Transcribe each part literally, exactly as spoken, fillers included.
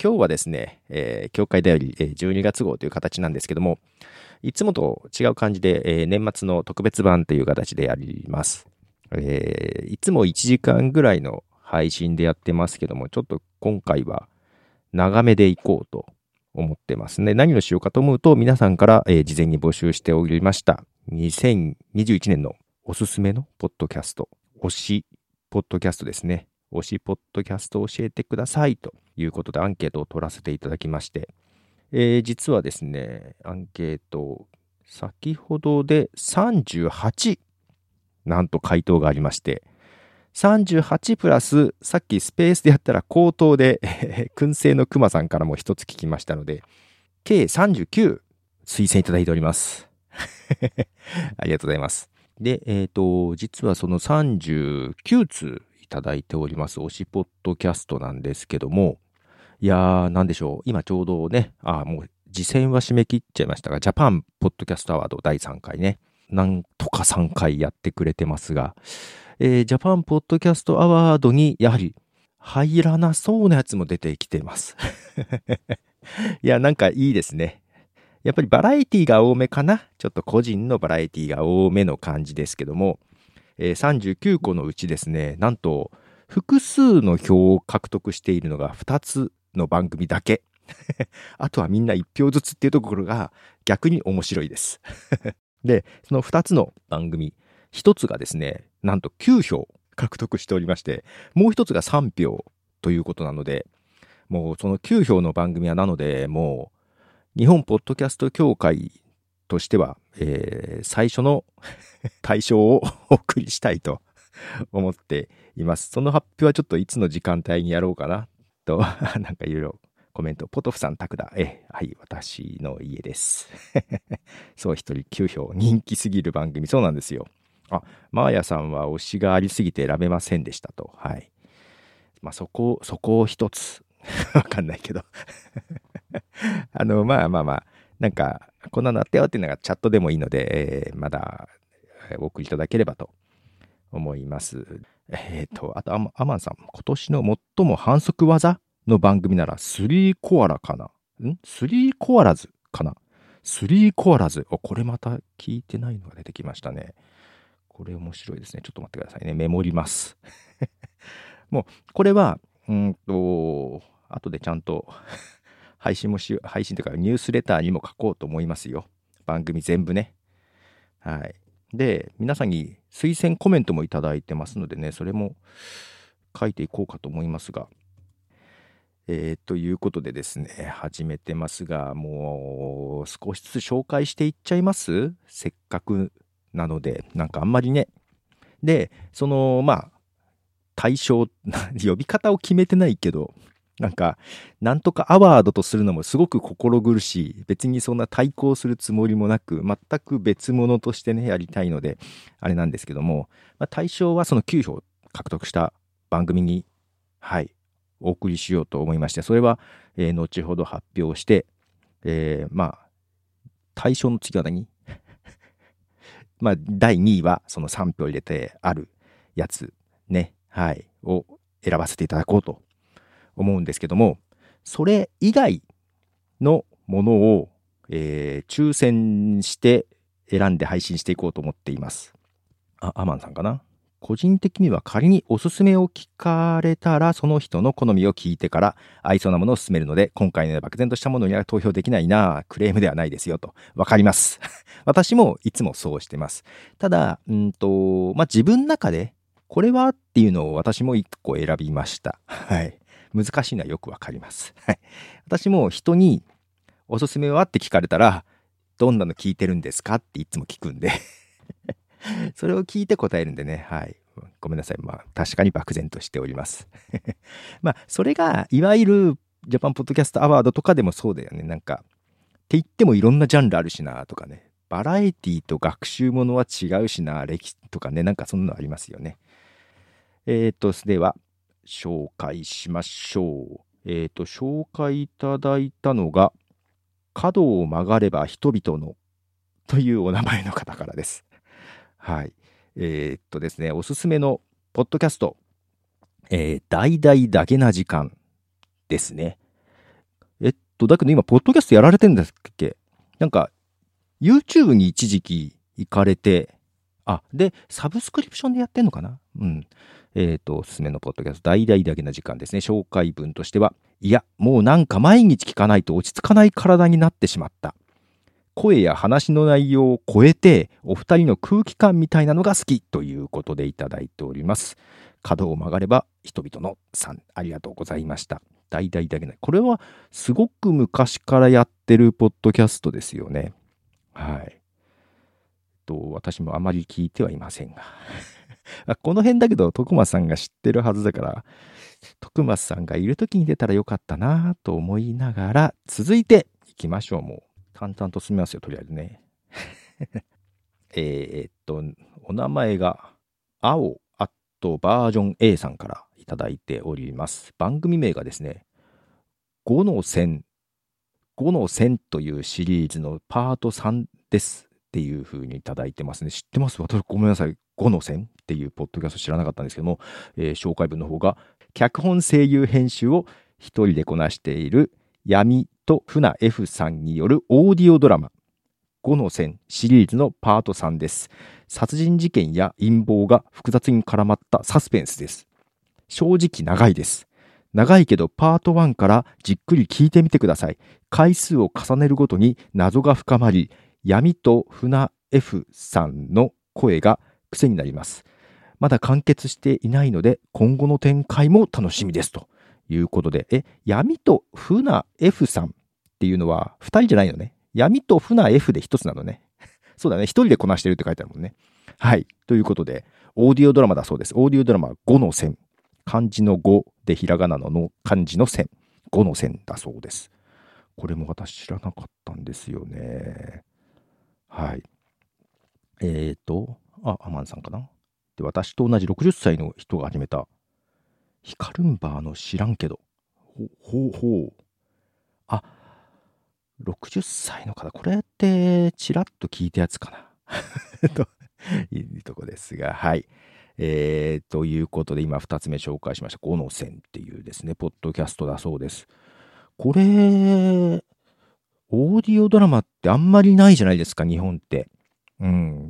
今日はですね、えー、教会だよりじゅうにがつ号という形なんですけども、いつもと違う感じで、えー、年末の特別版という形でやります。えー、いつもいちじかんぐらいの配信でやってますけども、ちょっと今回は長めでいこうと思ってますね。何をしようかと思うと、皆さんから、えー、事前に募集しておりました。にせんにじゅういちねんのおすすめのポッドキャスト、推しポッドキャストですね。推しポッドキャストを教えてくださいということでアンケートを取らせていただきまして、えー、実はですね、アンケート、先ほどでさんじゅうはち、なんと回答がありまして、さんじゅうはちプラス、さっきスペースでやったら口頭で、燻製のくまさんからも一つ聞きましたので、計さんじゅうきゅう推薦いただいております。ありがとうございます。で、えっと、実はそのさんじゅうきゅうつういただいております推しポッドキャストなんですけども、いやー、なんでしょう。今ちょうどね、あ、もう次戦は締め切っちゃいましたが、ジャパンポッドキャストアワードだいさんかいね、なんとかさんかいやってくれてますが、えー、ジャパンポッドキャストアワードにやはり入らなそうなやつも出てきてます。いや、なんかいいですね。やっぱりバラエティが多めかな。ちょっと個人のバラエティが多めの感じですけども、えー、さんじゅうきゅうこのうちですね、なんと複数の票を獲得しているのがふたつの番組だけ。あとはみんないち票ずつっていうところが逆に面白いです。で、そのふたつの番組、ひとつがですね、なんときゅう票獲得しておりまして、もうひとつがさん票ということなので、もうそのきゅう票の番組はなので、もう日本ポッドキャスト協会としては、えー、最初の対象をお送りしたいと思っています。その発表はちょっといつの時間帯にやろうかなと、なんかいろいろコメント。ポトフさん、タクダ。え、はい、私の家です。そう、一人きゅう票。人気すぎる番組。そうなんですよ。あ、マーヤさんは推しがありすぎて選べませんでしたと。はい。まあ、そこ、そこを一つ。わかんないけど。あの、まあまあまあ、なんか、こんなのあったよっていうのがチャットでもいいので、えー、まだお送りいただければと思います。えっ、ー、と、あとアマ、アマンさん、今年の最も反則技の番組なら、スリーコアラかなんスリーコアラズかなスリーコアラズ。お、これまた聞いてないのが出てきましたね。これ面白いですね。ちょっと待ってくださいね。メモります。もう、これは、うんと、後でちゃんと配信もし、配信というかニュースレターにも書こうと思いますよ。番組全部ね。はい。で、皆さんに推薦コメントもいただいてますのでね、それも書いていこうかと思いますが。えー、ということでですね、始めてますが、もう少しずつ紹介していっちゃいます？せっかくなので、なんかあんまりね。で、その、まあ、対象、呼び方を決めてないけど、なんか、なんとかアワードとするのもすごく心苦しい。別にそんな対抗するつもりもなく、全く別物としてね、やりたいので、あれなんですけども、まあ、対象はそのきゅう票獲得した番組に、はい、お送りしようと思いまして、それは、えー、後ほど発表して、えー、まあ、対象の次は何まあ、だいにいはそのさん票入れてあるやつね、はい、を選ばせていただこうと思うんですけども、それ以外のものを、えー、抽選して選んで配信していこうと思っています。あ、アマンさんかな。個人的には仮におすすめを聞かれたら、その人の好みを聞いてから合いそうなものを勧めるので、今回の漠然としたものには投票できないな、クレームではないですよと。わかります。私もいつもそうしてます。ただ、うんと、まあ、自分の中で、これはっていうのを私も一個選びました。はい。難しいのはよくわかります。はい。私も人におすすめはって聞かれたら、どんなの聞いてるんですかっていつも聞くんでそれを聞いて答えるんでね、はい。ごめんなさい。まあ、確かに漠然としております。まあ、それが、いわゆるジャパンポッドキャストアワードとかでもそうだよね。なんか、って言ってもいろんなジャンルあるしな、とかね。バラエティと学習ものは違うしな、歴史とかね。なんかそんなのありますよね。えっと、では、紹介しましょう。えっと、紹介いただいたのが、角を曲がれば人々のというお名前の方からです。はい。えー、っとですね、おすすめのポッドキャスト、えー、大々だけな時間ですね。 と、だけど今、ポッドキャストやられてんだっけ？なんか、YouTube に一時期行かれて、あ、で、サブスクリプションでやってんのかな？うん。えっと、おすすめのポッドキャスト、大々だけな時間ですね。紹介文としては、いや、もうなんか毎日聞かないと落ち着かない体になってしまった。声や話の内容を超えて、お二人の空気感みたいなのが好きということでいただいております。角を曲がれば人々のさん、ありがとうございました。大々だけない。これはすごく昔からやってるポッドキャストですよね。はい。と、私もあまり聞いてはいませんが。この辺だけど、徳松さんが知ってるはずだから、徳松さんがいる時に出たらよかったなと思いながら、続いていきましょう。もう、淡々と進みますよ、とりあえずね。えーっと、お名前が、青アットバージョン A さんからいただいております。番組名がですね、ごの線、ごの線というシリーズのパートさんですっていう風にいただいてますね。知ってます？私ごめんなさい。ごの線っていうポッドキャスト知らなかったんですけども、えー紹介文の方が、脚本声優編集を一人でこなしている闇と船 F さんによるオーディオドラマ、ごの線シリーズのパートさんです。殺人事件や陰謀が複雑に絡まったサスペンスです。正直長いです。長いけどパートいちからじっくり聞いてみてください。回数を重ねるごとに謎が深まり、闇と船 F さんの声が癖になります。まだ完結していないので、今後の展開も楽しみです。ということで、え、闇と船 F さんっていうのはふたりじゃないのね。闇と船 F でひとつなのね。そうだね。ひとりでこなしてるって書いてあるもんね。はい。ということで、オーディオドラマだそうです。オーディオドラマごの線。漢字のごでひらがなのの漢字の線。ごの線だそうです。これも私知らなかったんですよね。はい。えーと、あ、アマンさんかな。で、私と同じろくじゅっさいの人が始めた、ヒカルンバーの知らんけど。ほ、ほうほう。あ、ろくじゅっさいの方、これってちらっと聞いたやつかな。といいとこですが、はい。えー、ということで、今ふたつめ紹介しました、ごの線っていうですね、ポッドキャストだそうです。これ、オーディオドラマってあんまりないじゃないですか、日本って。うん、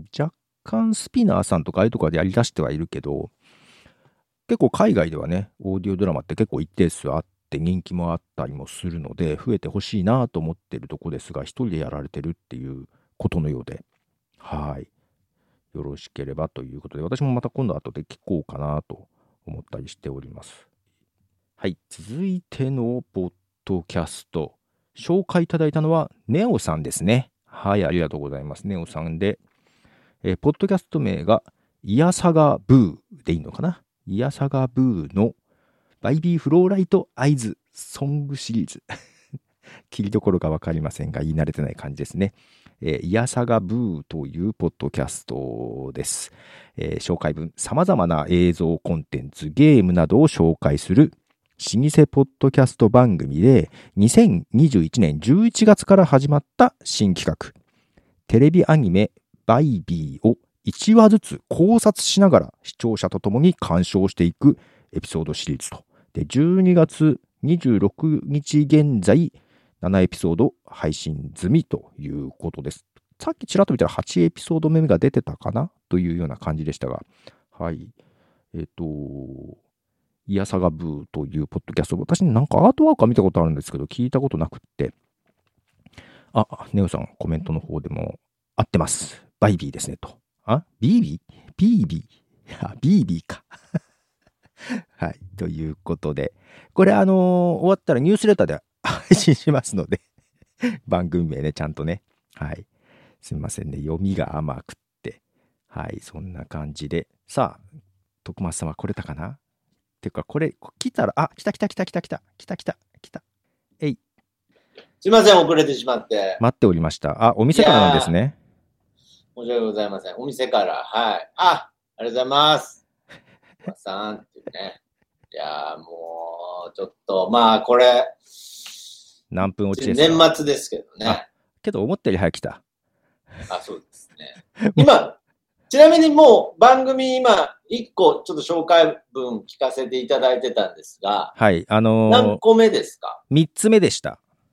若干スピナーさんとかああいうところでやりだしてはいるけど、結構海外ではね、オーディオドラマって結構一定数あって人気もあったりもするので、増えてほしいなと思ってるとこですが、一人でやられてるっていうことのようで、はい。よろしければということで、私もまた今度後で聞こうかなと思ったりしております。はい。続いてのポッドキャスト、紹介いただいたのはネオさんですね。はい、ありがとうございます。ネオさんで、えーポッドキャスト名がイヤサガブーでいいのかな。イヤサガブーのバイビーフローライトアイズソングシリーズ。切りどころがわかりませんが、言い慣れてない感じですね。えー、イヤサガブーというポッドキャストです。えー紹介文、様々な映像コンテンツ、ゲームなどを紹介する老舗ポッドキャスト番組で、にせんにじゅういちねんじゅういちがつから始まった新企画。テレビアニメバイビーをいちわずつ考察しながら視聴者と共に鑑賞していくエピソードシリーズと。で、じゅうにがつにじゅうろくにち現在、ななエピソード配信済みということです。さっきちらっと見たらはちエピソード目が出てたかなというような感じでしたが、はい。えっ、と、イヤサガブーというポッドキャスト、私なんかアートワークは見たことあるんですけど、聞いたことなくって、あ、ネオさんコメントの方でも合ってます。バイビーですねと。あ、ビービー？ ビービー？ あ、ビービーか。はい。ということで、これあのー終わったらニュースレターで配信しますので、番組名ね、ちゃんとね。はい。すみませんね。読みが甘くって。はい。そんな感じで。さあ、徳松さんは来れたかなっていうか、これ、来たら、あ、来た来た来た来た来た来た来た来た。えい。 すいません、遅れてしまって。 待っておりました。あ、お店からなんですね。 申し訳ございません。お店から、はい。あ、ありがとうございます。おばさんっていうね。いやー、もう、ちょっと、まあ、これ、 何分落ちですか？ 年末ですけどね。 あけど、思ったより早く来た。 あ、そうですね。今、ちなみにもう番組今、いっこちょっと紹介文聞かせていただいてたんですが、 はい。あのー何個目ですか？ みっつめでした。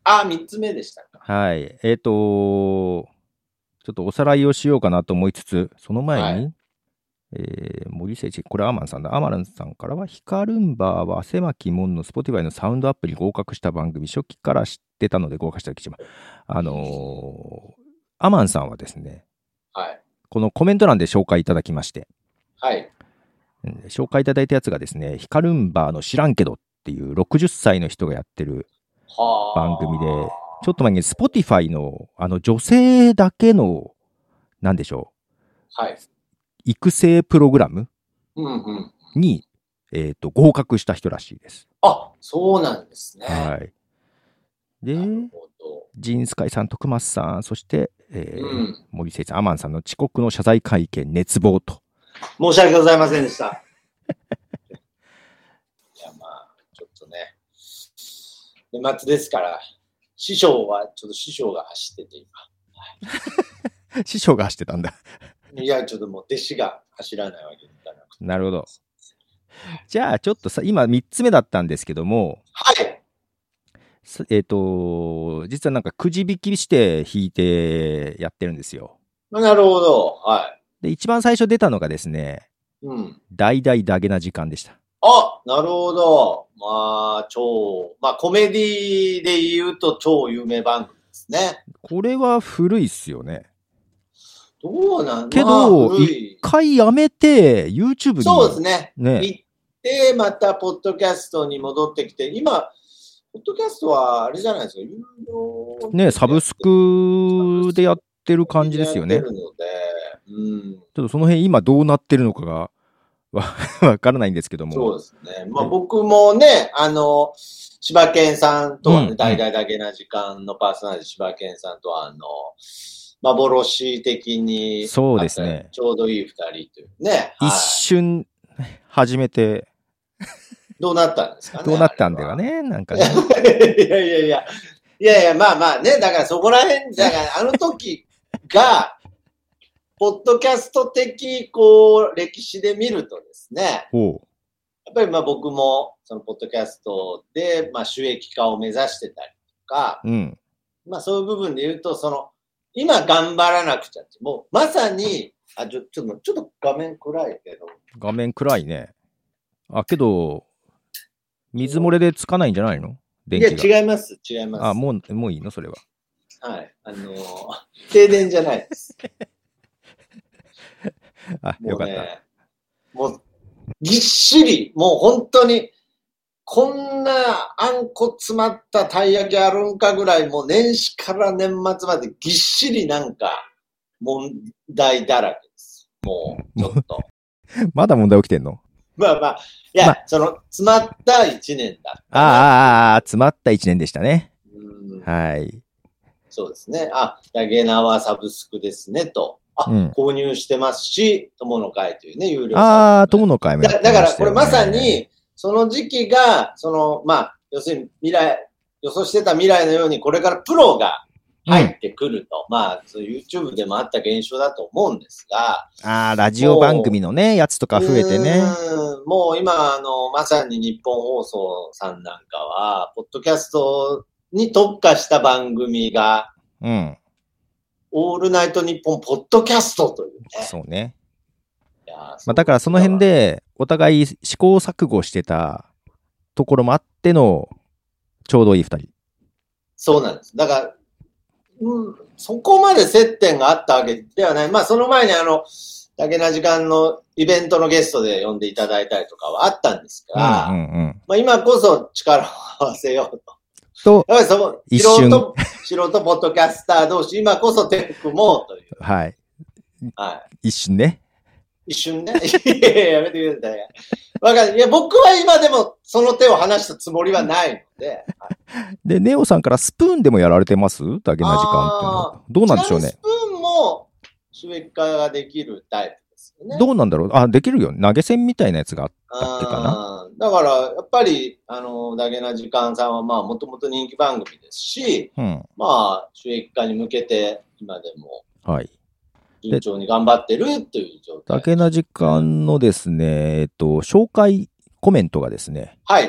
あ、みっつめでしたか。 はい。えっ、と、ちょっとおさらいをしようかなと思いつつ、その前に、 はいえー森誠一、これアマンさんだ。アマンさんからは、ヒカルンバーは狭き門の Spotify のサウンドアップに合格した番組、初期から知ってたので合格した記事も。あのー、アマンさんはですね、 はい。 このコメント欄で紹介いただきまして、 はい。 うん紹介いただいたやつがですね、ヒカルンバーの知らんけどっていうろくじゅっさいの人がやってるは番組で、ちょっと前に Spotify のあの女性だけの、なんでしょあ。はい。 う、育成プログラムうんうん。 に、えっと、合格した人らしいです。 あ、そうなんですね。 はい。で、 なるほど。 ジンスカイさん、徳松さん、そして、えーうん。 森誠一、アマンさんの遅刻の謝罪会見、熱望と。 申し訳ございませんでした。いや、まあ、ちょっとね、年末ですから、師匠は、ちょっと師匠が走ってて今。 師匠が走ってたんだ。 いや、ちょっともう弟子が走らないわけにいかなくて。 なるほど。じゃあ、ちょっとさ、今みっつめだったんですけども、 はい。 すえっ、と、実はなんかくじ引きして引いてやってるんですよ。 なるほど。はで、一番最初出たのがですね、 い。うん。 大々ダゲな時間でした。 あ、なるほど。まあ、超、まあ、コメディで言うと超有名番組ですね。 これは古いっすよね。 どうなんけど、 まあ、古い一回やめて、YouTube に。 そうですね。 ね。 行って、また、ポッドキャストに戻ってきて、今、ポッドキャストは、あれじゃないですか、有料ね、サブスクでやってる感じですよね。 やってるので、うん。 ちょっとその辺今どうなってるのかがわわからないんですけども。 そうですね。まあ、僕もね、あの、柴犬さんとはね、 うん大々だけな時間のパーソナリティ柴犬さんとは、あの、幻的に、 そうですね。 ちょうどいい二人というね。 一はい瞬始めて、 どうなったんですかね。 どうなったんだかね、なんかね。 いやいやいや、いやいや、まあまあね、だからそこら辺、だからあの時が、ポッドキャスト的、こう、歴史で見るとですね、 ほう。 やっぱりまあ僕も、そのポッドキャストで、まあ収益化を目指してたりとか、 うん。 まあそういう部分で言うと、その、今頑張らなくちゃって、もうまさに、あ、ちょ、ちょっと、ちょっと画面暗いけど。 画面暗いね。あ、けど、水漏れでつかないんじゃないの電気が。 いや、違います、違います。 あ、もう、もういいのそれは。 はい。あのー、停電じゃないです。 あ、 もうよかった。 ね、もう、ぎっしり、もう本当に、こんなあんこ詰まったたい焼きあるんかぐらい、もう年始から年末までぎっしりなんか問題だらけです。もう、ちょっと。 まだ問題起きてんのまあまあ、いや、 まあその、詰まった一年だったああ、 な。 ああ、詰まった一年でしたね。 うんはい。 そうですね。あ、ダゲナはサブスクですね、と。あ、 うん購入してますし、友の会というね、有料ああ、 サブスク友の会もやってだだから、 ましたよねこれまさに、その時期が、その、まあ、要するに未来、予想してた未来のように、これからプロが入ってくると。まあ、そう YouTube でもあった現象だと思うんですが。 ああ、ラジオ番組のね、やつとか増えてね。 うんもう今、あの、まさに日本放送さんなんかは、ポッドキャストに特化した番組が、 うん。 オールナイトニッポンポッドキャストというね。 そうね。 いやまあ、だからその辺、で、お互い試行錯誤してたところもあっての、ちょうどいい二人。 そうなんです。だから、うん、そこまで接点があったわけではない。まあ、その前にあの、だけな時間のイベントのゲストで呼んでいただいたりとかはあったんですが、 うんうんうん。 まあ、今こそ力を合わせようと。 と、 やっぱりその、 一素瞬人、素人ポッドキャスター同士、今こそ手組もうという。 はい。 はい。 一瞬ね。 一瞬ね。いやいや、やめてください。わかる。いや、僕は今でもその手を離したつもりはないので。 で、ネオさんからスプーンでもやられてますだけな時間っていうのは。どうなんでしょうね。 スプーンも収益化ができるタイプですよね。 どうなんだろうあ、できるよ。投げ銭みたいなやつがあったっけかな。 だから、やっぱり、あの、だけな時間さんは、まあ、もともと人気番組ですし、 うん。 まあ、収益化に向けて、今でも、 はい。 順調に頑張ってるという状態。 だけな時間のですね、えっと、紹介コメントがですね、 はい。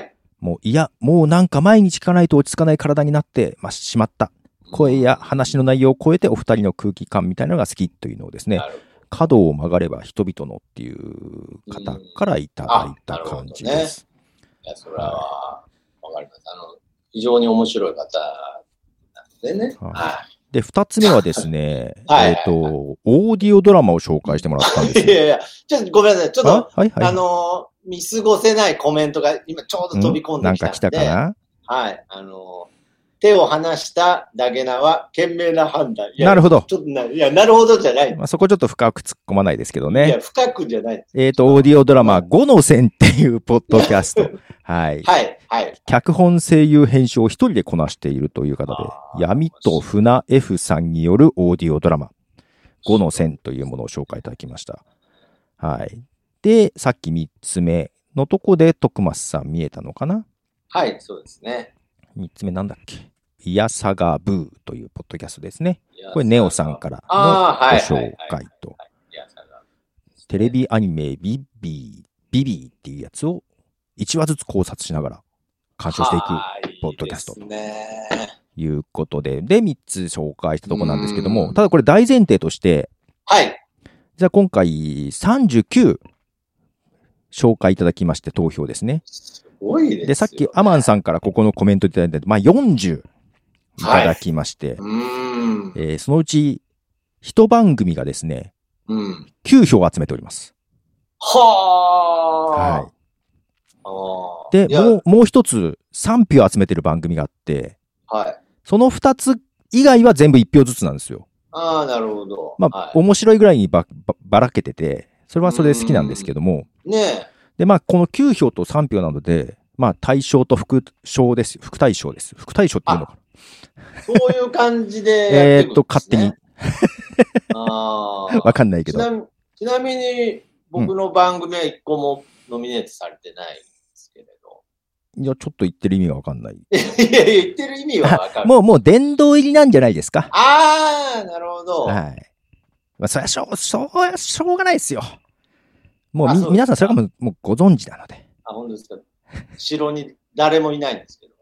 もう、いや、もうなんか毎日聞かないと落ち着かない体になってましまった。声や話の内容を超えてお二人の空気感みたいなのが好きというのをですね、角を曲がれば人々のっていう方からいただいた感じです。 いや、それはわかります。あの、非常に面白い方なんでね。はい。はい、 で、二つ目はですね、はい、えっ、ー、と、オーディオドラマを紹介してもらったんですよ。 いやいや、ちょっとごめんなさい。ちょっと、あ、はいはい、あのー、見過ごせないコメントが今ちょうど飛び込んできたんで。なんか来たかな？はい。あのー、手を離したダゲナは賢明な判断。 なるほど。 ちょっとな、いや、なるほどじゃない。 まあ、そこちょっと深く突っ込まないですけどね。 いや、深くじゃない。 えっ、ー、と、オーディオドラマ、五の線っていうポッドキャスト。はい。 はい、はい。 脚本声優編集を一人でこなしているという方で、闇と船 F さんによるオーディオドラマ、五の線というものを紹介いただきました。はい。で、さっき三つ目のとこで徳松さん見えたのかな？ はい、そうですね。 三つ目なんだっけ？イヤサガブーというポッドキャストですね。これネオさんからのご紹介と、テレビアニメビビー、ビビーっていうやつをいちわずつ考察しながら鑑賞していくポッドキャストということで、で、みっつ紹介したところなんですけども、ただこれ大前提として、 はい。 じゃあ今回さんじゅうきゅう紹介いただきまして投票ですね。 すごいですよね。 で、さっきアマンさんからここのコメントいただいて、まあよんじゅういただきまして、はい、うんえー、そのうち一番組がですね、うん、きゅうひょう集めております。 はあ。はい。あで、もう、もう一つさんぴょう集めてる番組があって、 はい。 そのふたつ以外は全部いちひょうずつなんですよ。 ああ、なるほど。 まあ、はい、面白いぐらいにば、ば、ばらけてて、それはそれで好きなんですけども。 ねえ。 で、まあ、このきゅうひょうとさんぴょうなので、まあ、大賞と副賞です。副大賞です。副大賞っていうのかな。 そういう感じでやっていくんですね。えーっと、 勝手に。 あわかんないけど。 ちな、ちなみに、僕の番組はいっこもノミネートされてないんですけれど。 いや、ちょっと言ってる意味がわかんない。 いや、言ってる意味はわかる。 もう、もう殿堂入りなんじゃないですか。 ああ、なるほど。 はい。まあ、それはしょう、しょう、しょうがないですよ。もうみ、皆さんそれかも、もうご存知なので。 あ、本当ですか。城に誰もいないんですけど。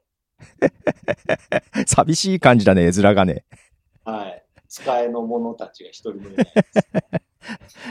寂しい感じだね、絵面がね。 はい。使いの者たちが一人もいないです。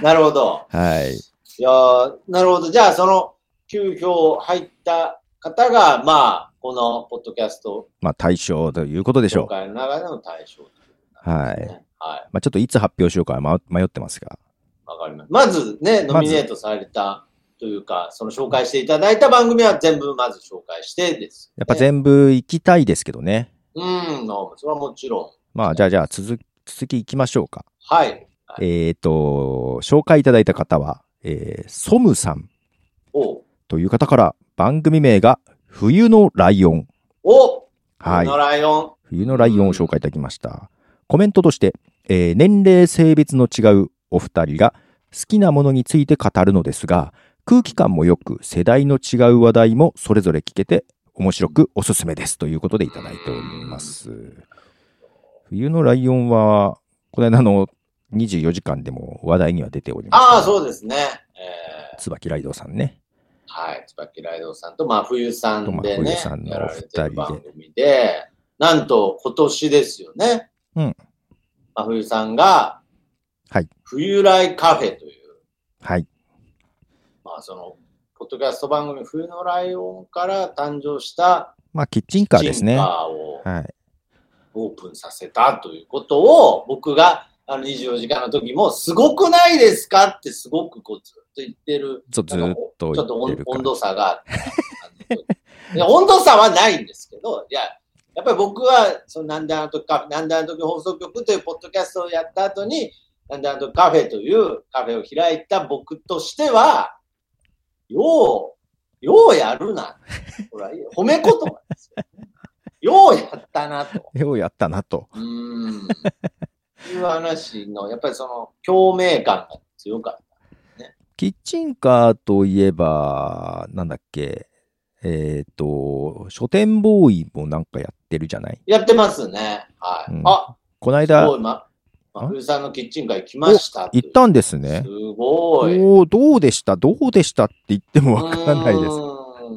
なるほど。 はい。 いやー、なるほど。じゃあ、そのきゅうひょう入った方が、まあ、このポッドキャスト。 まあ、対象ということでしょう。 今回の中での対象、ね。 はい。はい。まあ、ちょっといつ発表しようか迷ってますが。 わかります。まずね、ノミネートされたというか、その紹介していただいた番組は全部まず紹介してです、ね。 やっぱ全部行きたいですけどね。 うん、それはもちろん。 まあ、じゃあ、じゃあ、続、続き行きましょうか。 はい。 はい、えっ、ー、と、紹介いただいた方は、えー、ソムさんという方から番組名が冬のライオン。 おはい。冬のライオン。 冬のライオンを紹介いただきました。うん、コメントとして、えー、年齢性別の違うお二人が好きなものについて語るのですが、空気感も良く世代の違う話題もそれぞれ聞けて面白くおすすめですということでいただいております。冬のライオンは、この間のにじゅうよじかんでも話題には出ております、ね。 ああ、そうですね。 えー、椿ライドウさんね。 はい。椿ライドウさんと、まあ、冬さんでね、 冬さんのお二人で。 番組で、なんと今年ですよね。 うん。 真冬さんが、 はい。 冬来カフェという。 はい。 まあ、その、ポッドキャスト番組、冬のライオンから誕生した、 まあ、キッチンカーですね。 キッチンカーを、 はい。 オープンさせたということを、僕が、あの、にじゅうよじかんの時も、すごくないですかってすごくこう、ずっと言ってる。 ずっと言ってる。 ちょっと温度差が。いや、温度差はないんですけど、いや、やっぱり僕は、そのなんであの時カフェ、なんであの時放送局というポッドキャストをやった後に、なんであの時カフェというカフェを開いた僕としては、よう、ようやるな。ほら、褒め言葉ですよ、ね。ようやったなと。 ようやったなと。 うーん。いう話の、やっぱりその、共鳴感が強かった、ね。 キッチンカーといえば、なんだっけ、えっ、ー、と、書店ボーイもなんかやってるじゃない？ やってますね。はい。うん、あ、 この間、 すごい、ま、真冬さんのキッチンカー行きました。 行ったんですね。 すごい。 おー、どうでしたどうでしたって言ってもわからないです。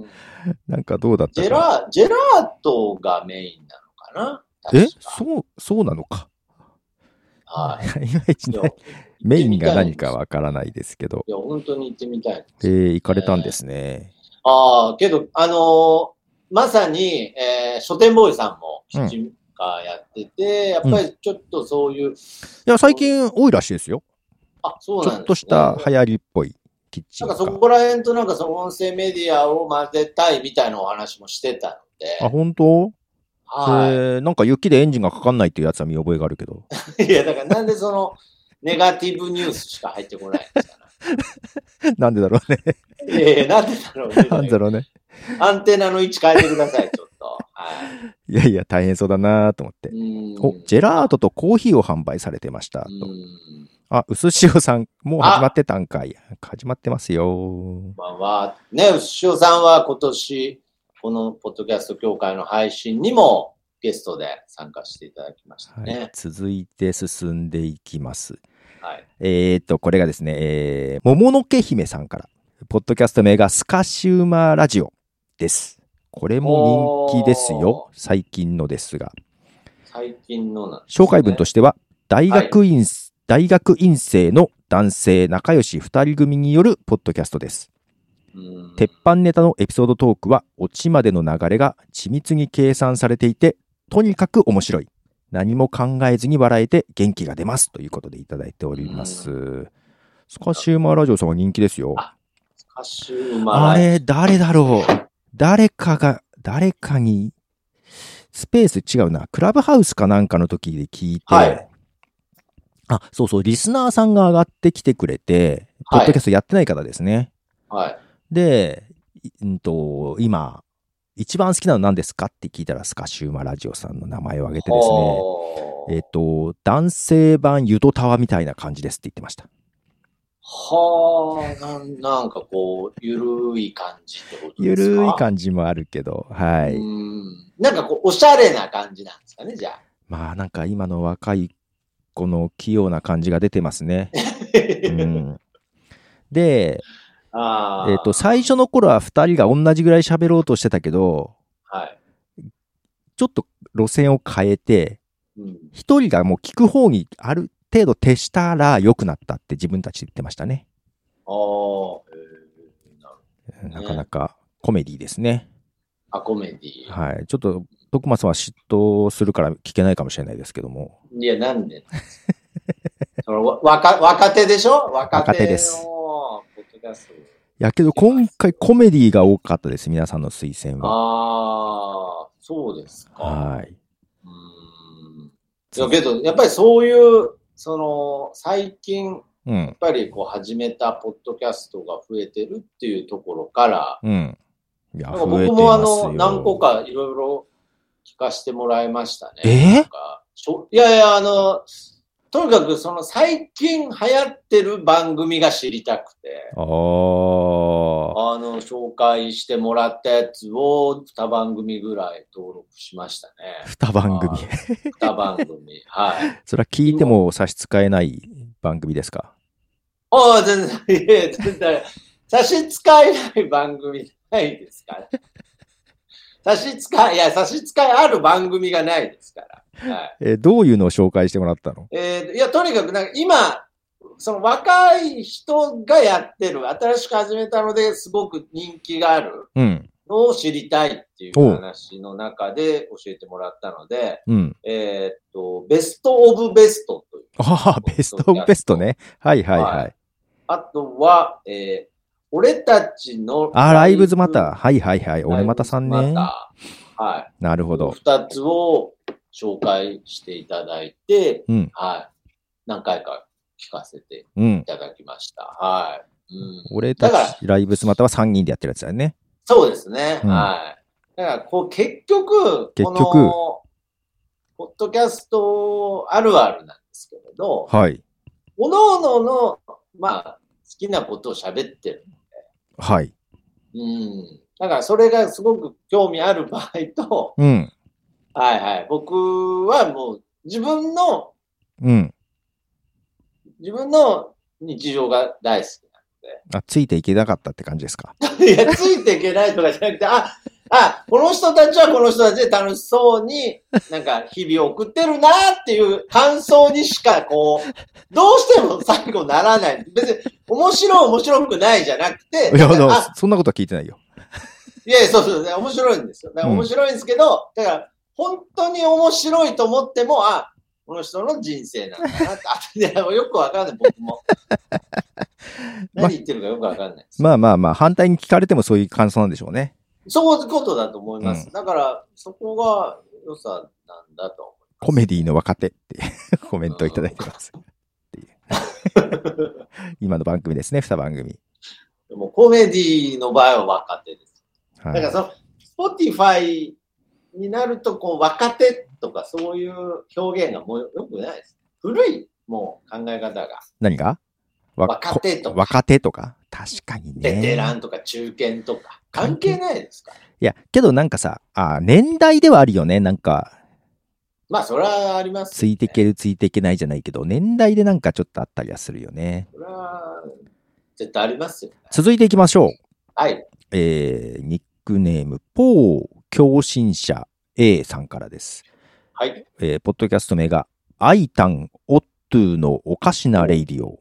なんかどうだったか。 ジェラ、ジェラートがメインなのかな。 え確かそう、そうなのか。 はい。 いまいちいやね、メインが何かわからないですけど。 いや、本当に行ってみたいんですえよ。 ー、行かれたんですね。 ああ、けど、あのーまさに、えー、書店ボーイさんも、 うんキッチンカーやってて、やっぱりちょっとそういう、 いや、最近多いらしいですよ。 あ、そうちょっとしなんですね。 た流行りっぽいキッチなんンカー。 かそこら辺となんかその音声メディアを混ぜたいみたいなお話もしてたので、 あ、本当？ はえー、なんか雪でエンジンがかかんないっていうやつは見覚えがあるけど。 い。いや、だからなんでその、ネガティブニュースしか入ってこないんですかね。 なんでだろうね。 いやいや、なんでだろうね。 なんだろうね。 アンテナの位置変えてください、ちょっと。はい。 いやいや、大変そうだなと思って。お、ジェラートとコーヒーを販売されてましたと。あ、うすしおさん、もう始まってたんかい。始まってますよ。 まあまあ、ね、うすしおさんは今年、このポッドキャスト協会の配信にもゲストで参加していただきましたね。はい、 続いて進んでいきます。 はい。 えっと、これがですね、えー、もものけ姫さんから、ポッドキャスト名がスカシウマラジオです。これも人気ですよ。最近のですが。 最近のなんですね。 紹介文としては、大学院、はい、大学院生の男性仲良し二人組によるポッドキャストです。鉄板ネタのエピソードトークは、オチまでの流れが緻密に計算されていて、とにかく面白い。何も考えずに笑えて元気が出ますということでいただいております。スカシウマラジオさんは人気ですよ。 スカシウマラジオ。 あれ、誰だろう。誰かが、誰かに、スペース違うな。クラブハウスかなんかの時で聞いて、はい、あ、そうそう、リスナーさんが上がってきてくれて、ポッドキャストやってない方ですね。 はい。 で、うんと、今、一番好きなの何ですかって聞いたら、スカシウマラジオさんの名前を挙げてですね、えっと、男性版ユドタワみたいな感じですって言ってました。 はあ、なん、なんかこう、ゆるい感じってことですか？ ゆるい感じもあるけど、はい。 うん。なんかこう、おしゃれな感じなんですかね、じゃあ。 まあ、なんか今の若い子の器用な感じが出てますね。うん、で、 あえっと、最初の頃はふたりが同じぐらい喋ろうとしてたけど、 はい、 ちょっと路線を変えて、一、 うん、 人がもう聞く方にある程度徹したら良くなったって自分たちで言ってましたね。 ああ、えー、なるほどね。 なかなかコメディですね。 あ、コメディ。 はい。ちょっと、徳間さんは嫉妬するから聞けないかもしれないですけども。 いや、なんでその若若手でしょ？若手の若手です。 ポッドキャスト。 やけど今回コメディが多かったです、皆さんの推薦は。 ああ、そうですか。 はい。 うん。いやけど、やっぱりそういう、その、最近、 うん、 やっぱりこう始めたポッドキャストが増えてるっていうところから、 うん。いや、 なんか僕もあの、何個かいろいろ聞かせてもらいましたね。 えなんかいやいや、あの、とにかくその最近流行ってる番組が知りたくて、 ああの、紹介してもらったやつをにばん組ぐらい登録しましたね。 にばん組。 にばん組。はい。 それは聞いても差し支えない番組ですか？ ああ、全然、いや、全然、差し支えない番組ないですから。差し支え、いや、差し支えある番組がないですから。はい、 えー、どういうのを紹介してもらったの？ えー、いや、とにかくなんか今、その若い人がやってる、新しく始めたのですごく人気があるのを知りたいっていう話の中で教えてもらったので、 うん、 えー、っと、ベストオブベストという。 ああ、ベストオブベストね。はいはいはい。はい、 あとは、えー、俺たちのあ、ライブズマター。はいはいはい。俺またさんね。 はい。 なるほど。 二つを紹介していただいて、 うん、 はい。何回か聞かせていただきました。うん、はい、うん。 俺たちライブズマターはさんにんでやってるやつだよね。 そうですね。うん、はい。だから、こう、結局、 結局、 このポッドキャストあるあるなんですけれど、 はい。 各々の、まあ、好きなことを喋ってるので。 はい。 うん。だから、それがすごく興味ある場合と、 うん。 はいはい。僕はもう、自分の、 うん。 自分の日常が大好きあ、ついていけなかったって感じですか？ いや、ついていけないとかじゃなくて、あ、あ、この人たちはこの人たちで楽しそうに、なんか日々を送ってるなっていう感想にしか、こう、どうしても最後ならない。別に、面白い面白くないじゃなくて、 いや、あそんなことは聞いてないよ。 いやいや、そうそう、面白いんですよ。だから面白いんですけど、うん、だから、本当に面白いと思っても、あ、この人の人生なんだなって、あ、よくわかんない、僕も。何言ってるかよくわかんないです。 まあまあまあ、反対に聞かれてもそういう感想なんでしょうね。 そういうことだと思います。うん、だから、そこが良さなんだと思います。 コメディの若手ってコメントをいただいてます。っていう今の番組ですね、に番組。 でもコメディの場合は若手です。はい、だからその、Spotify になると、こう、若手とかそういう表現がもうよくないです。古い、もう考え方が。 何が若手とか。 若手とか確かにね。 ベテランとか中堅とか。関係ないですか？ いや、けどなんかさ、あ、年代ではあるよね、なんか。 まあ、それはあります、ね。 ついていける、ついていけないじゃないけど、年代でなんかちょっとあったりはするよね。 それは、絶対ありますよ、ね。 続いていきましょう。 はい。 えー、ニックネーム、ポー共振者 A さんからです。 はい。 えー、ポッドキャスト名が、アイタン・オットゥのおかしなレイディオ。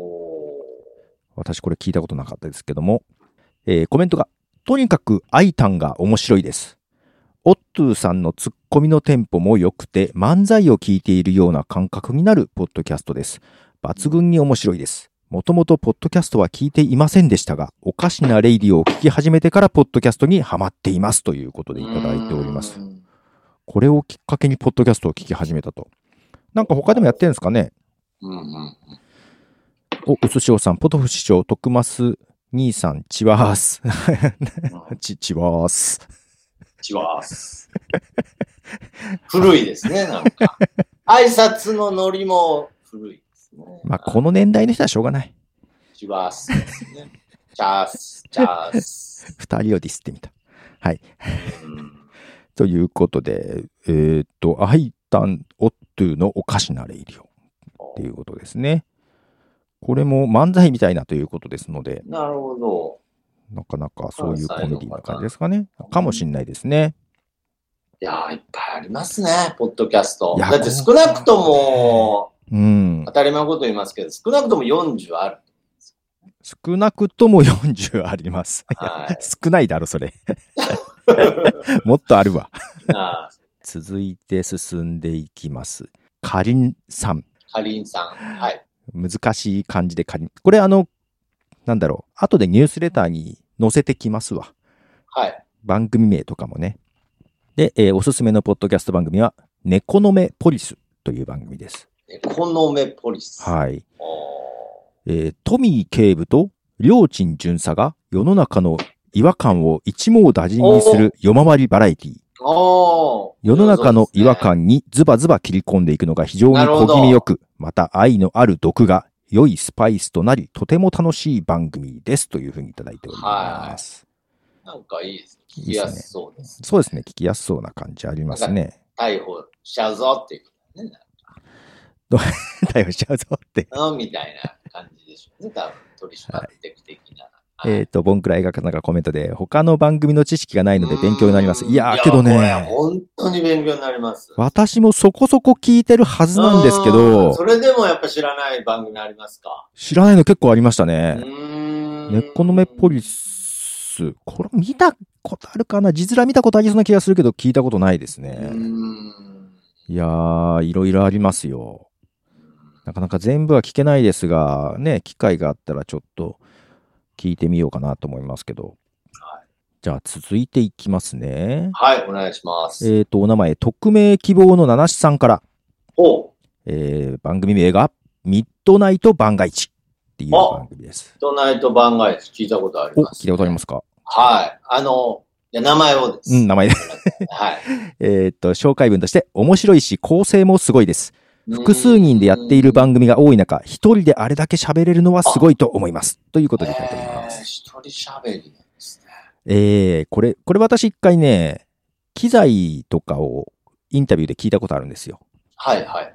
私これ聞いたことなかったですけども、えー、コメントが、とにかくアイタンが面白いです。オットゥさんのツッコミのテンポも良くて、漫才を聞いているような感覚になるポッドキャストです。抜群に面白いです。もともとポッドキャストは聞いていませんでしたが、おかしなレイディオを聞き始めてからポッドキャストにハマっていますということでいただいております。これをきっかけにポッドキャストを聞き始めたと。なんか他でもやってるんですかね？ うんうん、 お、うすしおさん、ポトフ師匠、徳増兄さん、チワース。ち、チワース。 チワース。古いですね、なんか。挨拶のノリも古いですね。 まあ、この年代の人はしょうがない。 チワースですね。チャース、チャース。 二人をディスってみた。はい。ということで、えー、っと、アイタン・オットゥのおかしなレイディオっていうことですね。これも漫才みたいなということですので。 なるほど。 なかなかそういうコメディな感じですかね。かもしんないですね。 いやー、いっぱいありますね、ポッドキャスト。だって少なくとも、うん、当たり前のこと言いますけど、少なくともよんじゅうある。 少なくともよんじゅうあります。 はい、 少ないだろ、それ。もっとあるわ。 あ続いて進んでいきます。かりんさん。 かりんさん。はい。 難しい漢字でかりん。これあの、なんだろう。後でニュースレターに載せてきますわ。 はい。 番組名とかもね。で、えー、おすすめのポッドキャスト番組は、猫の目ポリスという番組です。 猫の目ポリス。 はい。えー、トミー警部とりょーちん巡査が世の中の違和感を一網打尽にする夜回りバラエティ。世の中の違和感にズバズバ切り込んでいくのが非常に小気味よく、また愛のある毒が良いスパイスとなり、とても楽しい番組ですというふうにいただいております。 はい、なんかいいですね。聞きやすそうです、ね。 そうですね。聞きやすそうな感じありますね。 逮捕しちゃうぞっていうね。 逮捕しちゃうぞって。 うん、みたいな感じでしょうね。多分、取り締まって的な。はいえっ、ー、と、ボンクラ映画なんかコメントで、他の番組の知識がないので勉強になります。いやー、けどね。 本当に勉強になります。 私もそこそこ聞いてるはずなんですけど。 それでもやっぱ知らない番組ありますか？ 知らないの結構ありましたね。 うーん。 猫の目ポリス。これ見たことあるかな？字面見たことありそうな気がするけど、聞いたことないですね。 うーん。 いやー、いろいろありますよ。なかなか全部は聞けないですが、ね、機会があったらちょっと、聞いてみようかなと思いますけど。はい、じゃあ続いていきますね。 はい、お願いします。 えっと、お名前、匿名希望の七七さんから。 おえー、番組名が、ミッドナイト番外地っていう番組です。 ミッドナイト番外地聞いたことあります、ね。 お、聞いたことありますか？ はい。あの、いや名前をです。 うん、名前で。はい。えっと、紹介文として、面白いし、構成もすごいです。複数人でやっている番組が多い中、一人であれだけ喋れるのはすごいと思います。ということでいただいております。 一人喋りなんですね。 えー、これ、これ私一回ね、機材とかをインタビューで聞いたことあるんですよ。 はいはいはい、はい。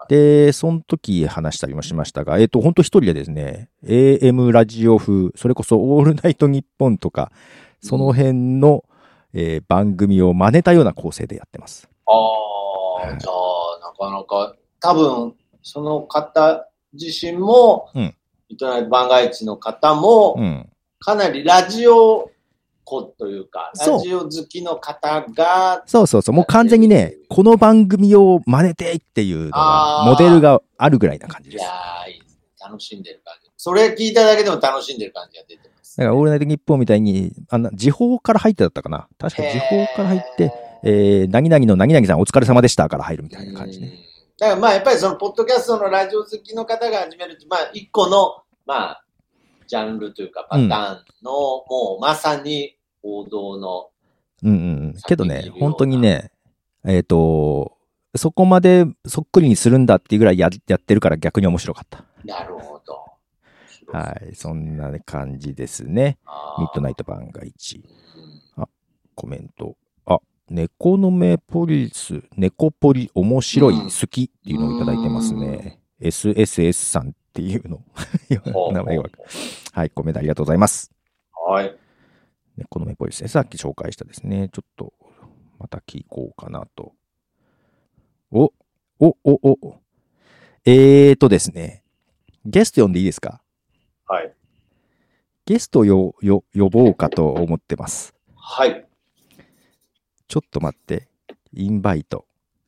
で、その時話したりもしましたが、えっと、ほんと一人でですね、エーエム ラジオ風、それこそオールナイトニッポンとか、その辺の、えー番組を真似たような構成でやってます。 ああ、じゃあ、なかなか、多分、その方自身も、 うん。 ミッドナイト番外地の方も、 うん。 かなりラジオ子というか、 そうラジオ好きの方が、 そうそうそう。もう完全にね、この番組を真似てっていうのが、 あーモデルがあるぐらいな感じです。 いやー、いいですね。楽しんでる感じ。それ聞いただけでも楽しんでる感じが出てます。 だから、オールナイトニッポンみたいに、あんな、時報から入ってだったかな。確か時報から入って、えー、何々の何々さんお疲れ様でしたから入るみたいな感じね。 うんだからまあやっぱりそのポッドキャストのラジオ好きの方が始めると、まあ一個の、まあ、ジャンルというかパターンの、もうまさに王道の。 うんうんうん。けどね、本当にね、えっと、そこまでそっくりにするんだっていうぐらいややってるから逆に面白かった。 なるほど。 はい。そんな感じですね。ミッドナイト番外地。あ、コメント。あ、猫の目ポリス、猫ポリ面白い、 うん好きっていうのをいただいてますね。エスエスエス さんっていうの。名前がはい、コメントありがとうございます。 はい。 猫の目ポリスね。さっき紹介したですね。ちょっと、また聞こうかなと。お、お、お、お。えーとですね。ゲスト呼んでいいですか？ はい。 ゲストよ、よ、呼ぼうかと思ってます。 はい。 ちょっと待って。インバイト。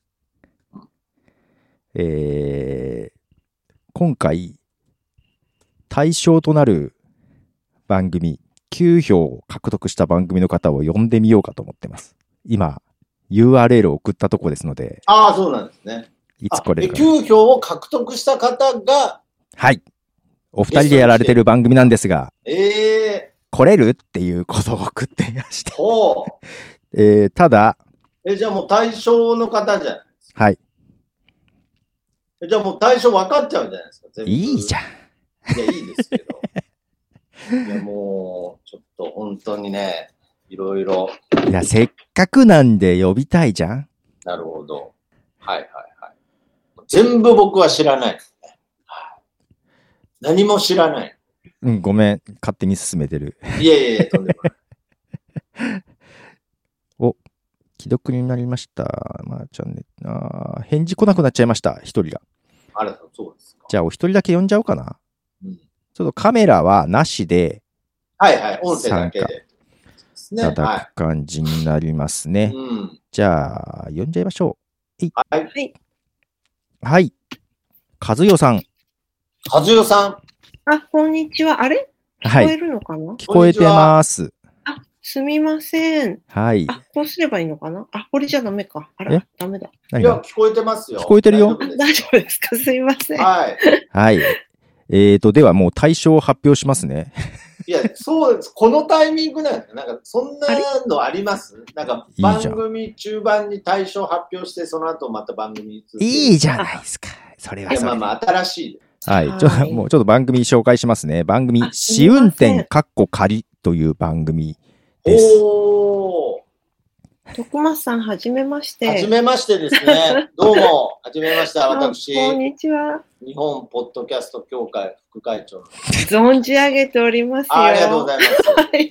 えー、今回、対象となる番組、きゅうひょう獲得した番組の方を呼んでみようかと思ってます。今、ユーアールエル を送ったとこですので。 ああ、そうなんですね。 いつこれか。きゅうひょうを獲得した方が、 はい。お二人でやられてる番組なんですが、 ええー、来れるっていうことを送っていまして。 ほう。 えー、ただ、 え、じゃあもう対象の方じゃないですか。 はい。 じゃあもう対象分かっちゃうじゃないですか。全部いいじゃん。 いや、いいですけど。いや、もう、ちょっと本当にね、いろいろ。 いや、せっかくなんで呼びたいじゃん。 なるほど。はいはいはい。全部僕は知らないですね。はい、何も知らない。 うん、ごめん。勝手に進めてる。 いえいえ、とんでもない。 お、既読になりました。まあ、ちゃんね、あ返事来なくなっちゃいました。一人が。 あら、そうですか。 じゃあ、お一人だけ呼んじゃおうかな。 うん、 ちょっとカメラはなしで。 はいはい、音声だけで。 いただく感じになりますね。はいうん、じゃあ、呼んじゃいましょう。 はい。 はい。和代さん。 和代さん。 あ、こんにちは。あれ聞こえるのかな、はい、 聞こえてます。 あ、すみません。 はい。 あ、こうすればいいのかなあ、これじゃダメか。あら、ダメだ。 いや、聞こえてますよ。 聞こえてるよ。 大丈夫ですか？すみません。 はい。 はい。えーと、ではもう対象を発表しますね。 いや、そうです。このタイミングなんですか？なんか、そんなのありますなんか、番組中盤に対象発表して、その後また番組続ける。 いいじゃないですか。それはそれ。 いや、まあまあ、新しいです。 はい。ちょっと、もうちょっと番組紹介しますね。番組、試運転かっこ仮という番組です。 おー。 徳松さん、はじめまして。 はじめましてですね。どうも、はじめまして。私、 こんにちは。 日本ポッドキャスト協会副会長。 存じ上げておりますよ。 あ, ありがとうございます。はい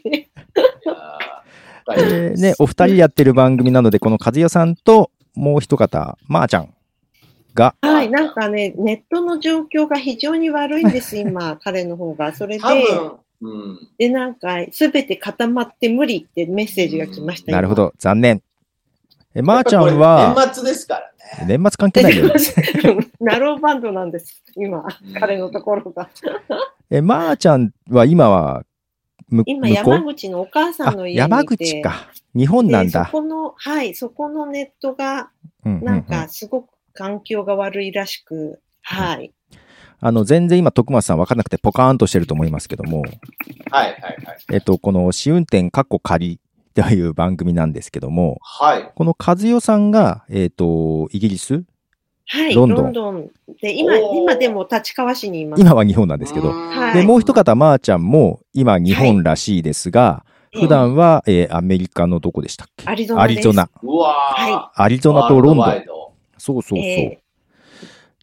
えー、ね、お二人やってる番組なので、この和代さんともう一方、まーちゃんが。 はい、なんかね、ネットの状況が非常に悪いんです、今、彼の方が。それで、 うん、 で、なんか、すべて固まって無理ってメッセージが来ました。 なるほど、残念。え、まーちゃんは、 年末ですからね。年末関係ないよ。 ナローバンドなんです、今、彼のところが。 え、まーちゃんは今は、 今、山口のお母さんの家にいて。 山口か。日本なんだ。 そこの、はい、そこのネットが、なんか、すごく環境が悪いらしく、はい。 あの、全然今、徳松さん分かんなくてポカーンとしてると思いますけども。 はい、はい、はい。 えっと、この試運転かっこ仮という番組なんですけども。 はい。 この和代さんが、えっと、イギリスはい、ロンドン。ロンドンで、今、今でも立川市にいます。 今は日本なんですけど。で、もう一方、まーちゃんも今日本らしいですが、はい、普段は、えー、アメリカのどこでしたっけ？ アリゾナ。 アリゾナ。 うわはい。 アリゾナとロンドン。そうそうそう。えー、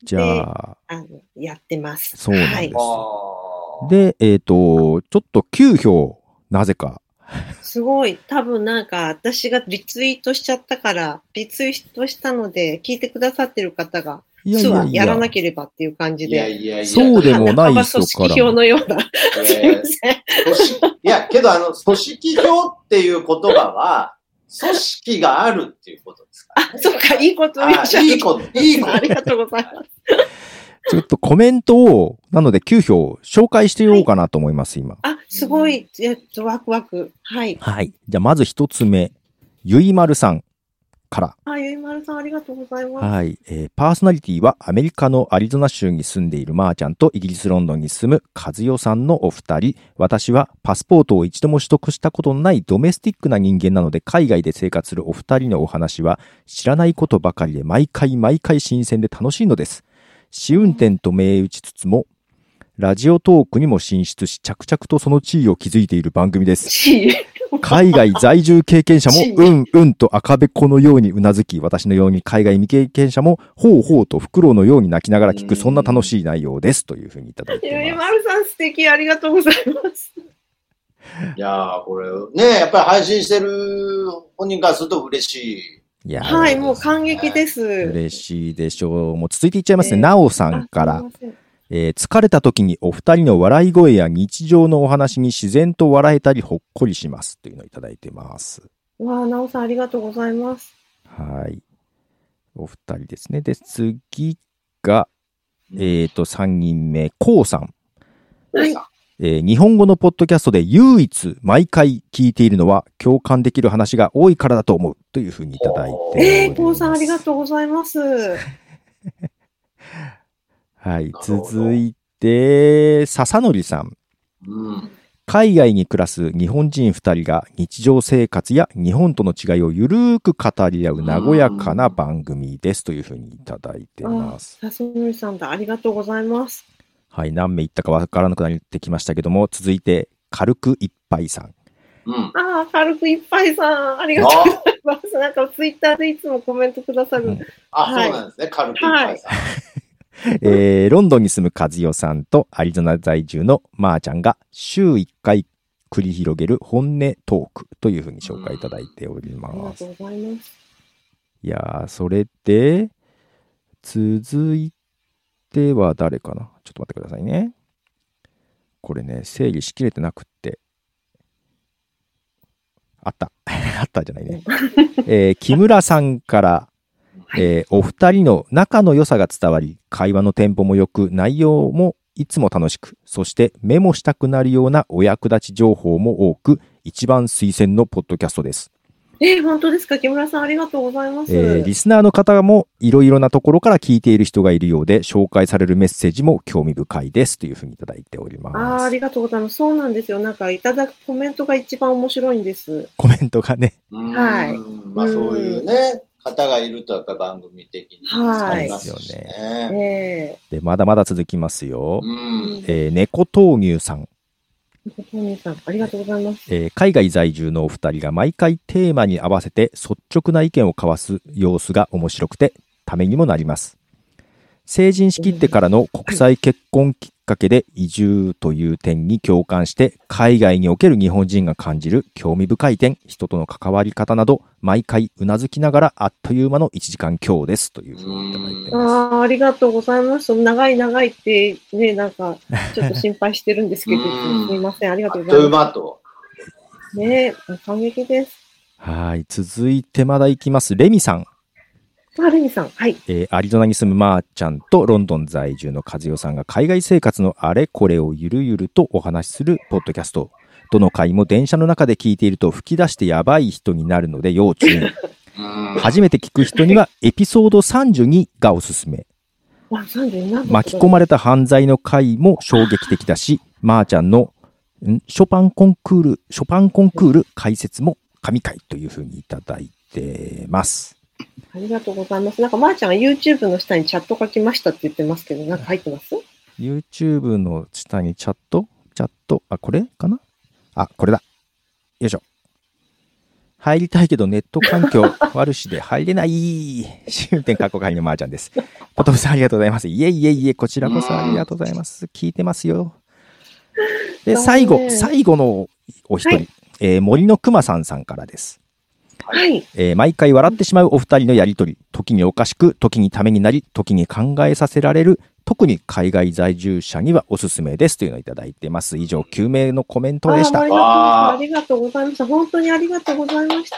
じゃあ、 あのやってます。 そうなんです。 はい、 で、えっ、ー、と、ちょっときゅうひょう、なぜか。 すごい。多分なんか私がリツイートしちゃったから、リツイートしたので、聞いてくださってる方が、 いやいやいややらなければっていう感じで。 いやいやいや。 そうでもない人から。 組織票のような。すいません。 いや、けどあの、組織票っていう言葉は、組織があるっていうことですか、 ね、あ、そうか、いいこと言っちゃう。 いいこと、いいこと。 ありがとうございます。 ちょっとコメントを、なのできゅうひょう紹介してようかなと思います、はい、今。 あ、すごい、えっと、ワクワク。はい。 はい。じゃあまず一つ目、ゆいまるさんから。 あ、ゆいまるさんありがとうございます。 はい。えー、パーソナリティはアメリカのアリゾナ州に住んでいるまーちゃんとイギリスロンドンに住む和代さんのお二人。私はパスポートを一度も取得したことのないドメスティックな人間なので、海外で生活するお二人のお話は知らないことばかりで毎回毎回新鮮で楽しいのです。試運転と銘打ちつつも、ラジオトークにも進出し、着々とその地位を築いている番組です。海外在住経験者も、うんうんと赤べこのようにうなずき、私のように海外未経験者も、ほうほうとフクロウのように泣きながら聞く、そんな楽しい内容です。というふうにいただいてます。 ゆいまるさん素敵、ありがとうございます。 いやー、これ、ね、やっぱり配信してる本人からすると嬉しい。 いやはい、もう感激です。 嬉しいでしょう。もう続いていっちゃいますね。なおさんから。えー、疲れた時にお二人の笑い声や日常のお話に自然と笑えたりほっこりしますというのをいただいてます。 わあ、なおさんありがとうございます。 はい。お二人ですね。で、次が、えっと、三人目、こうさん。 はい。 えー、日本語のポッドキャストで唯一毎回聞いているのは共感できる話が多いからだと思うというふうにいただいて。 えー、こうさんありがとうございます。 はい。続いて、笹則さん。 うん、 海外に暮らす日本人二人が日常生活や日本との違いをゆるーく語り合う和やかな番組ですというふうにいただいてます。 笹則さんだ。ありがとうございます。はい、 何名いったかわからなくなってきましたけども、続いて、軽くいっぱいさん。 うん、ああ、軽くいっぱいさん、ありがとうございます。なんかツイッターでいつもコメントくださる。うん、 あ、はい、そうなんですね、軽くいっぱいさん。はいえー、ロンドンに住む和代さんとアリゾナ在住のまーちゃんが週いっかい繰り広げる本音トークというふうに紹介いただいております。 ありがとうございます。 いやー、それで、続いては誰かな？ちょっと待ってくださいね。これね、整理しきれてなくって。あった。あったじゃないね。えー、木村さんから、えー、お二人の仲の良さが伝わり、会話のテンポも良く、内容もいつも楽しく、そしてメモしたくなるようなお役立ち情報も多く、一番推薦のポッドキャストです。 えー、本当ですか？木村さんありがとうございます。 えー、リスナーの方もいろいろなところから聞いている人がいるようで、紹介されるメッセージも興味深いですというふうにいただいております。 ああ、ありがとうございます。そうなんですよ。なんかいただくコメントが一番面白いんです。 コメントがね。 はい。 まあそういうね、方がいるとやっぱ番組的にありますよね。 はい、えー、でまだまだ続きますよ。 うんえー、猫豆乳さん。 さんありがとうございます、 えー。海外在住のお二人が毎回テーマに合わせて率直な意見を交わす様子が面白くてためにもなります。成人しきってからの国際結婚きっかけで移住という点に共感して海外における日本人が感じる興味深い点、人との関わり方など毎回うなずきながらあっという間のいちじかん強ですというふうにいただいてます。 ああ、ありがとうございます。長い長いってね、なんかちょっと心配してるんですけど、すみません、ありがとうございます。 とね、感激です。 はい、続いてまだいきます。レミさん。 あ、レミさん、はい。 えー、アリゾナに住むまーちゃんとロンドン在住の和代さんが海外生活のあれこれをゆるゆるとお話しするポッドキャスト。どの回も電車の中で聞いていると吹き出してやばい人になるので要注意。初めて聞く人にはエピソードさんじゅうにがおすすめ。巻き込まれた犯罪の回も衝撃的だし、まーちゃんのんショパンコンクール、ショパンコンクール解説も神回というふうにいただいてます。 ありがとうございます。なんかまーちゃんが YouTube の下にチャット書きましたって言ってますけど、なんか入ってます？ YouTube の下にチャットチャットあ、これかなあ、これだ。よいしょ。 入りたいけどネット環境悪しで入れない。新店過去会のまーちゃんです。ポトフさんありがとうございます。いえいえいえ、こちらこそありがとうございます。聞いてますよ。で、最後、最後のお一人、はい、えー、森のくまさんさんからです。 はい、 えー。毎回笑ってしまうお二人のやりとり、時におかしく、時にためになり、時に考えさせられる、特に海外在住者にはおすすめですというのをいただいてます。以上、きゅうめいのコメントでした。 あ, ありがとうございました。本当にありがとうございました。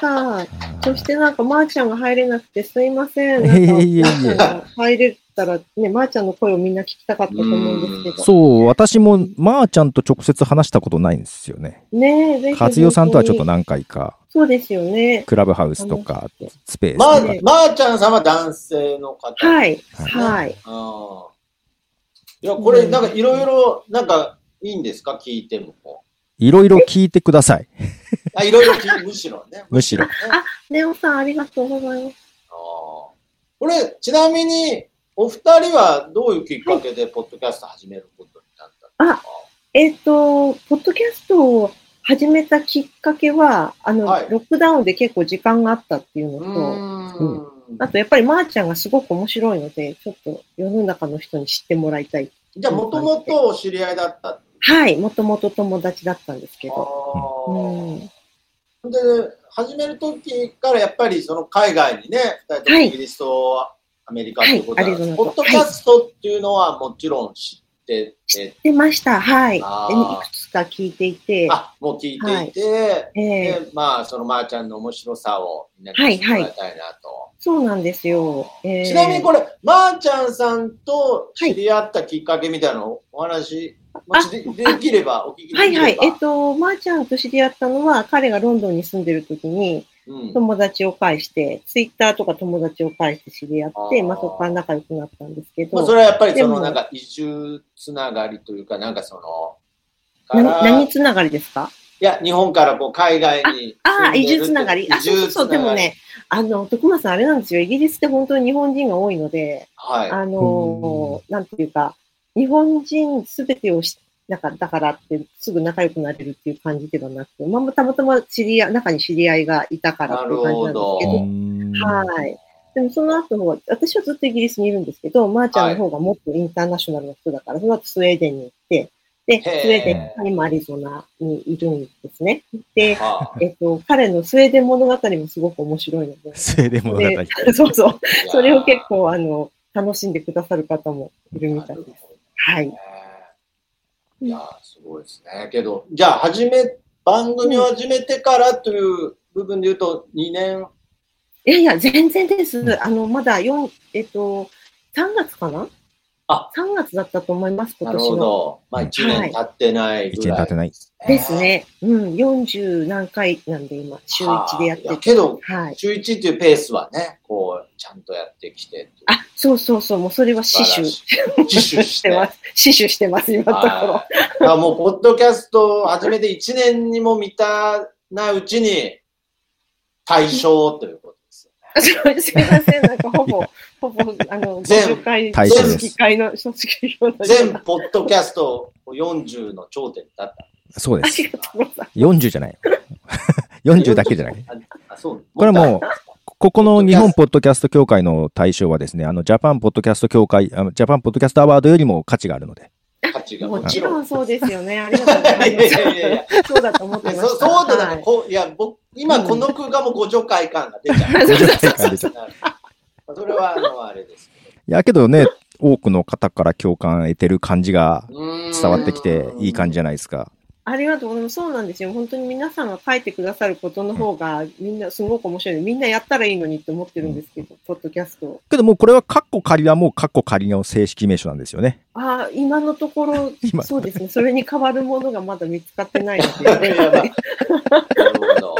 そしてなんか、まーちゃんが入れなくてすいません。なんかいえいえいえ入れたらね、まーちゃんの声をみんな聞きたかったと思うんですけど。 そう、私もまーちゃんと直接話したことないんですよね。 ねえ、ぜひ。 和代さんとはちょっと何回か。 そうですよね。 クラブハウスとか、スペースとか。 まあ、まーちゃんさんは男性の方、ね。 はい。はい。 あいや、これ、なんかいろいろ、なんかいいんですか聞いても。 いろいろ聞いてください。 あ、いろいろ聞いて、むしろね。 むしろ。 あ、ネオさんありがとうございます。 あこれ、ちなみに、お二人はどういうきっかけでポッドキャスト始めることになったんですか？ あ、えっと、ポッドキャストを始めたきっかけは、あの、はい、ロックダウンで結構時間があったっていうのと、うんあとやっぱりまーちゃんがすごく面白いので、ちょっと世の中の人に知ってもらいたい。 じゃあもともとお知り合いだったはい、もともと友達だったんですけど。 うん、で、始めるときからやっぱりその海外にね、ふたりともイギリスとアメリカということなんです、はい、ポッドキャストっていうのはもちろん知ってて。 知ってました、はい。いくつか聞いていて。 あ、もう聞いていて、はいえー、で、まあ、そのまーちゃんの面白さをみんなに知ってもらいたいなと。はいはいそうなんですよ。 えー、ちなみにこれ、まーちゃんさんと知り合ったきっかけみたいなのお話、もし で, できればお聞きできれば。 はいはい。えっと、まーちゃんと知り合ったのは、彼がロンドンに住んでる時に、うん、友達を介して、ツイッターとか友達を介して知り合って、あまあそこから仲良くなったんですけど。 まあ、それはやっぱりそのなんか移住つながりというか、なんかその、 な何つながりですか？ いや、日本からこう海外にあ。ああ、移住つながり。あ、そうそう、でもね、あの、徳間さんあれなんですよ。イギリスって本当に日本人が多いので、はい、あの、なんていうか、日本人すべてをし、なんか、だからってすぐ仲良くなれるっていう感じではなくて、まあ、たまたま知り合い、中に知り合いがいたからっていう感じなんですけど、はい。でもその後、私はずっとイギリスにいるんですけど、まーちゃんの方がもっとインターナショナルな人だから、その後スウェーデンに行って、で、スウェーデンにもアリゾナにいるんですね。で、えっと、彼のスウェーデン物語もすごく面白いので。 スウェーデン物語。 そうそう。それを結構、あの、楽しんでくださる方もいるみたいです。はい。 いや、すごいですね。けど、じゃあ、始め、番組を始めてからという部分で言うと、にねん、 いやいや、全然です。あの、まだよん、えっと、さんがつかなあ、さんがつだったと思います、今年の。なるほど。 まあ、いちねん経ってないぐらい、はい。 いちねん経ってない。 ですね。うん、よんじゅう何回なんで今、週いちでやってて。 けど、はい、週いちっていうペースはね、こう、ちゃんとやってきて。 あ、そうそうそう、もうそれは死守。死守してます。死守してます、今のところ。 あもう、ポッドキャストを始めていちねんにも満たないうちに、対象ということ。 すみません、なんかほぼ、ほぼ、あの、 全回、 全機会の、 全ポッドキャストよんじゅうの頂点だった。 そうです。よんじゅうじゃない。よんじゅうだけじゃない。 あそうこれもう、ここの日本ポッドキャスト協会の対象はですね、あの、ジャパンポッドキャスト協会、あのジャパンポッドキャストアワードよりも価値があるので。 価値がもちろんそうですよね。ありがとうございます。いやいやいやそうだと思ってました。 そそうだね。こいや、僕、今この空間もご助会感が出ちゃう。 ご助会感出ちゃう。 それは、あの、あれですけど。 いや、けどね、多くの方から共感得てる感じが伝わってきて、いい感じじゃないですか。 ありがとうございます。そうなんですよ。本当に皆さんが書いてくださることの方が、みんなすごく面白いので、みんなやったらいいのにって思ってるんですけど、ポッドキャストを。 けどもうこれはカッコ仮はもうカッコ仮の正式名称なんですよね。 ああ、今のところ、そうですね。それに変わるものがまだ見つかってないので。なるほど。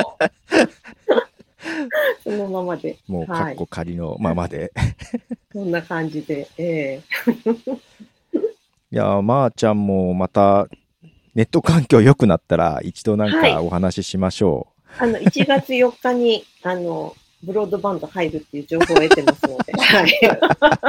そのままで。 もうカッコ仮のままで。 そんな感じで。ええいや、まーちゃんもまた、ネット環境良くなったら一度なんかお話ししましょう。はい、あの、いちがつよっかに、あの、ブロードバンド入るっていう情報を得てますので。はい。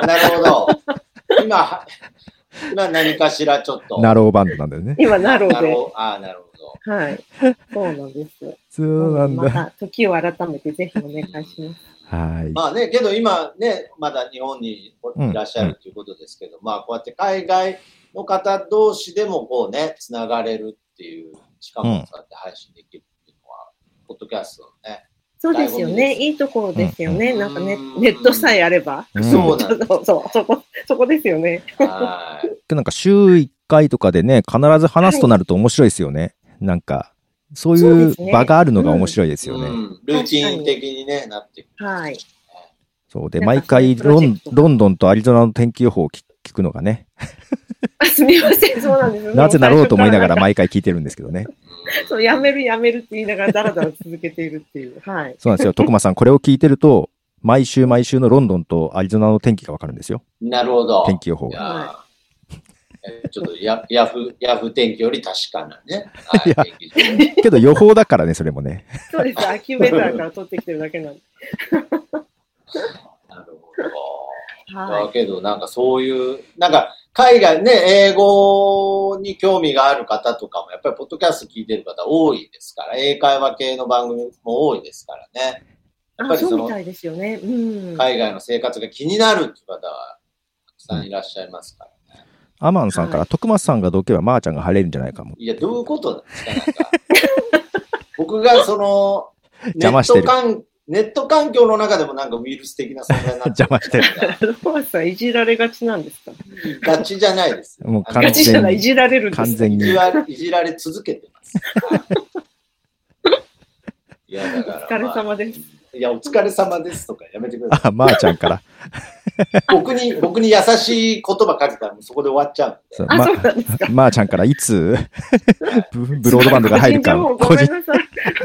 なるほど。今、今何かしらちょっと。 ナローバンドなんだよね。 今、ナローで。 ああ、なるほど。 はい。そうなんです。 そうなんだ。また時を改めてぜひお願いします。 はい。 まあね、けど今ね、まだ日本にいらっしゃるということですけど、うんうん、まあこうやって海外の方同士でもこうね、つながれるっていう、しかもそうやって配信できるっていうのは、うん、ポッドキャストのね。 そうですよね。いいところですよね。うん、なんかね、ネットさえあれば。 うん、そうなんです。 そうそう、そこ、そこですよね。 はい。 なんか週いっかいとかでね、必ず話すとなると面白いですよね。はい、なんか。そういう場があるのが面白いですよね。 うんうん、ルーチン的に、ね、なっていく。 はい。 そうで、毎回ロン、ロンドンとアリゾナの天気予報を聞くのがね。 あ、すみません、そうなんです。 なぜだろうと思いながら毎回聞いてるんですけどね。 そう、やめるやめるって言いながらだらだら続けているっていう。はい。 そうなんですよ。徳間さん、これを聞いてると、毎週毎週のロンドンとアリゾナの天気がわかるんですよ。 なるほど。 天気予報が。 ちょっとヤヤフ、ヤフ天気より確かなね。はい、いやけど予報だからね、それもね。 そうです。アキュベーターから取ってきてるだけなんで。 なるほど。はい。だけど、なんかそういう、なんか海外ね、英語に興味がある方とかも、やっぱりポッドキャスト聞いてる方多いですから、英会話系の番組も多いですからね。 やっぱりその、そうみたいですよね。うん。 海外の生活が気になるっていう方は、たくさんいらっしゃいますから。 アマンさんから、徳松さんがどけばまーちゃんが晴れるんじゃないかも。 いや、どういうことなんですか、なんか。僕がその、ネット環、ネット環境の中でもなんかウイルス的な存在になって邪魔してる。 徳松さん、いじられがちなんですか？ ガチじゃないです。 もう完全に。ガチじゃない、いじられるんです。 完全に。 いじられ続けてます。いや、だから、 お疲れ様です。 いや、お疲れ様ですとかやめてください。 あ、まーちゃんから。 僕に、僕に優しい言葉かけたらそこで終わっちゃうんで。 あ、そうなんですか。 まーちゃんからいつブ、ブロードバンドが入るか。 ごめんなさい。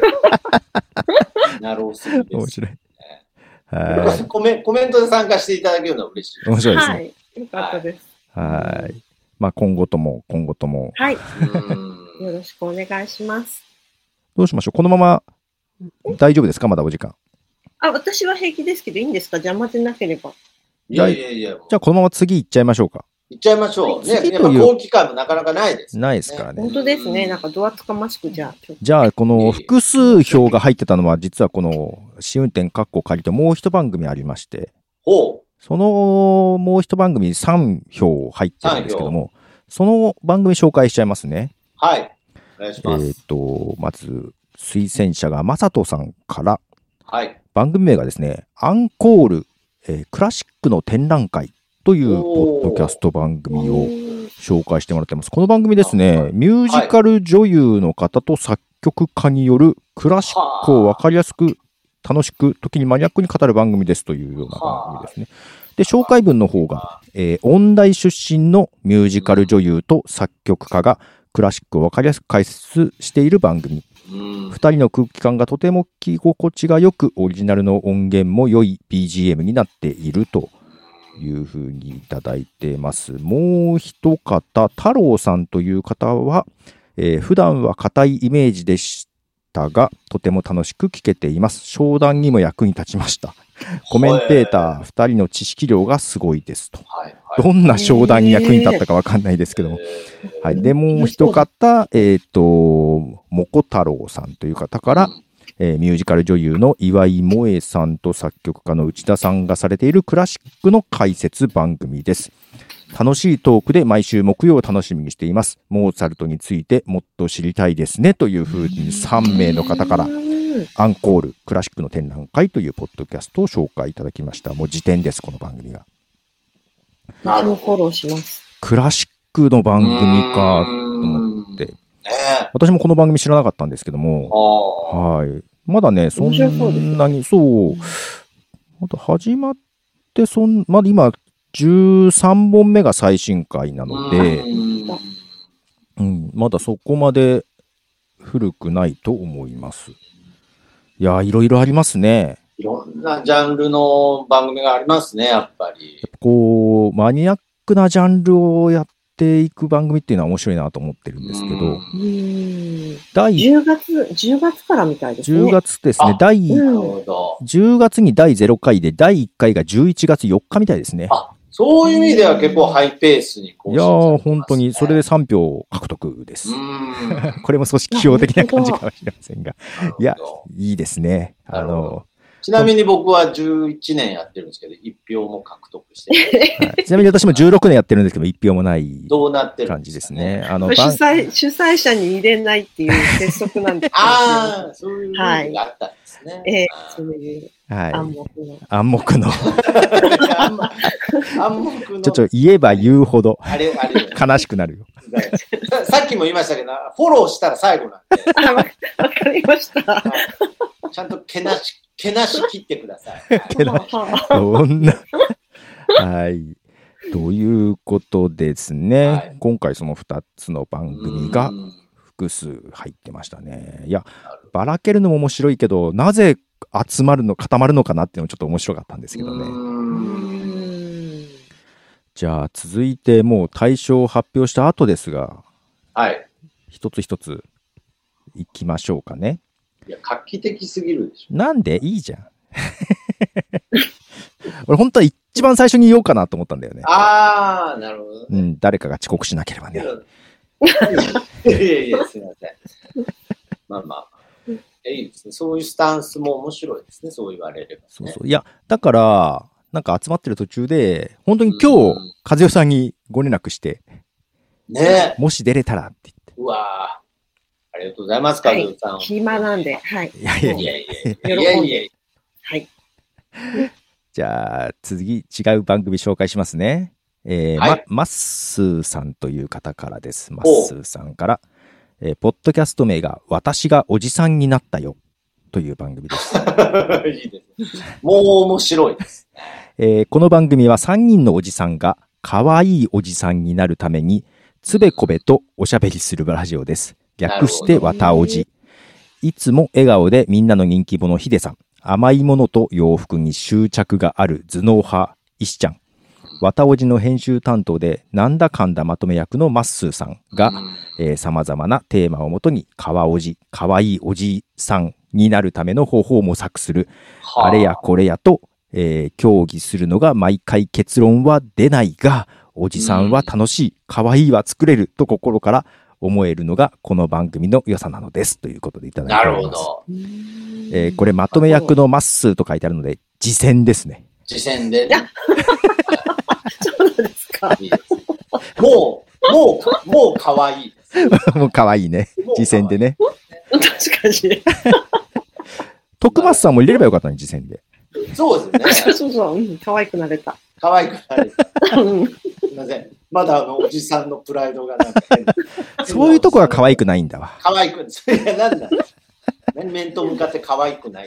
なるほど。面白い。 はい。コメ、コメントで参加していただけるのは嬉しい。 面白いですね。 はい。よかったです。 はい。まあ今後とも、今後とも。 はい。よろしくお願いします。 どうしましょう。このまま大丈夫ですか？まだお時間。 あ、私は平気ですけど、いいんですか？邪魔でなければ。 いやいやいや。 じゃあこのまま次行っちゃいましょうか。 行っちゃいましょう。ね、やっぱ後期間もなかなかないです、 ね。ないですからね。 本当ですね。なんかドアつかましくじゃあ。 じゃあこの複数票が入ってたのは実はこの試運転カッコ借りてもう一番組ありまして。 ほう。 そのもう一番組にさん票入ってるんですけども、その番組紹介しちゃいますね。 はい。お願いします。 えっと、まず推薦者がまさとさんから。 はい。 番組名がですね、アンコール、えー、クラシックの展覧会というポッドキャスト番組を紹介してもらってます。この番組ですね、ミュージカル女優の方と作曲家によるクラシックを分かりやすく、楽しく、時にマニアックに語る番組ですというような番組ですね。で、紹介文の方が、えー、音大出身のミュージカル女優と作曲家がクラシックを分かりやすく解説している番組。ふたりの空気感がとても聞き心地がよく、オリジナルの音源も良い ビージーエム になっているというふうにいただいてます。もう一方、太郎さんという方は、えー、普段は硬いイメージでしたが、とても楽しく聞けています。商談にも役に立ちました。コメンテーターふたりの知識量がすごいですと。はいはい、どんな商談に役に立ったかわかんないですけども。はい。で、もう一方、えっと、もこ太郎さんという方から、えー、ミュージカル女優の岩井萌えさんと作曲家の内田さんがされているクラシックの解説番組です。楽しいトークで毎週木曜を楽しみにしています。モーツァルトについてもっと知りたいですねというふうにさんめいの方から、アンコールクラシックの展覧会というポッドキャストを紹介いただきました。もう辞典です、この番組が。 あのフォローします。 クラシックの番組かと思って、私もこの番組知らなかったんですけども、はい、まだねそんなにそうまだ始まってそんまだ今じゅうさんぼんめが最新回なので、うん、まだそこまで古くないと思います。いや、いろいろありますね。 いろんなジャンルの番組がありますね、やっぱり。 やっぱこう、マニアックなジャンルをやっていく番組っていうのは面白いなと思ってるんですけど。 うん第じゅうがつ、じゅうがつからみたいですね。 じゅうがつですね。第、じゅうがつにだいゼロかいで、だいいっかいがじゅういちがつよっかみたいですね。 あ、 そういう意味では結構ハイペースに更新されてますね。 いやー、本当に、それでさん票獲得です。これも組織票的な感じかもしれませんが。いや、いいですね。あの、 ちなみに僕はじゅういちねんやってるんですけど、いち票も獲得して、 はい。ちなみに私もじゅうろくねんやってるんですけど、いち票もないどうなってる感じですね。あの主催、主催者に入れないっていう鉄則なんです、ね、 ああ、そういうルールがあったんですね。 はい、ええー、そういう。はい、暗黙の。 暗黙の。 暗黙の。 ちょっと言えば言うほど悲しくなるよ。 さっきも言いましたけど、フォローしたら最後なんで。 あ、わかりました。 ちゃんとけなし、けなし切ってください。 けなし。そんな。はい。ということですね。はい、今回そのふたつの番組が複数入ってましたね。いや、ばらけるのも面白いけど、なぜ集まるの、固まるのかなっていうのもちょっと面白かったんですけどね。じゃあ続いてもう大賞を発表した後ですが、 はい。 一つ一ついきましょうかね。 いや、画期的すぎるでしょ。 なんでいいじゃん。俺本当は一番最初に言おうかなと思ったんだよね。 ああ、なるほど、ね。 うん、誰かが遅刻しなければね。 いやいやいや、すみません。まあまあ。いいですね。そういうスタンスも面白いですね。そう言われれば、ね。 そうそう。いや、だから、なんか集まってる途中で、本当に今日、和代さんにご連絡して、 ねもし出れたらって言って。 うわありがとうございます、和代さん。 はい、暇なんで、はい。 いやいやいやいやいやいやいや。 はい。 じゃあ、次、違う番組紹介しますね。えー、はい、ま、マッスーさんという方からです。マッスーさんから。えー、ポッドキャスト名が、私がおじさんになったよ。という番組です。 いいですね。もう面白いです。 えー、この番組はさんにんのおじさんが、かわいいおじさんになるために、つべこべとおしゃべりするラジオです。略してわたおじ。いつも笑顔でみんなの人気者ヒデさん。甘いものと洋服に執着がある頭脳派石ちゃん。わたおじの編集担当でなんだかんだまとめ役のマッスーさんが、えー、様々なテーマをもとにかわおじ、かわいいおじさんになるための方法を模索する、はあ、あれやこれやと、えー、協議するのが毎回結論は出ないが、おじさんは楽しい、かわいいは作れると心から思えるのがこの番組の良さなのですということでいただいております。なるほど。えー、これまとめ役のマッスーと書いてあるので、次戦ですね。 次戦で。 そうなんですか。 いいですもう、もう、もう可愛いです。 もう可愛いね。次戦でね。 確かに。 徳松さんも入れればよかったね、次戦で。 そうですね。 そうそう、うん、可愛くなれた。 可愛くなれた。すみません。まだあの、おじさんのプライドがなんか変な。 そういうとこは可愛くないんだわ。 可愛く、それが何なんですか。何面と向かって可愛くないって。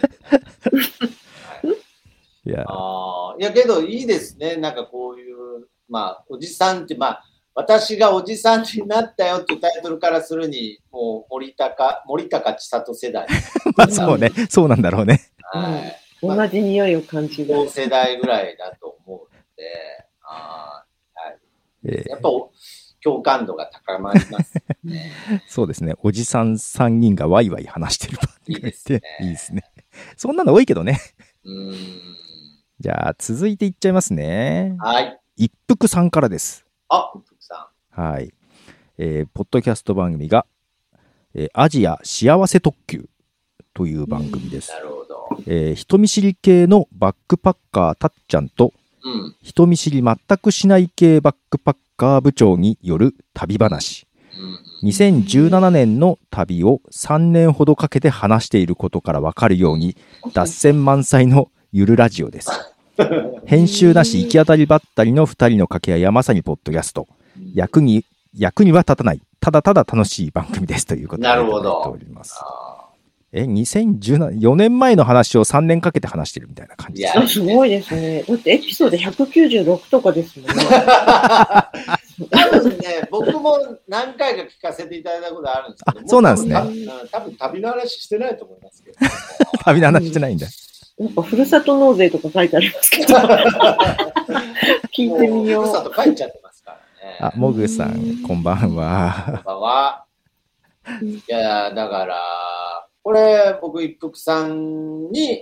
いやあいやけどいいですね。なんかこういう、まあ、おじさんって、まあ、私がおじさんになったよっていうタイトルからするに、もう森高、森高千里世代。 まあそうね、そうなんだろうね。 はい。 まあ、同じ匂いを感じる。 同世代ぐらいだと思うので、あはい、えー、やっぱ共感度が高まりますね。 そうですね。おじさんさんにんがワイワイ話してる番組っていいですね。 いいですね。そんなの多いけどね。 うーんじゃあ続いていっちゃいますね。 はい。 一服さんからです。 あ、一服さん。はい。えー、ポッドキャスト番組が、えー、アジア幸せ特急という番組です。 なるほど。 えー、人見知り系のバックパッカーたっちゃんと、 うん、 人見知り全くしない系バックパッカー部長による旅話。にせんじゅうななねんの旅をさんねんほどかけて話していることからわかるように、脱線満載のゆるラジオです。編集なし行き当たりばったりのふたりの掛け合いはまさにポッドキャスト。役に、役には立たない、ただただ楽しい番組ですということでいただいております。え、にせんじゅうなな、よねんまえの話をさんねんかけて話してるみたいな感じです、 ね。すごいですね。だってエピソードひゃくきゅうじゅうろくとかですもんね。 多分ね、僕も何回か聞かせていただいたことあるんですけど、 あ、そうなんですね。 多分旅の話してないと思いますけど。 旅の話してないんだ。 なんかふるさと納税とか書いてありますけど。聞いてみよう。 ふるさと書いちゃってますからね。 あ、もぐさん、こんばんは。 こんばんは。いや、だから、これ、僕、一服さんに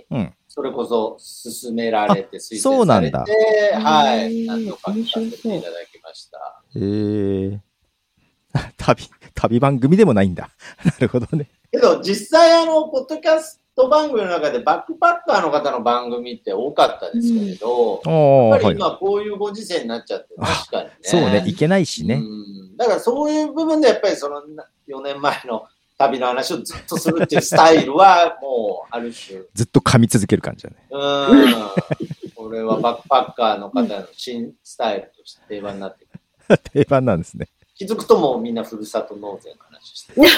それこそ勧められて、推薦されて、はい、何度か聞かせていただきました。 へー。旅、旅番組でもないんだ。なるほどね。 けど、実際あの、ポッドキャスト番組の中でバックパッカーの方の番組って多かったですけれど、うん、やっぱり今こういうご時世になっちゃって、確かにね。 そうね、いけないしね。 うん。だからそういう部分でやっぱりそのよねんまえの旅の話をずっとするっていうスタイルはもうある種。 ずっと噛み続ける感じだね。 うん。これはバックパッカーの方の新スタイルとして定番になってくる。定番なんですね。 気づくともうみんなふるさと納税の話してる。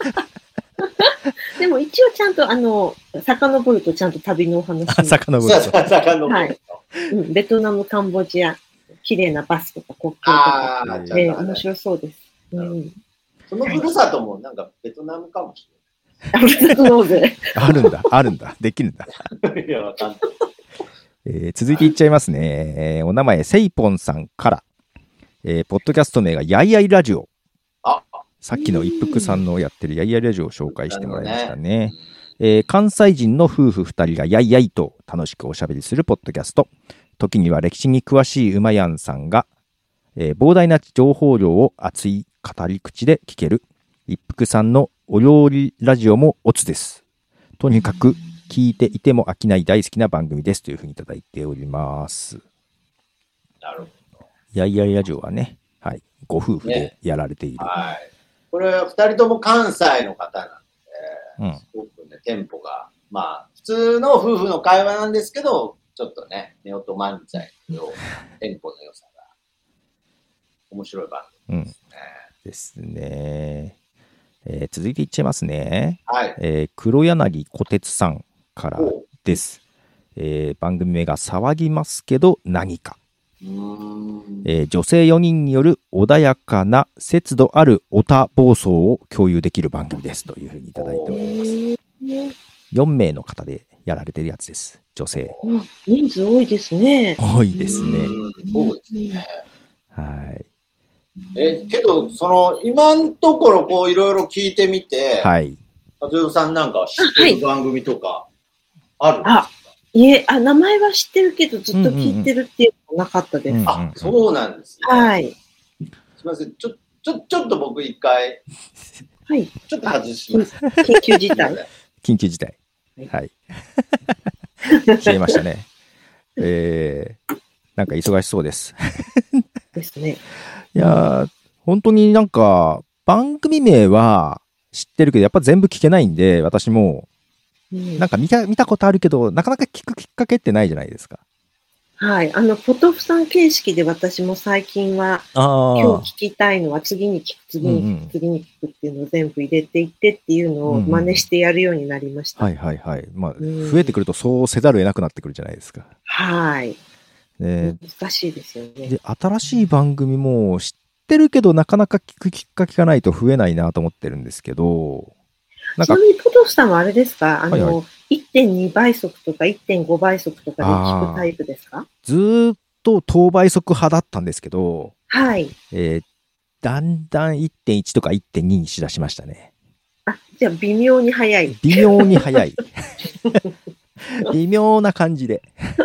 でも一応ちゃんとあの、遡るとちゃんと旅のお話。 遡ると。 遡ると。 はい、うん。ベトナム、カンボジア、綺麗なバスとか国境とか。あえー、面白そうです。うん、 そのふるさともなんかベトナムかもしれない。 ふるさと納税。 あるんだ、あるんだ。できるんだ。 いや、わかんない。 えー、続いていっちゃいますね。えー、お名前、セイポンさんから。えー、ポッドキャスト名がやいやいラジオ。 あさっきの一服さんのやってるやいやいラジオを紹介してもらいましたね。ねえー、関西人の夫婦二人がやいやいと楽しくおしゃべりするポッドキャスト。時には歴史に詳しいうまやんさんが、えー、膨大な情報量を熱い語り口で聞ける一服さんのお料理ラジオもオツです。とにかく聞いていても飽きない大好きな番組ですというふうにいただいております。 なるほど。 やいやいラジオはね、はい、ご夫婦でやられている。 ね、はい。これはふたりとも関西の方なんで、うん、すごくね、テンポが、まあ、普通の夫婦の会話なんですけど、ちょっとね、ネオと漫才のテンポの良さが、面白い番組ですね。 うん、ですね。えー、続いていっちゃいますね。 はい。 えー、黒柳小鉄さんからです。えー、番組名が騒ぎますけど何か。 うーんえー、女性よにんによる穏やかな節度あるオタ暴走を共有できる番組ですというふうにいただいております。よんめいの方でやられてるやつです。女性。 人数多いですね。 多いですね。 そうですね。 はい。 え、けど、その、今のところこういろいろ聞いてみて、 はい。 和代さんなんか知ってる番組とかあるんですか？ あ、いえ、あ、名前は知ってるけどずっと聞いてるっていうのはなかったです。うんうんうん、 あ、そうなんですね。はい。 すみません。ちょ、ちょ、ちょっと僕一回、 はい。 ちょっと外します。 緊急事態。 緊急事態。はい。消えましたね。えー、なんか忙しそうです。 ですね。 いやー、本当になんか、番組名は知ってるけど、やっぱ全部聞けないんで、私も、なんか見た、見たことあるけど、なかなか聞くきっかけってないじゃないですか。 はい。あの、ポトフさん形式で私も最近は、今日聞きたいのは次に聞く、次に聞く、次に聞くっていうのを全部入れていってっていうのを真似してやるようになりました。 うんうん、はいはいはい。まあ、増えてくるとそうせざるを得なくなってくるじゃないですか。 はい。 ね、 難しいですよね。 で、新しい番組も知ってるけど、なかなか聞くきっかけがないと増えないなと思ってるんですけど、 なんかちなみにポトフさんはあれですか、あの、はいはい、いってんに 倍速とか いってんご 倍速とかで聞くタイプですか？ ずーっと等倍速派だったんですけど、 はい。 えー、だんだん いってんいち とか いってんに にしだしましたね。 あ、じゃあ微妙に早い。 微妙に早い。微妙な感じで。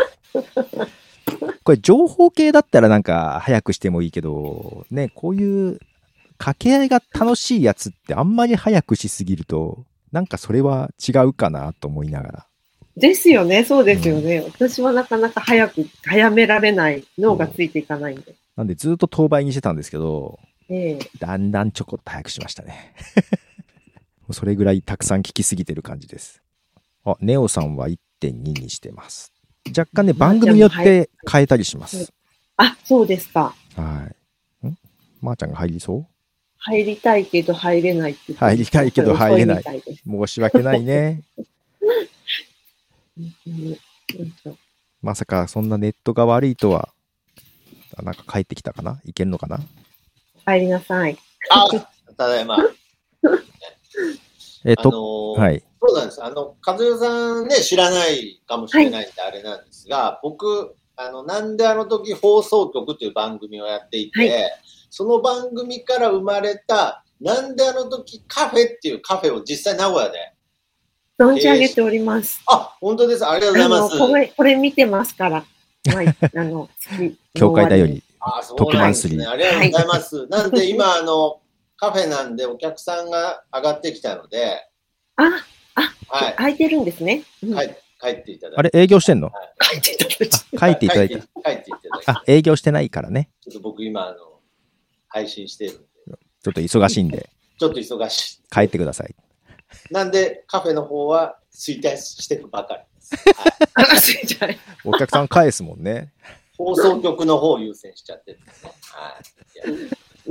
これ情報系だったらなんか早くしてもいいけど、ね、こういう掛け合いが楽しいやつってあんまり早くしすぎると、なんかそれは違うかなと思いながら。 ですよね、そうですよね。うん、私はなかなか早く、早められない、脳がついていかないんで。 なんでずっと等倍にしてたんですけど、 ええ、 だんだんちょこっと早くしましたね。それぐらいたくさん聞きすぎてる感じです。あ、ネオさんは いってんに にしてます。若干ね、番組によって変えたりします。 あ、そうですか。 はい。んまーちゃんが入りそう？ 入りたいけど入れないって言って。 入りたいけど入れない。申し訳ないね。まさかそんなネットが悪いとは。なんか帰ってきたかな？いけんのかな？ 入りなさい。 あ、ただいま。 えっと、 あのー、 はい。 そうなんです。あの、和代さんね、知らないかもしれないんであれなんですが、はい、僕、あの、なんであの時放送局という番組をやっていて、はい、その番組から生まれた、なんであの時カフェっていうカフェを実際名古屋で存じ上げております。 あ、本当です。ありがとうございます。 これ、これ見てますから。はい。あの、 教会だより。 あ、そうなんですね。ありがとうございます。はい、なんで今、あの、カフェなんでお客さんが上がってきたので。 あ、あ、はい、空いてるんですね。 うん、帰っていただいて。 あれ、営業してんの？ はい、帰っていただいて。 帰っていただいて。 帰っていただいて。 あ、営業してないからね。 ちょっと僕今、あの、配信してるんで。 ちょっと忙しいんで。 ちょっと忙しい。 帰ってください。 なんで、カフェの方は衰退してるばかりです。 はい、あ、衰退。 お客さん返すもんね。 放送局の方を優先しちゃってるんですね。はい。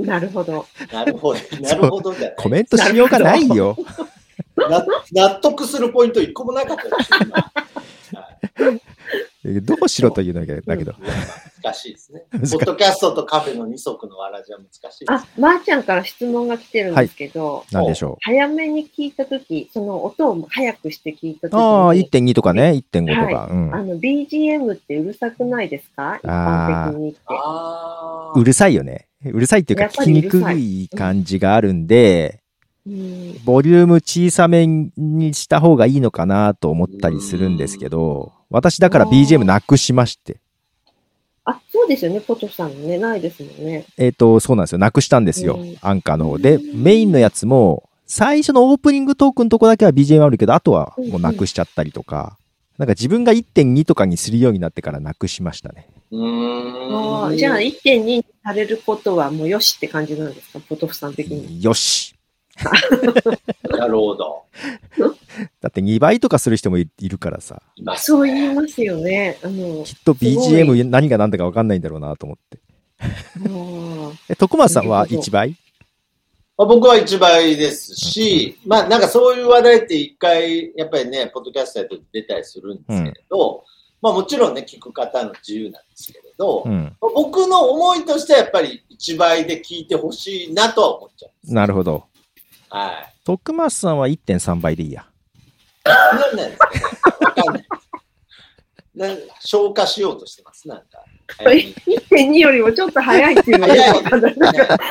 なるほど。 なるほど。なるほどじゃない。 コメントしようがないよ。 納得するポイント一個もなかったです。 どうしろというのだけど。 難しいですね。ポッドキャストとカフェの二足のわらじは難しいです。 あ、まー、あ、ちゃんから質問が来てるんですけど、 はい、何でしょう。 早めに聞いたとき、その音を早くして聞いたときに。 ああ、いってんに とかね、いってんご とか。 はいうん、あの、ビージーエム ってうるさくないですか？一般的にって。 あうるさいよね。うるさいっていうか聞きにくい感じがあるんで、うん、ボリューム小さめにした方がいいのかなと思ったりするんですけど、私だから ビージーエム なくしまして。 あ、そうですよね、ポトフさんのね、ないですもんね。 えっと、そうなんですよ。なくしたんですよ。うん、アンカーの方で、メインのやつも、最初のオープニングトークのとこだけは ビージーエム あるけど、あとはもうなくしちゃったりとか、うんうん、なんか自分が いってんに とかにするようになってからなくしましたね。 うーん。じゃあ いってんに にされることはもうよしって感じなんですか、ポトフさん的に。 よし。 なるほど。 だってにばいとかする人もいるからさ。 そう言いますよね。あのきっと ビージーエム 何が何だか分かんないんだろうなと思って。え、徳松さんはいちばい？ 僕はいちばいですし、うん、まあなんかそういう話題って一回やっぱりね、ポッドキャストやと出たりするんですけれど、うん、まあもちろんね、聞く方の自由なんですけれど、うん、僕の思いとしてはやっぱりいちばいで聞いてほしいなとは思っちゃうんです。 なるほど。 はい。 徳松さんは いってんさん 倍でいいや。 なんなんですかね。わかんない。なん消化しようとしてます。なんか。 いってんに よりもちょっと早いっていうのがわかんない。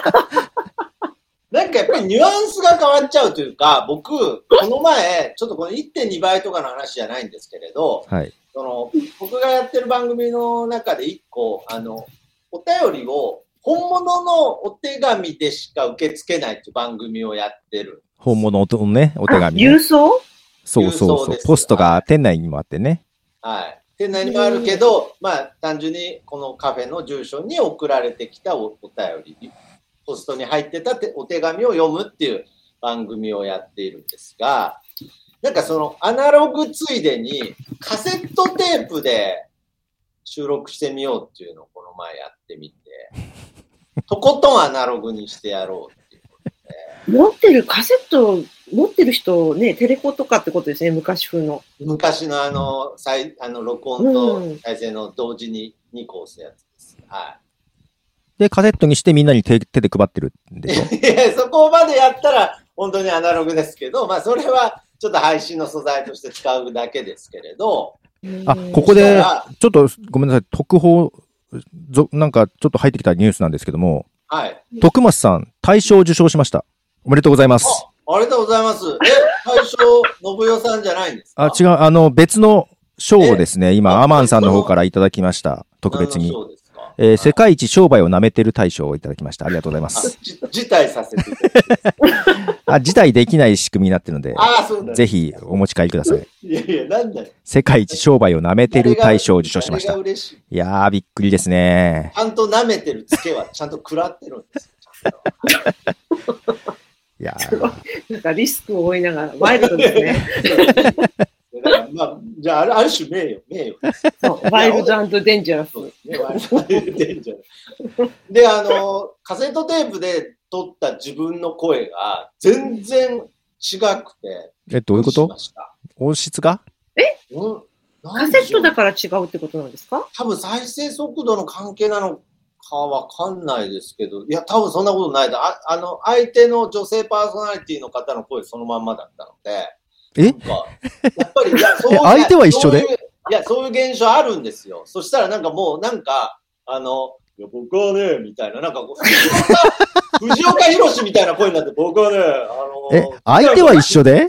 なんかやっぱりニュアンスが変わっちゃうというか、僕、この前、ちょっとこの いってんに 倍とかの話じゃないんですけれど、 はい、 その僕がやってる番組の中でいっこ、あの、お便りを、本物のお手紙でしか受け付けないっていう番組をやってる。 本物のね、お手紙、 ね。郵送？ そうそうそう。ポストが店内にもあってね。 はい。店内にもあるけど、まあ、単純にこのカフェの住所に送られてきた お, お便り、ポストに入ってたお手紙を読むっていう番組をやっているんですが、なんかそのアナログついでにカセットテープで収録してみようっていうのをこの前やってみて、とことんアナログにしてやろうっていうことで。持ってるカセット持ってる人ね、テレコとかってことですね、昔風の。 昔のあの、再あの録音と再生の同時ににこ押すやつです。はい。 で、カセットにしてみんなに 手, 手で配ってるんでしょ。 いや、そこまでやったら本当にアナログですけど、まあそれはちょっと配信の素材として使うだけですけれど。 あ、ここで、ちょっとごめんなさい、特報、なんかちょっと入ってきたニュースなんですけども、 はい。 徳松さん、大賞を受賞しました。おめでとうございます。 あ、ありがとうございます。え、大賞、信代さんじゃないんですか？ あ、違う、あの、別の賞をですね、今、アマンさんの方からいただきました。特別に。えー、世界一商売を舐めてる大賞をいただきました。ありがとうございます。 辞退させていただきます。 あ、辞退できない仕組みになってるので、 あ、そうだ、 ぜひお持ち帰りください。 いやいや、なんだよ。 世界一商売を舐めてる大賞を受賞しました。い, いやー、びっくりですね。 ちゃんと舐めてるツケはちゃんと食らってるんですよ。 いやー。 なんかリスクを負いながら、ワイルドですね。 だからまあ、じゃあ、ある、ある種名誉、名誉です。 そう、ワイルド&デンジャラス。 そうですね、ワイルド&デンジャラス。で、あの、カセットテープで撮った自分の声が全然違くて。 え、どういうこと？音質が？ え、うん、カセットだから違うってことなんですか？ 多分再生速度の関係なのかわかんないですけど、いや、多分そんなことないだ。あ、あの、相手の女性パーソナリティの方の声そのまんまだったので。 え？ やっぱり、いや、そういう、 相手は一緒で？ いや、そういう現象あるんですよ。そしたらなんかもう、なんか、あの、いや僕はね、みたいな、なんかこう、藤岡弘みたいな声になって、僕はね、あの、 え、相手は一緒で？ い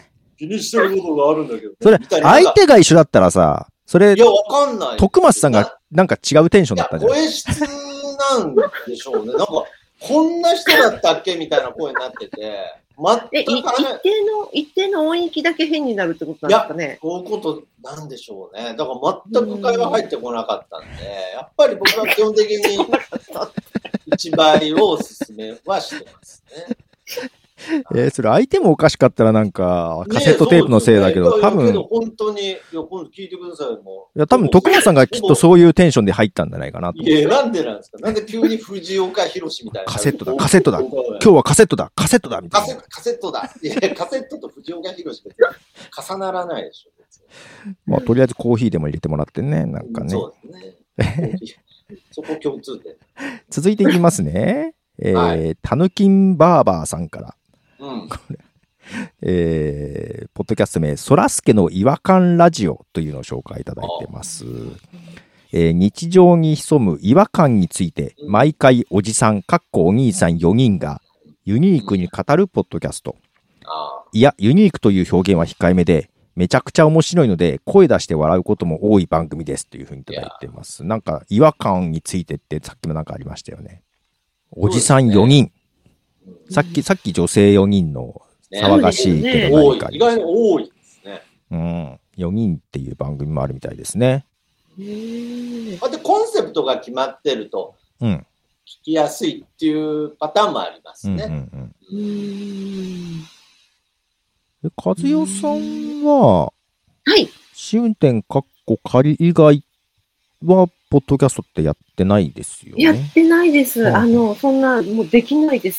気にしてることがあるんだけど。 それ、相手が一緒だったらさ、それ、 いや、わかんない。 徳松さんがなんか違うテンションだったんじゃない？ 声質なんでしょうね。なんか、こんな人だったっけみたいな声になってて。全く一定の、一定の音域だけ変になるってことなんですかね。 いや、そういうことなんでしょうね。だから全く会話入ってこなかったんで、やっぱり僕は基本的に一倍をお勧めはしてますね。 えー、それ相手もおかしかったらなんか、カセットテープのせいだけど、ね、多分。けど本当に、いや、今度聞いてください、もう。いや、多分徳間さんがきっとそういうテンションで入ったんじゃないかなと。 いや、なんでなんですか？なんで急に藤岡弘みたいな。 カセットだ、カセットだ。今日はカセットだ、カセットだ、みたいな。 カセットだ。いや、カセットと藤岡弘重ならないでしょ。 まあ、とりあえずコーヒーでも入れてもらってね、なんかね。 そうですね。そこ共通点。 続いていきますね。えー、たぬきんバーバーさんから。 うん、 これえー、ポッドキャスト名、そらすけの違和感ラジオというのを紹介いただいてます。えー、日常に潜む違和感について、毎回おじさん、かっこお兄さんよにんがユニークに語るポッドキャスト。いや、ユニークという表現は控えめで、めちゃくちゃ面白いので、声出して笑うことも多い番組ですというふうにいただいてます。なんか、違和感についてってさっきもなんかありましたよね。おじさんよにん。さっき、さっき女性よにんの騒がしいけど何か、 ね、意外に多いですね。 うん。よにんっていう番組もあるみたいですね。 へー。で、コンセプトが決まってると、 うん。 聞きやすいっていうパターンもありますね。 うんうんうん。 うんえ、和代さんは、 はい。 試運転かっこ仮以外は、ポッドキャストってやってないですよね。 やってないです。あの、そんな、もうできないです。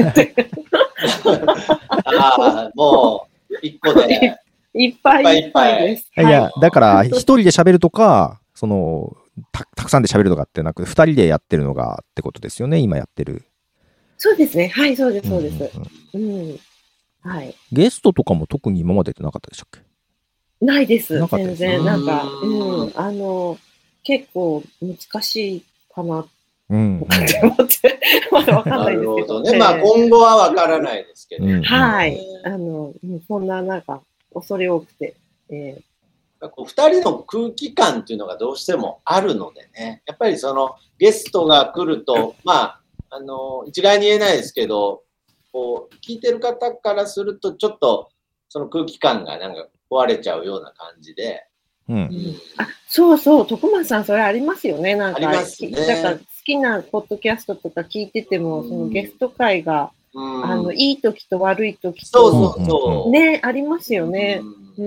ああ、もう、一個で。 いっぱいいっぱいです。 いや、はい、だから、一人で喋るとか、その、た、たくさんで喋るとかってなく、二人でやってるのがってことですよね、今やってる。 そうですね。はい、そうです、そうです。うん、うんうん。はい。 ゲストとかも特に今までってなかったでしたっけ？ ないです。全然。なんか、うん、あの、結構難しいかなうん、 って思って、まだわかんないですけど。 ね、まあ今後はわからないですけど。うん、 はい。あの、そんななんか、恐れ多くて。えー、こう二人の空気感っていうのがどうしてもあるのでね、やっぱりそのゲストが来ると、まあ、あの、一概に言えないですけど、こう、聞いてる方からすると、ちょっと、その空気感がなんか壊れちゃうような感じで。 うん。うん、 あ、そうそう、徳松さん、それありますよね、なんか。 ありますね。 だから好きなポッドキャストとか聞いてても、そのゲスト会が、うん、あの、いい時と悪い時と。 そうそうそう。 ね、ありますよね。うん。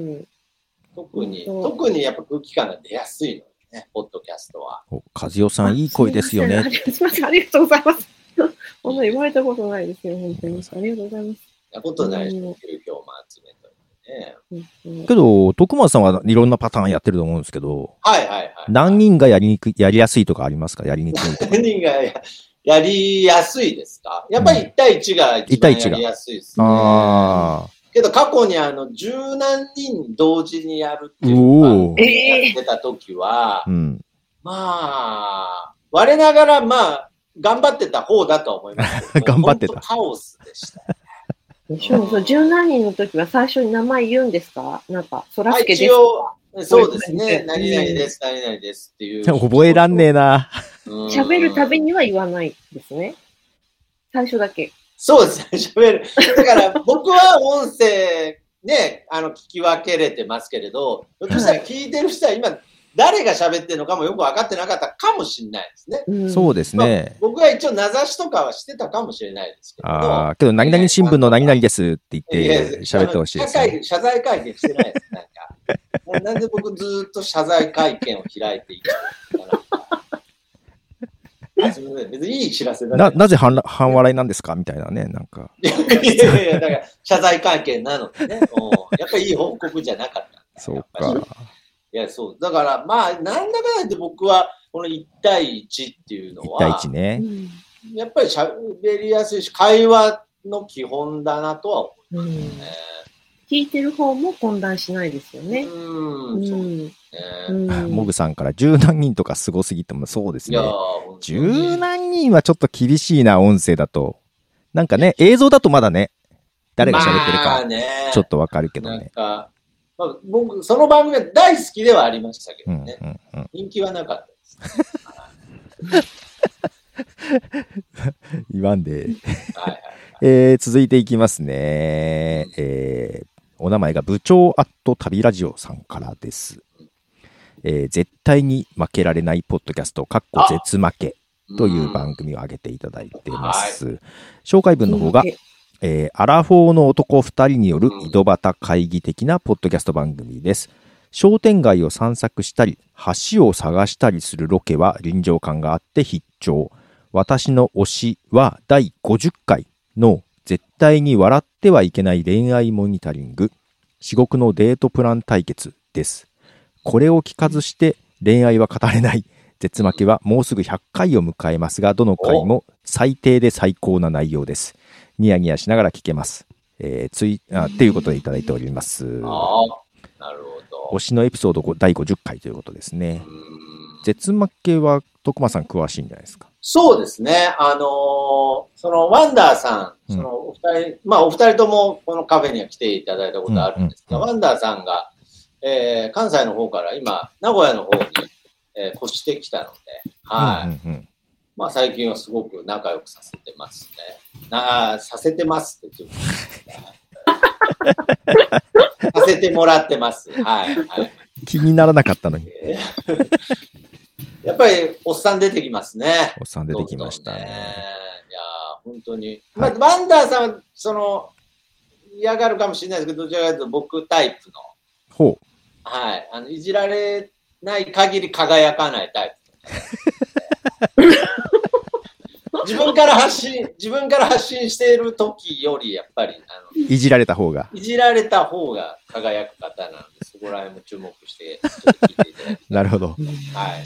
うん、 特に、特にやっぱ空気感が出やすいのでね、ポッドキャストは。 和代さん、いい声ですよね。 すみません、ありがとうございます。そんな言われたことないですよ、本当に。ありがとうございます。 なことないし、休票も集めといてね。けど、徳松さんはいろんなパターンやってると思うんですけど、 はいはいはい。 何人がやりにくい、やりやすいとかありますか？やりにくいとか。 何人がやりやすいですか？やっぱりいち対いちが一番やりやすいですね。 ああ。 けど過去にあの、十何人同時にやるっていうのが出た時は、 うん、 まあ、我ながらまあ、頑張ってた方だと思いますけど。 頑張ってた。 カオスでした。 でしょう、そう、十何人の時は最初に名前言うんですか？なんか、そらすけですか？ 一応、そうですね。何々です、何々ですっていう。 覚えらんねえな。 喋るたびには言わないですね。最初だけ。 そうですね、喋る。だから僕は音声ね、あの、聞き分けれてますけれど、ひょっとしたら聞いてる人は今、誰が喋ってるのかもよく分かってなかったかもしれないですね。 うん、そうですね、 まあ。僕は一応名指しとかはしてたかもしれないですけど。 ああ、けど何々新聞の何々ですって言って喋ってほしいです、ね。 謝罪会見してないです。なんか。なんで僕ずっと謝罪会見を開いていたのかな。別にいい知らせだ、ね、 な、なぜ半、半笑いなんですかみたいなね、なんか。 いやいや、だから謝罪会見なのでね。やっぱりいい報告じゃなかった。 そうか。 いや、そう。だから、まあ、なんだかんだで僕は、このいち対いちっていうのは、 いち対いちね。 やっぱり喋りやすいし、会話の基本だなとは思いますね、うん。 聞いてる方も混乱しないですよね。 うん。そうですね。モグさんから十何人とかすごすぎてもそうですね。十何人はちょっと厳しいな、音声だと。なんかね、映像だとまだね、 誰が喋ってるか、ちょっとわかるけどね。 まあ、なんかまあ、僕、その番組は大好きではありましたけどね。うんうんうん、人気はなかったです。 言わんで。はいはいはいえー、続いていきますね。えー、お名前が部長アット旅ラジオさんからです。えー、絶対に負けられないポッドキャスト、かっこ絶負けという番組を上げていただいています。はい、紹介文の方が、えー、アラフォーの男ふたりによる井戸端会議的なポッドキャスト番組です。商店街を散策したり、橋を探したりするロケは臨場感があって必聴。私の推しはだいごじゅっかいの絶対に笑ってはいけない恋愛モニタリング、至極のデートプラン対決です。これを聞かずして恋愛は語れない絶負けはもうすぐひゃっかいを迎えますが、どの回も最低で最高な内容です。ニヤニヤしながら聞けます。えー、ついあっていうことでいただいております。 あなるほど。 推しのエピソードだいごじゅっかいということですね。絶負けは徳間さん詳しいんじゃないですか。 そうですね。あのー、そのワンダーさん、そのお二人、うん、まあお二人ともこのカフェには来ていただいたことあるんですが、うんうんうん、ワンダーさんが、えー、関西の方から今、名古屋の方に、えー、越してきたので、はい、うんうんうん。まあ最近はすごく仲良くさせてますね。なさせてますって言ってさせてもらってます。はい、はい。 気にならなかったのに。 やっぱりおっさん出てきますね。 おっさん出てきましたね。 ねいや本当に。はい、まあ、ワンダーさんはその嫌がるかもしれないですけど、どちらかというと僕タイプの。 ほう。 はい。あのいじられない限り輝かないタイプ。自分から発信、自分から発信している時よりやっぱりあのいじられた方が。 いじられた方が輝く方なんで、そこら辺も注目してちょっと聞いていただきたい。 なるほど。はい。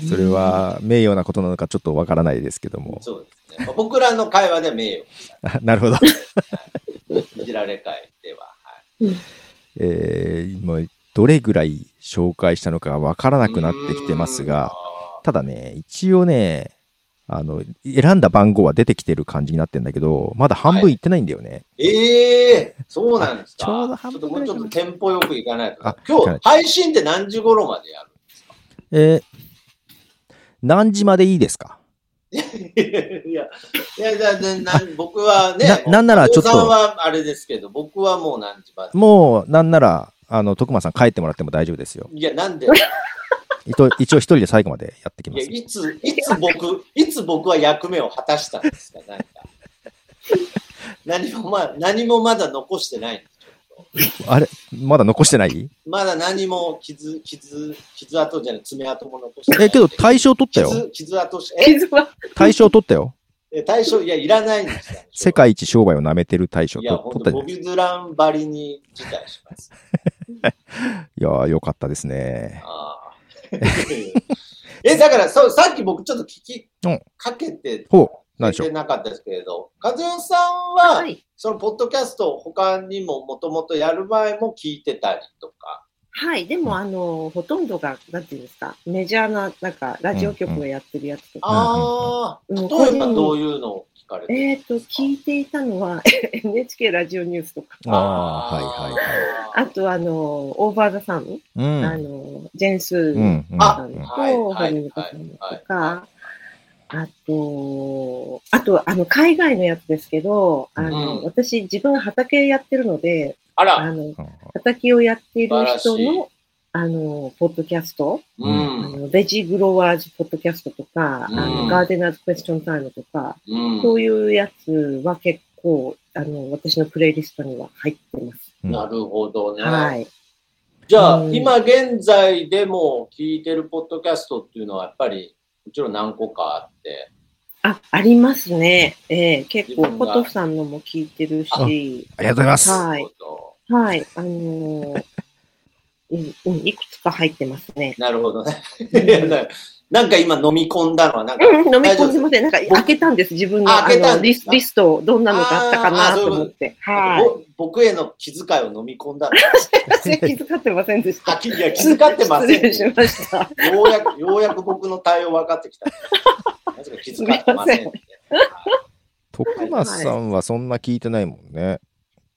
それは名誉なことなのかちょっとわからないですけども。 そうですね。まあ、僕らの会話では名誉。 なるほど。 いじられ会では。はい、 えー、今どれぐらい紹介したのかわからなくなってきてますが、ただね、一応ね、あの選んだ番号は出てきてる感じになってるんだけど、まだ半分いってないんだよね。はい、 ええー、そうなんですか。 ちょうど半分。 ちょっともうちょっとテンポよくいかないと。あ、今日配信って何時頃までやるんですか。 えー、何時までいいですか。 いやいやいやな僕はね、 ななんならちょっと。 さんはあれですけど、僕はもう何時まで。 もうなんならあの徳間さん帰ってもらっても大丈夫ですよ。 いやなんで。一応一人で最後までやってきます。 いやいついつ僕いつ僕は役目を果たしたんですか。なんか何もま何もまだ残してないんです。 あれまだ残してない？ まだ何も傷傷傷跡じゃない爪痕も残してない。 えけど大賞取ったよ。 傷傷跡しえ大賞取ったよ。 え大賞いやいらないんですよ。 世界一商売を舐めてる大賞取ったじゃないですか。 ボビーズランばりに辞退します。 いやーよかったですね。 あえ、だからそう、さっき僕ちょっと聞きかけて、 ほう、何でしょう。 なかったですけれど、和代さんは、はい、そのポッドキャスト他にももともとやる前も聞いてたりとか。 はい、でもあの、ほとんどが、なんていうんですか、メジャーな、なんか、ラジオ局がやってるやつとか。 うんうん、ああ、例えばどういうのを聞かれてるえっと、聞いていたのは、エヌエイチケー ラジオニュースとか。 ああ、はいはいはい。 あと、あの、オーバーザサン、うん、あの、ジェンスーさんと、ホーミルカさんとか、あと、あと、あの、海外のやつですけど、あの、うん、私、自分畑やってるので、 あらあの、畑をやっている人の、あの、ポッドキャスト、うん、あのベジグロワーズポッドキャストとか、うん、あのガーデナーズクエスチョンタイムとか、うん、そういうやつは結構、あの、私のプレイリストには入ってます。 なるほどね。 はい。 じゃあ、うん、今現在でも聞いてるポッドキャストっていうのはやっぱり、もちろん何個かあって。 あ、ありますね。えー、結構、ポトフさんのも聞いてるし。あ、 ありがとうございます。 はい。はい。あのーうん、うん、いくつか入ってますね。 なるほどね。なんか今飲み込んだのはなんか、 うん、飲み込んでません。なんか開けたんです。自分の、あのリス、リスト、どんなのがあったかなと思って。はい。 僕への気遣いを飲み込んだの。 気遣ってませんでした。 いや、気遣ってません。 失礼しました。 ようやく、ようやく僕の対応分かってきた。気遣ってません。 徳松さんはそんな聞いてないもんね。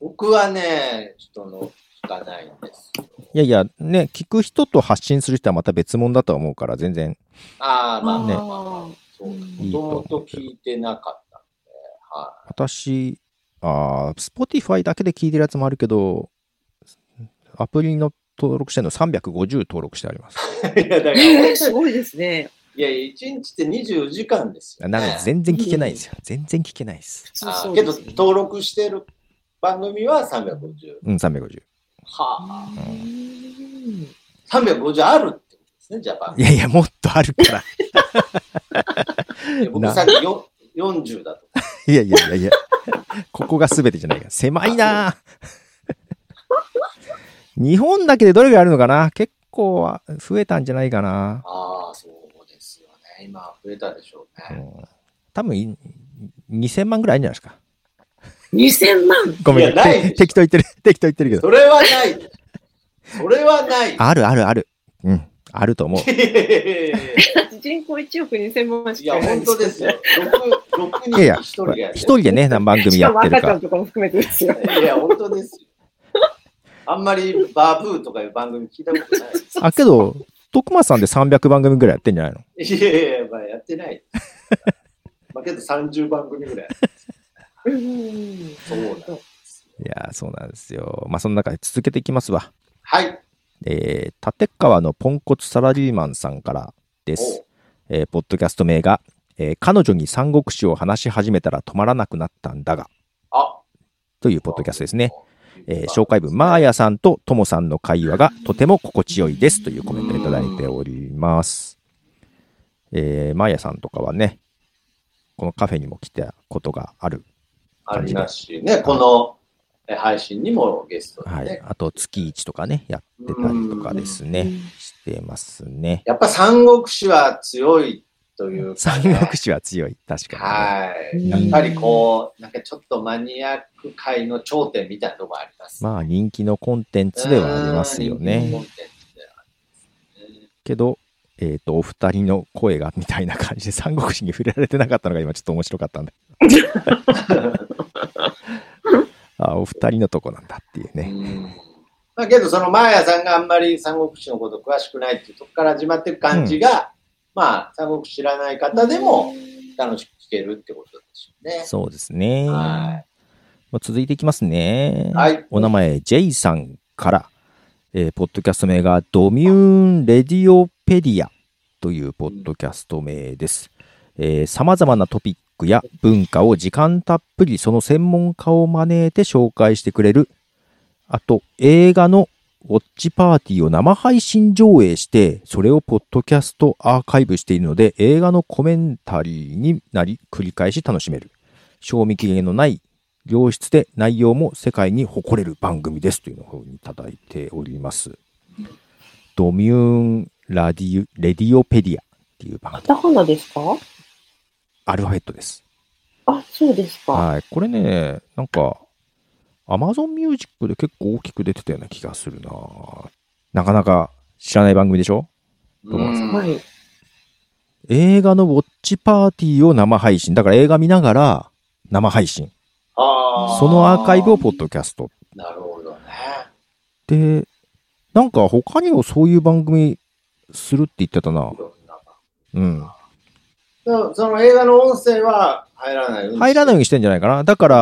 僕はね、人の聞かないんですよ。 いやいや、ね、聞く人と発信する人はまた別物だと思うから、全然。 ああ、まあね。 そう。もともと聞いてなかったんで、はい。 私、ああ、Spotify だけで聞いてるやつもあるけど、アプリの登録してるのさんびゃくごじゅう登録してあります。 いや、だから、 えー、すごいですね。 いや、いちにちってにじゅうよじかんですよ、ね。 なんか全然聞けないですよ。全然聞けないです。 あけど、登録してる番組はさんびゃくごじゅう。 うん、さんびゃくごじゅう。 はあ。うん、さんびゃくごじゅうあるってことですね、ジャパン。 いやいや、もっとあるから。 僕さっきよよんじゅうだと。 いやいやいやいや、ここが全てじゃないから。狭いな日本だけでどれぐらいあるのかな。結構は増えたんじゃないかな。 ああ、そうですよね。今増えたでしょうね。うん、 多分にせんまんぐらいあるんじゃないですか。 にせんまんごめん、適当言ってる。適当言ってるけど。 それはない。それはない。 あるあるある。うん。あると思う。 人口いちおくにせんまんしかいや、本当ですよ。ろくにんにひとりがやってる。 一人でね、何番組やってるか。 赤ちゃんとかも含めてですよ。 いや、本当ですよ。あんまりバーブーとかいう番組聞いたことない。 あ、けど、徳間さんでさんびゃくばん組ぐらいやってんじゃないの？ いやいや、まあやってない。まあけどさんじゅうばん組ぐらい。そうなんです。 いや、そうなんですよ。まあその中で続けていきますわ。 はい。 えー、立川のポンコツサラリーマンさんからです。えー、ポッドキャスト名が、えー、彼女に三国志を話し始めたら止まらなくなったんだが、 あというポッドキャストですね。えー、紹介文、マーヤさんとトモさんの会話がとても心地よいですというコメントをいただいております。えー、マーヤさんとかはね、このカフェにも来たことがある感じで。 ありますしね、この配信にもゲストで、ね、 はい。あと月いちとかね、やってたりとかですね、してますね。 やっぱ三国志は強いというか、ね、 三国志は強い、確かに、 ね。はい。やっぱりこう、なんかちょっとマニアック界の頂点みたいなところあります、 ね。まあ人気のコンテンツではありますよね。コンテンツではありますね。けど、えっ、ー、と、お二人の声がみたいな感じで三国志に触れられてなかったのが今ちょっと面白かったんで。あ、お二人のとこなんだっていうね。 うんまあ、けどそのマーヤさんがあんまり三国志のこと詳しくないっていうとこから始まっていく感じが、うん、まあ三国志知らない方でも楽しく聞けるってことでしょうね。 そうですね。 はい。 続いていきますね。 はい。 お名前 J さんから、えー、ポッドキャスト名がドミューンレディオペディアというポッドキャスト名です。さまざまなトピックや文化を時間たっぷりその専門家を招いて紹介してくれる。あと映画のウォッチパーティーを生配信上映してそれをポッドキャストアーカイブしているので映画のコメンタリーになり繰り返し楽しめる。賞味期限のない良質で内容も世界に誇れる番組ですというのをいただいております。ドミューンラディレディオペディアっていう番組。 カタカナですか？ アルファベットです。 あ、そうですか。 はい。これね、なんか、Amazon Music で結構大きく出てたような気がするな。なかなか知らない番組でしょ？ はい。 映画のウォッチパーティーを生配信。だから映画見ながら生配信。 あそのアーカイブをポッドキャスト。 なるほどね。 で、なんか他にもそういう番組するって言ってたな。うん。 その映画の音声は入らないように入らないようにしてんじゃないかな。だから、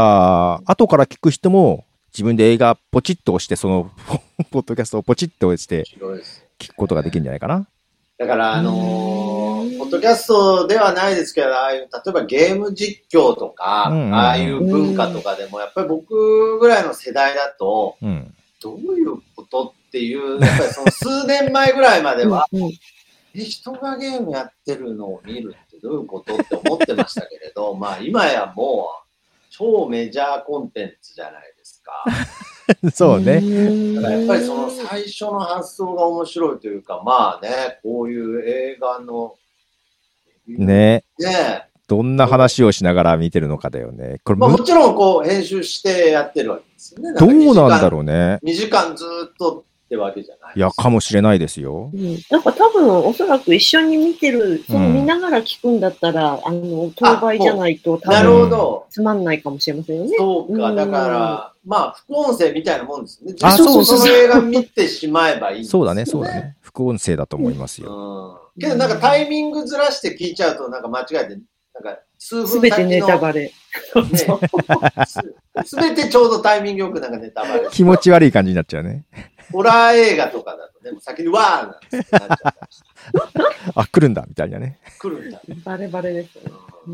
後から聞く人も自分で映画ポチッと押して、そのポッドキャストをポチッと押して聞くことができるんじゃないかな。 だから、あのー、ポッドキャストではないですけど、ああいう、例えばゲーム実況とか、うんうんうん、ああいう文化とかでも、やっぱり僕ぐらいの世代だと、うん、どういうことっていう、やっぱりその数年前ぐらいまでは、うんうん、え、人がゲームやってるのを見るってどういうことって思ってましたけれど、まあ今やもう超メジャーコンテンツじゃないですか。 そうね。 だからやっぱりその最初の発想が面白いというか、まあね、こういう映画のね、 ね、 どんな話をしながら見てるのかだよね。これ、 まあ、もちろんこう編集してやってるわけですよね。 どうなんだろうね。 にじかんずっとってわけじゃない。 いや、かもしれないですよ。 うん、なんか多分おそらく一緒に見てる、その見ながら聞くんだったら、うん、あの当倍じゃないと多分つまんないかもしれませんよね。 そうか、だからまあ、副音声みたいなもんですね。 あ、そうそうその映画見てしまえばいいんですよね。 そうだね、そうだね。副音声だと思いますよ。 うん。けどなんかタイミングずらして聞いちゃうと、なんか間違えて、なんか数分先の。 すべてネタバレ。 ね、すべてちょうどタイミングよくなんかネタバレ。 気持ち悪い感じになっちゃうね。 ホラー映画とかだとね、もう先にわーなんてなっちゃったりして。 あ、来るんだ、みたいなね。 来るんだ。 バレバレですよね。うん。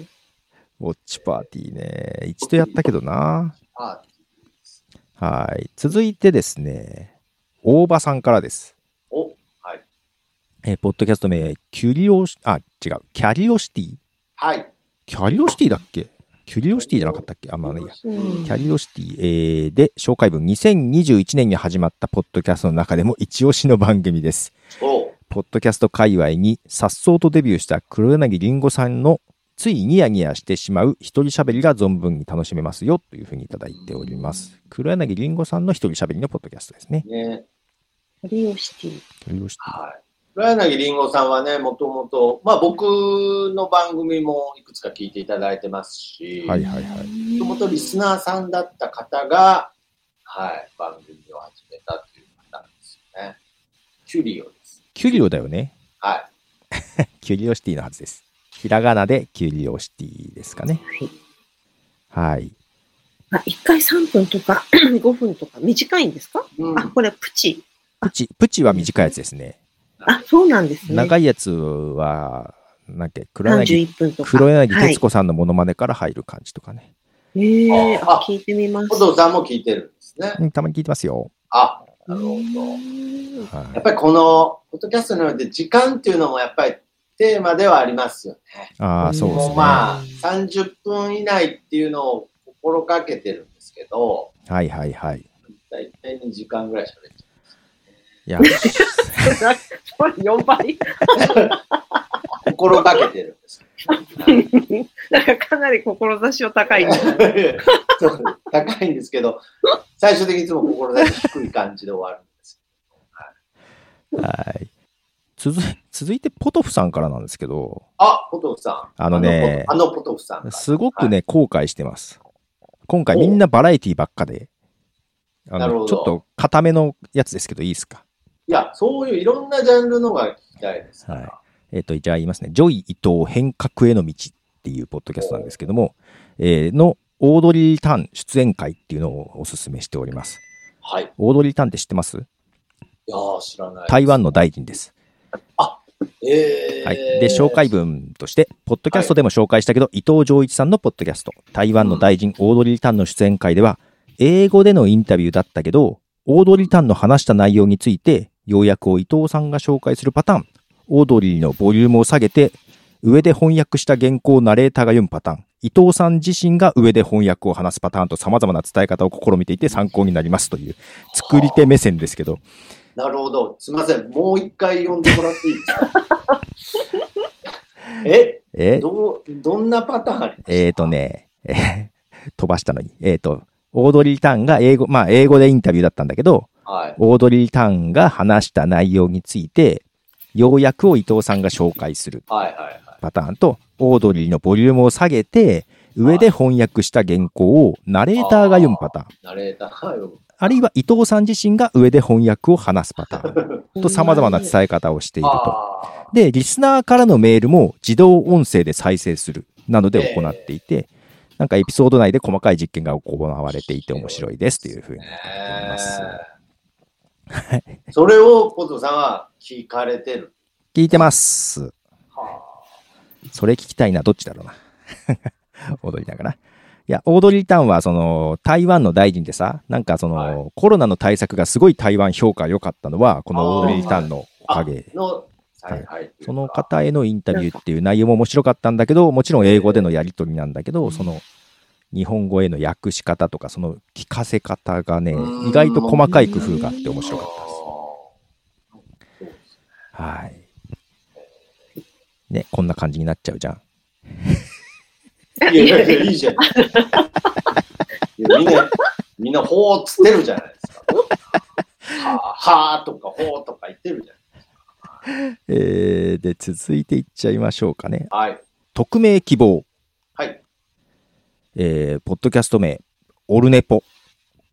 ウォッチパーティーね。一度やったけどな。はい。続いてですね、大場さんからです。 お、はい。 えー、ポッドキャスト名、キュリオシ、あ、違う、キャリオシティ。 はい。 キャリオシティだっけ？キュリオシティじゃなかったっけ？あ、まあいいや。キャリオシティ、えー、で、紹介文、にせんにじゅういちねんに始まったポッドキャストの中でも一押しの番組です。ポッドキャスト界隈に颯爽とデビューした黒柳りんごさんのついニヤニヤしてしまう一人喋りが存分に楽しめますよというふうにいただいております。黒柳りんごさんの一人喋りのポッドキャストですね。 ね。 キャリオシティ。 キャリオシティ。 はい。黒柳りんごさんはね、もともと、まあ僕の番組もいくつか聞いていただいてますし、 はいはいはい。 もともとリスナーさんだった方が、はい、番組を始めたという方なんですよね。キュリオです。 キュリオだよね。 はい。 キュリオシティのはずです。ひらがなでキュリオシティですかね。はい。はい。 あ、いっかいさんぷんとかごふんとか短いんですか？うん、あ、これプチ。 プチ、プチは短いやつですね。 あ、そうなんですね。 長いやつは、なんか黒柳、 さんじゅういっぷんとか黒柳徹子さんのモノマネから入る感じとかね。 へ、はい、えー、あ、聞いてみます。 お父さんも聞いてるんですね。 うん、たまに聞いてますよ。 あ、なるほど。はい、やっぱりこの、ポッドキャストのようで時間っていうのもやっぱりテーマではありますよね。 ああ、そうですね。 まあ、さんじゅっぷん以内っていうのを心がけてるんですけど、 はいはいはい。 だいたいにじかんぐらい喋っちゃうんですいや、 よんばい心がけてるんです。 なんかかなり志を高い、ね、 高いんですけど、最終的にいつも志低い感じで終わるんです。 はい。はい続, 続いてポトフさんからなんですけど、 あ、ポトフさん。 あのね、 あのポトフさん。 すごくね、はい、後悔してます。今回みんなバラエティばっかで、あのちょっと固めのやつですけどいいですか？ いや、そういういろんなジャンルのが聞きたいですから。はい、 えっ、ー、と、じゃあ言いますね。ジョイ伊藤変革への道っていうポッドキャストなんですけども、えー、のオードリー・タン出演会っていうのをお勧めしております。 はい。 オードリー・タンって知ってます？いやー、知らない。 台湾の大臣です。 あ、えー。 はい。で、紹介文として、ポッドキャストでも紹介したけど、はい、伊藤浄一さんのポッドキャスト、台湾の大臣、うん、オードリー・タンの出演会では、英語でのインタビューだったけど、オードリー・タンの話した内容について、要約を伊藤さんが紹介するパターン、オードリーのボリュームを下げて、上で翻訳した原稿をナレーターが読むパターン、伊藤さん自身が上で翻訳を話すパターンと様々な伝え方を試みていて参考になりますという作り手目線ですけど。 なるほど。すみません。もう一回読んでもらっていいですか？ええどどんなパターンありますか？ えっ、ー、とね、えー、飛ばしたのに。えっ、ー、と、オードリー・タンが英語、まあ英語でインタビューだったんだけど、はい、オードリー・タンが話した内容について、要約を伊藤さんが紹介するパターンと、オードリーのボリュームを下げて、上で翻訳した原稿をナレーターが読むパターン。 ナレーターが読む。 あるいは伊藤さん自身が上で翻訳を話すパターンと様々な伝え方をしていると。で、リスナーからのメールも自動音声で再生するなどで行っていて、なんかエピソード内で細かい実験が行われていて面白いですというふうに思います。 それをポトさんは聞かれてる？ 聞いてます。それ聞きたいな。どっちだろうな。踊りながら。いや、オードリー・タンは、その、台湾の大臣でさ、なんかその、はい、コロナの対策がすごい台湾評価良かったのは、このオードリー・タンのおかげ。 のはいはい、その方へのインタビューっていう内容も面白かったんだけど、もちろん英語でのやり取りなんだけど、その、日本語への訳し方とか、その聞かせ方がね、意外と細かい工夫があって面白かったです。はい。ね、こんな感じになっちゃうじゃん。 いやいやいや、いいじゃん。いやみんな、みんな、ほーっつってるじゃないですか。はー、はーとか、ほーとか言ってるじゃないですか。 えー、で、続いていっちゃいましょうかね。 はい。 匿名希望。 はい。 えー、ポッドキャスト名、オルネポ。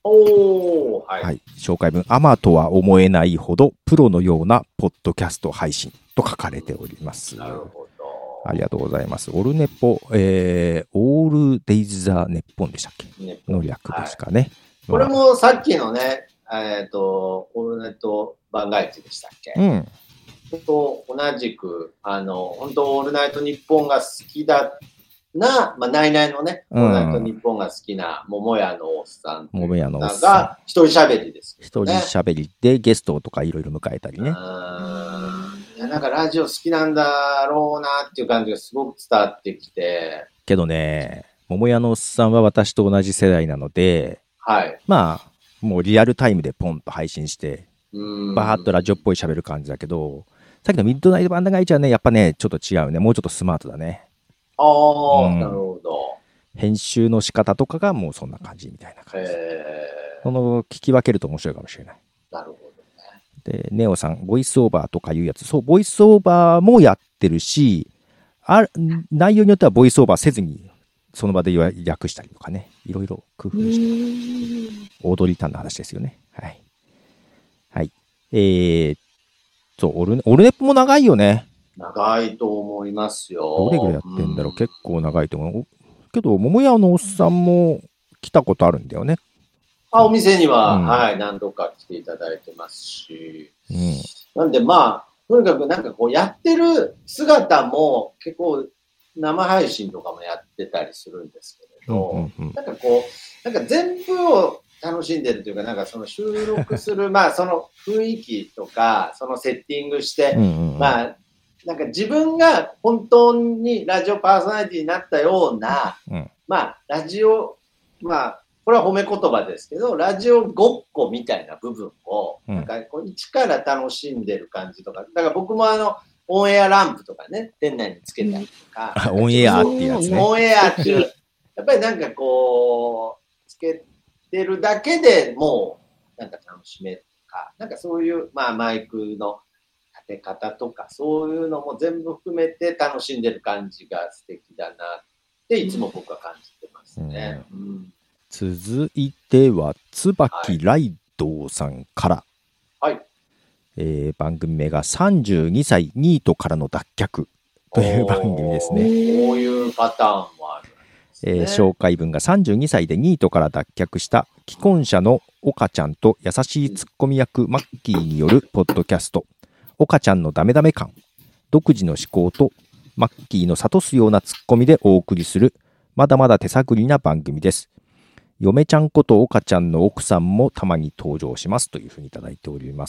おー、はい。 はい。紹介文、アマとは思えないほどプロのようなポッドキャスト配信と書かれております。 なるほど。 ありがとうございます。オルネポ、えー、オールデイズ・ザ・ネッポンでしたっけの略ですかね。 はい、これもさっきのね、えっ、ー、と、オールネット番外地でしたっけ、うん、と同じく、あの、本当オールナイトニッポンが好きだな、まあ、ナイナイのね、オールナイトニッポンが好きな桃屋のおっさん桃屋のおっさんが一人喋りですよね。一人喋りでゲストとかいろいろ迎えたりね。 いやなんかラジオ好きなんだろうなっていう感じがすごく伝わってきて。 けどね、桃屋のおっさんは私と同じ世代なので、 はい。 まあ、もうリアルタイムでポンと配信して、バーッとラジオっぽい喋る感じだけど、さっきのミッドナイトバンダガイチはね、やっぱね、ちょっと違うね。もうちょっとスマートだね。 ああ、うん、なるほど。 編集の仕方とかがもうそんな感じみたいな感じ。その聞き分けると面白いかもしれない。 なるほど。 で、ネオさん、ボイスオーバーとかいうやつ。そう、ボイスオーバーもやってるし、あ内容によってはボイスオーバーせずに、その場で訳したりとかね、いろいろ工夫して、オードリータンの話ですよね。はい。はい。えー、そう、オルネ、オルネポも長いよね。 長いと思いますよ。 どれぐらいやってんだろう、うん、結構長いと思う。けど、桃屋のおっさんも来たことあるんだよね。 あ、お店には、うん、はい、何度か来ていただいてますし、うん、なんでまあ、とにかくなんかこうやってる姿も結構生配信とかもやってたりするんですけれど、うんうんうん、なんかこう、なんか全部を楽しんでるというか、なんかその収録する、まあその雰囲気とか、そのセッティングして、うんうんうん、まあ、なんか自分が本当にラジオパーソナリティになったような、うん、まあ、ラジオ、まあ、これは褒め言葉ですけど、ラジオごっこみたいな部分を、なんかこう一から楽しんでる感じとか、だから僕もあの、オンエアランプとかね、店内につけたりとか。 うん、オンエアっていうやつね。 オンエアっていう、やっぱりなんかこう、つけてるだけでもう、なんか楽しめるとか、なんかそういう、まあマイクの立て方とか、そういうのも全部含めて楽しんでる感じが素敵だなっていつも僕は感じてますね。うんうん続いては、椿ライドウさんから、 はいえー、番組名がさんじゅうにさいニートからの脱却という番組ですね。 こういうパターンもある、ねえー、紹介文がさんじゅうにさいでニートから脱却した既婚者の岡ちゃんと優しいツッコミ役マッキーによるポッドキャスト、岡ちゃんのダメダメ感、独自の思考とマッキーの諭すようなツッコミでお送りするまだまだ手探りな番組です。嫁ちゃんこと岡ちゃんの奥さんもたまに登場しますというふうにいただいております。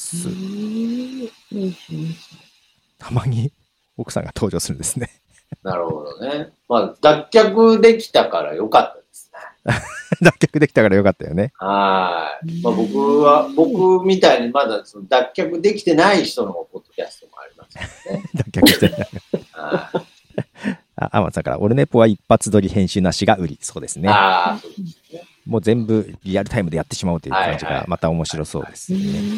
たまに奥さんが登場するんですね。 なるほどね。まあ脱却できたからよかったですね。 脱却できたからよかったよね。 はい。まあ僕は僕みたいにまだその脱却できてない人のポッドキャストもありますからね。 脱却してない。はい。あ、アマンさんからオルネポは一発撮り編集なしが売り。そうですね。 ああ、そうですね。 もう全部リアルタイムでやってしまうという感じがまた面白そうですね。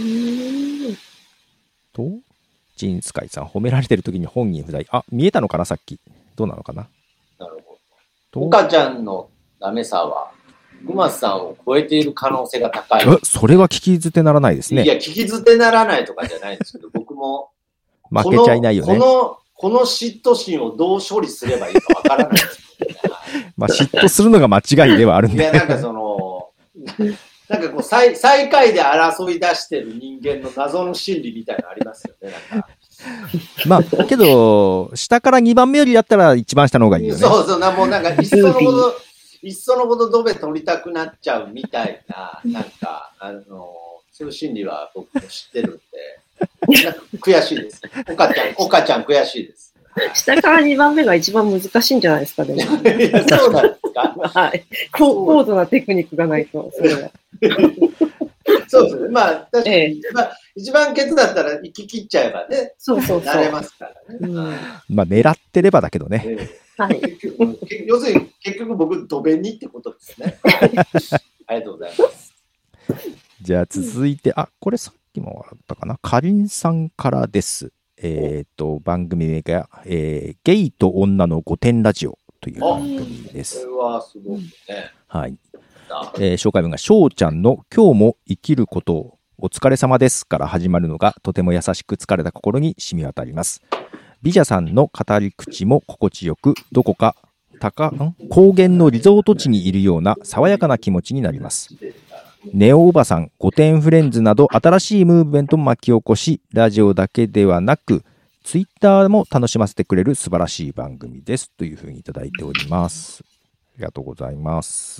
と、ジンスカイさん、褒められてる時に本人不在。あ、見えたのかなさっき。どうなのかな。 なるほど。岡ちゃんのダメさは、熊さんを超えている可能性が高い。 え、それは聞き捨てならないですね。 いや、聞き捨てならないとかじゃないんですけど、僕も。 負けちゃいないよね。 この、この嫉妬心をどう処理すればいいかわからないですけどね。 まあ嫉妬するのが間違いではあるんだけど。いや、なんかその、なんかこう最、最下位で争い出してる人間の謎の心理みたいなのありますよね。なんかまあ、けど、下からにばんめよりだったら一番下の方がいいよね。 そうそう、なもうなんか、いっそのほど、いっそのほどドベ取りたくなっちゃうみたいな、なんか、あの、そういう心理は僕も知ってるんで、なんか悔しいです。岡ちゃん、岡ちゃん悔しいです。 下からにばんめが一番難しいんじゃないですか、でも。いや、そうなんですか。 はい。高度なテクニックがないと、それは。 そうですね。まあ、確かに、ええ、まあ、一番ケツだったら行き切っちゃえばね、 そうそうそう。 なれますからね。うん、 まあ、狙ってればだけどね。 ええ、はい。結局、要するに、結局僕、ドベにってことですね。ありがとうございます。 じゃあ、続いて、あ、これさっきもあったかな。かりんさんからです。えっと、番組名が、えー、ゲイと女の御殿ラジオという番組です。 これはすごくね。 はい。 えー、紹介文が、翔ちゃんの今日も生きることをお疲れ様ですから始まるのがとても優しく疲れた心に染み渡ります。美女さんの語り口も心地よく、どこか高ん高原のリゾート地にいるような爽やかな気持ちになります。ネオおばさん、御殿フレンズなど新しいムーブメントも巻き起こし、ラジオだけではなくツイッターも楽しませてくれる素晴らしい番組ですというふうにいただいております。ありがとうございます。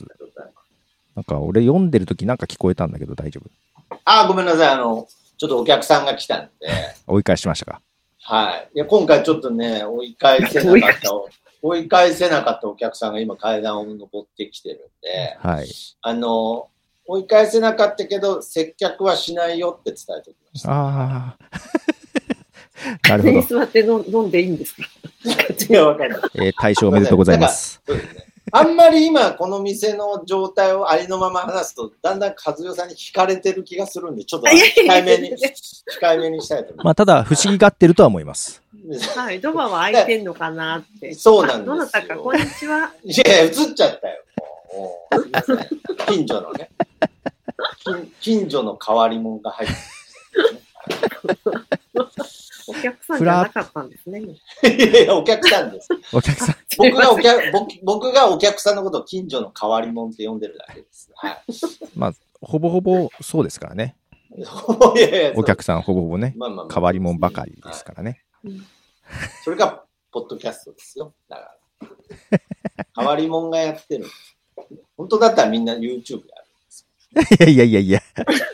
なんか俺読んでるときなんか聞こえたんだけど大丈夫？ あ、ごめんなさい。あの、ちょっとお客さんが来たんで。 追い返しましたか？ はい。いや、今回ちょっとね、追い返せなかった、追い返せなかったお客さんが今階段を登ってきてるんで、 はい。 あの、追い返せなかったけど、接客はしないよって伝えておきました。 ああ。なるほど。 座って飲んでいいんですか？ いや、わかんない。 えー、大賞おめでとうございます。 そうですね。あんまり今この店の状態をありのまま話すとだんだん和代さんに惹かれてる気がするんでちょっと控えめに控えめにしたいと思います。 まあただ不思議がってるとは思います。 はい、ドアは開いてんのかなって。 そうなんですよ。 どなたかこんにちは。 いや映っちゃったよ。もう近所のね近、近所の変わり者が入ってる、ね。 お客さんじゃなかったんですね。いやいや、お客さんです。 お客さん。 僕がお客、僕、僕がお客さんのことを近所の変わり者って呼んでるだけです。はい。 まあ、ほぼほぼそうですからね。 いやいやお客さんほぼほぼね、 まあまあまあ、 変わり者ばかりですからね。 はい、それが、ポッドキャストですよ。だから。変わり者がやってる。本当だったらみんな YouTube やるんですよ。いやいやいやいや。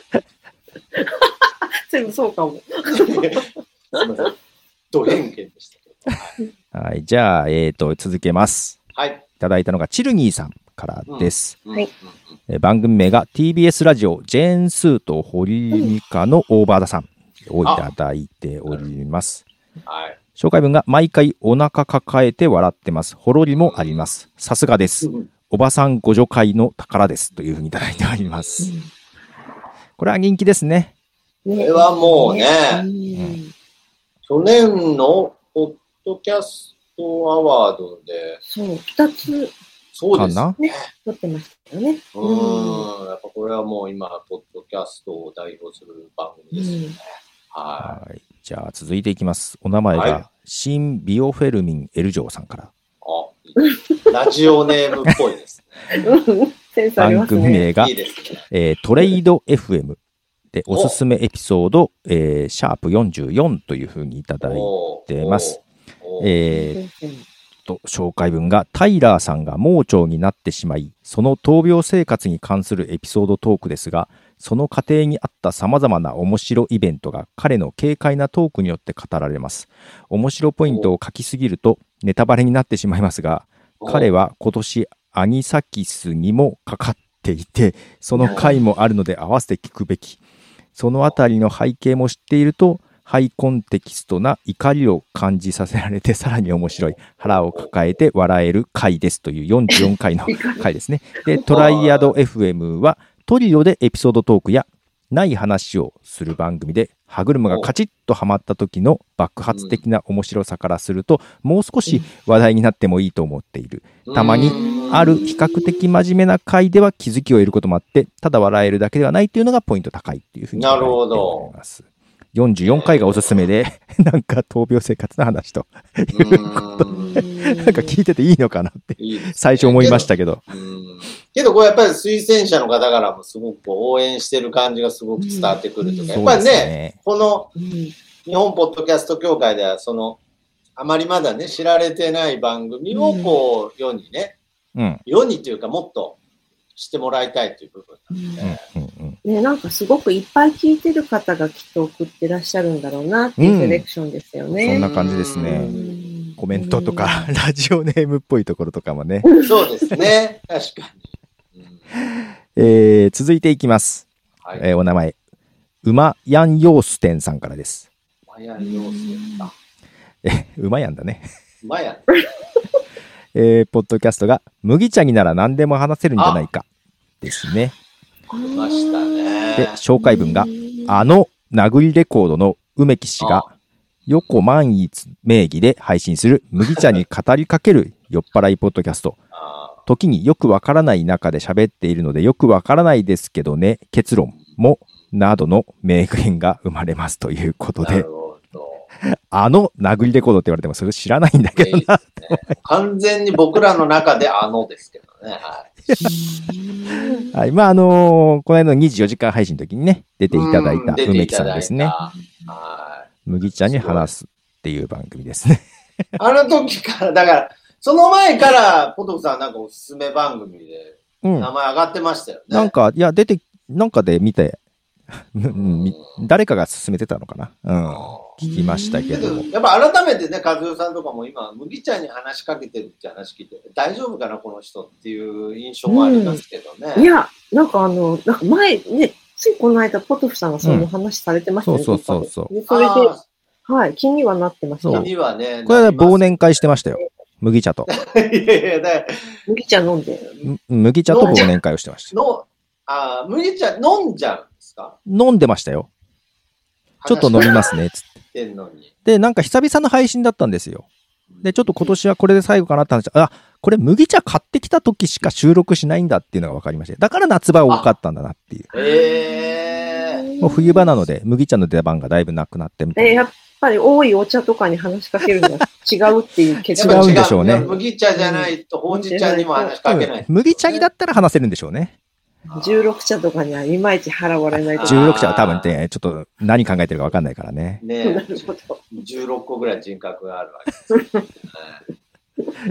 全部そうかも。 すみません。ド偏見でしたけど。はい。じゃあ、えっと、続けます。 はい。 いただいたのが、チルニーさんからです。 うん、はい。 え番組名が ティービーエス ラジオ、ジェーン・スーと堀美香のオーバーダさんをいただいております。 はい。 紹介文が、毎回お腹抱えて笑ってます。ほろりもあります。さすがです。おばさんご助会の宝です。というふうにいただいております。これは人気ですね。 これはもうね、うん去年のポッドキャストアワードで、 そう、二つ、 そうですね。 撮ってましたよね。 うん、やっぱこれはもう今、ポッドキャストを代表する番組ですよね。うん、はい。 じゃあ続いていきます。お名前が、はい、新ビオフェルミンエルジョーさんから。 あ、いいラジオネームっぽいですね。 番組名が、 いいですねえー、トレイド エフエム。で、おすすめエピソード、えー、シャープよんじゅうよんというふうにいただいてます。えー、と、紹介文が、タイラーさんが盲腸になってしまい、その闘病生活に関するエピソードトークですが、その過程にあった様々な面白イベントが彼の軽快なトークによって語られます。面白ポイントを書きすぎるとネタバレになってしまいますが、彼は今年アニサキスにもかかっていて、その回もあるので合わせて聞くべき。そのあたりの背景も知っていると、ハイコンテキストな怒りを感じさせられて、さらに面白い、腹を抱えて笑える回ですというよんじゅうよんかいの回ですね。で、トライアド エフエム はトリオでエピソードトークやない話をする番組で、歯車がカチッとはまった時の爆発的な面白さからすると、もう少し話題になってもいいと思っている。たまにある比較的真面目な回では気づきを得ることもあって、ただ笑えるだけではないというのがポイント高いっていうふうに思います。よんじゅうよんかいがおすすめで、なんか闘病生活の話ということで、なんか聞いてていいのかなって最初思いましたけど。 けどこれやっぱり推薦者の方からもすごく応援してる感じがすごく伝わってくるとか、やっぱりね、この日本ポッドキャスト協会ではそのあまりまだね知られてない番組をこう世にね、世にというかもっとしてもらいたいという部分なんで、 うんうんうんね、なんかすごくいっぱい聞いてる方がきっと送ってらっしゃるんだろうなっていうセレクションですよね。 うん、そんな感じですね。コメントとかラジオネームっぽいところとかもね。 そうですね。確かに。 えー、続いていきます。 はい、 えー、お名前うまやんようすてんさんからです。 うまやんようすてんだ。 え、うまやんだね。 うまやん。 えー、ポッドキャストが麦茶になら何でも話せるんじゃないかですね。 出ましたね。 で、紹介文があの殴りレコードの梅木氏が横万一名義で配信する麦茶に語りかける酔っ払いポッドキャスト。 時によくわからない中で喋っているのでよくわからないですけどね、結論もなどの名言が生まれますということで、あの殴りレコードって言われてもそれ知らないんだけどな、いいですね、完全に僕らの中であのですけどね。 はいはい、まああのー、この間のにじゅうよじかん配信の時にね出ていただいた梅木さんですね。はい、麦茶に話すっていう番組ですね。 あの時からだからその前からポトフさんなんかおすすめ番組で名前上がってましたよね。 うん、なんかいや出てなんかで見て誰かが勧めてたのかな。うん。聞きましたけども。 やっぱ改めてね、和代さんとかも今、麦茶に話しかけてるって話聞いて、大丈夫かな、この人っていう印象もありますけどね。 うん、いや、なんかあの、なんか前ね、ついこの間、ポトフさんがそういう話されてましたね。うん、 そうそうそうそう。 それで、はい、気にはなってました。 気にはね。 これは忘年会してましたよ。麦茶と。 いやいやだ麦茶飲んで。 麦茶と忘年会をしてました。 のあ麦茶飲んじゃうんですか？ 飲んでましたよ。ちょっと飲みますね、つって。で、なんか久々の配信だったんですよ。で、ちょっと今年はこれで最後かなって話。あ、これ麦茶買ってきた時しか収録しないんだっていうのが分かりました。だから夏場多かったんだなっていう。 へー。 もう冬場なので麦茶の出番がだいぶなくなってみたいな。 えー、やっぱり多いお茶とかに話しかけるのは違うっていう結論。違うんでしょうね。 麦茶じゃないとほうじ茶にも話しかけない、ね。 麦茶にだったら話せるんでしょうね。 じゅうろく茶とかにはいまいち払われないと。 じゅうろく茶は多分ね、ちょっと何考えてるか分かんないからね。 ねなるほど。じゅうろっこぐらい人格があるわけです。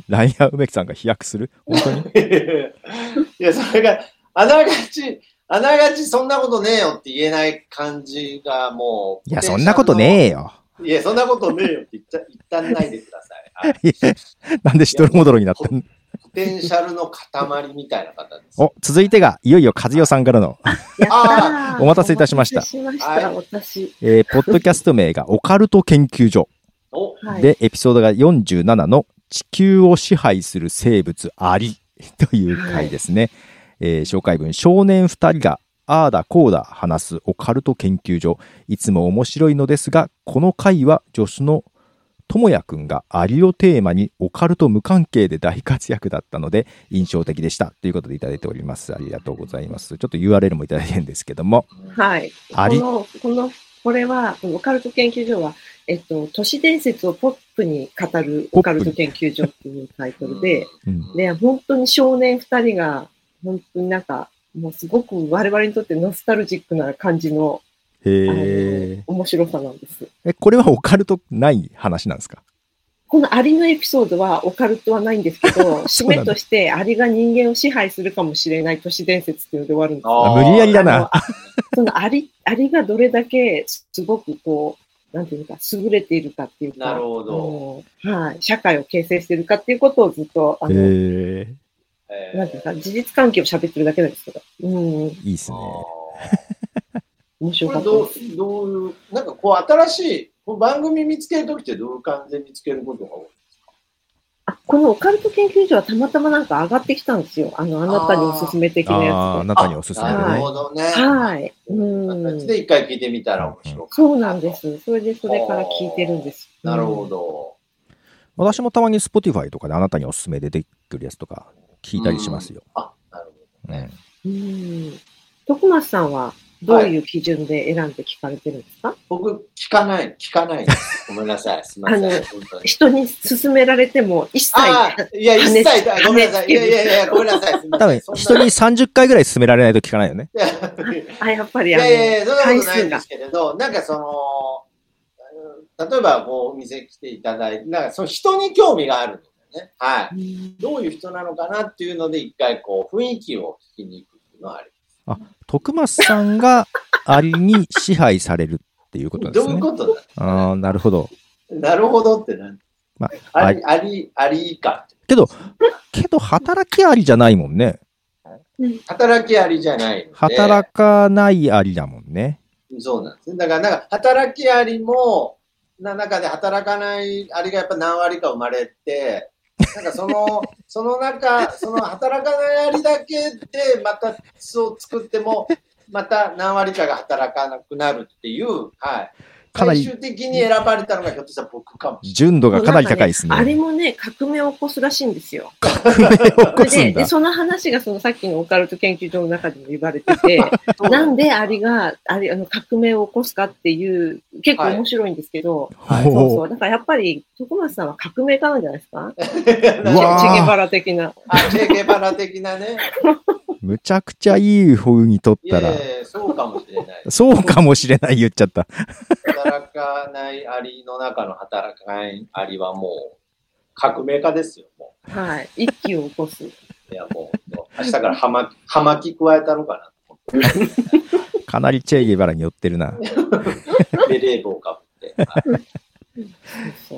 ライアー梅木さんが飛躍する本当にいや、それが、あながち、あながちそんなことねえよって言えない感じがもう。 いや、そんなことねえよ。 いや、そんなことねえよって言っちゃ、一旦ないでください。はい、 なんでしとろもどろになったの？ ポテンシャルの塊みたいな方です。 お、続いてが、いよいよ和代さんからの。 あお待たせいたしました。 お待たせしました、私。 えー、ポッドキャスト名がオカルト研究所。で、エピソードがよんじゅうななの地球を支配する生物アリという回ですね。はい、えー、紹介文、少年二人がああだこうだ話すオカルト研究所。いつも面白いのですが、この回は助手のともやくんがアリをテーマにオカルト無関係で大活躍だったので印象的でしたということでいただいております。ありがとうございます。ちょっと ユーアールエル もいただいてるんですけども。 はい。アリこの、この、これは、オカルト研究所は、えっと、都市伝説をポップに語るオカルト研究所っていうタイトルで、うん、で、本当に少年二人が、本当になんか、もうすごく我々にとってノスタルジックな感じのへ面白さなんです。 え、これはオカルトない話なんですか？ このアリのエピソードはオカルトはないんですけど、締めとしてアリが人間を支配するかもしれない都市伝説っていうので終わるんですよ。 無理やりだな。 そのアリ、アリがどれだけすごくこう、なんていうか、優れているかっていうか、 なるほど。 はい、社会を形成しているかっていうことをずっと、あの、なんていうか、事実関係を喋ってるだけなんですけど。うん。 いいっすね。 面白かったです。どう、どういう、なんかこう新しい、この番組見つけるときってどういう感じで見つけることが多いですか？ あ、このオカルト研究所はたまたまなんか上がってきたんですよ。あの、あなたにおすすめ的なやつで。 ああなたにおすすめでね。 なるほどね。 はい。うん。 で、一回聞いてみたら面白い。 そうなんです。それでそれから聞いてるんです。 なるほど。 私もたまに Spotify とかであなたにおすすめで出てくるやつとか聞いたりしますよ。 あ、なるほどね。 うん。徳松さんはどういう基準で選んで聞かれてるんですか？はい、 僕、聞かない、聞かないです。ごめんなさい。すみません。あの、 人に勧められても一切。 いや、一切、ごめんなさい。いやいやいや、ごめんなさい。 多分、人にさんじゅっかいぐらい勧められないと聞かないよね。 あ、やっぱり、 いやいやいや、そんなことないんですけれど、なんかその、例えば、こう、お店来ていただいて、なんかその人に興味があるのでね。はい。どういう人なのかなっていうので、一回こう、雰囲気を聞きに行くっていうのはあります。 あ、徳松さんがアリに支配されるっていうことですね。 どういうことだ？ ああ、なるほど。 なるほどって何？まあ、アリ、アリ、アリ以下。 けど、けど、働きアリじゃないもんね。 働きアリじゃないので。 働かないアリだもんね。 そうなんですね。だから、なんか、働きアリも、な中で働かないアリがやっぱ何割か生まれて、なんかその、その中、その働かないアリだけでまた巣を作っても、また何割かが働かなくなるっていう、はい。 かなり最終的に選ばれたのがひょっとしたら僕かもしれない。 純度がかなり高いですね。 ねあれもね、革命を起こすらしいんですよ。 革命を起こすんだ。 で、でその話がそのさっきのオカルト研究所の中でも言われてて、なんでアリが、アリ、あの、革命を起こすかっていう、結構面白いんですけど、はい、そうそう。だからやっぱり、徳松さんは革命家なんじゃないですか？チェゲバラ的な。 あ、チェゲバラ的なね。 むちゃくちゃいい風にとったら。 いやいやそうかもしれない。 そうかもしれない言っちゃった。 働かないアリの中の働かないアリはもう革命家ですよ、もう。 はい。一気を起こす。いや、もう、明日から葉巻、葉巻加えたのかな。 かなりチェゲバラに寄ってるな。 ベレー帽かぶって。はい、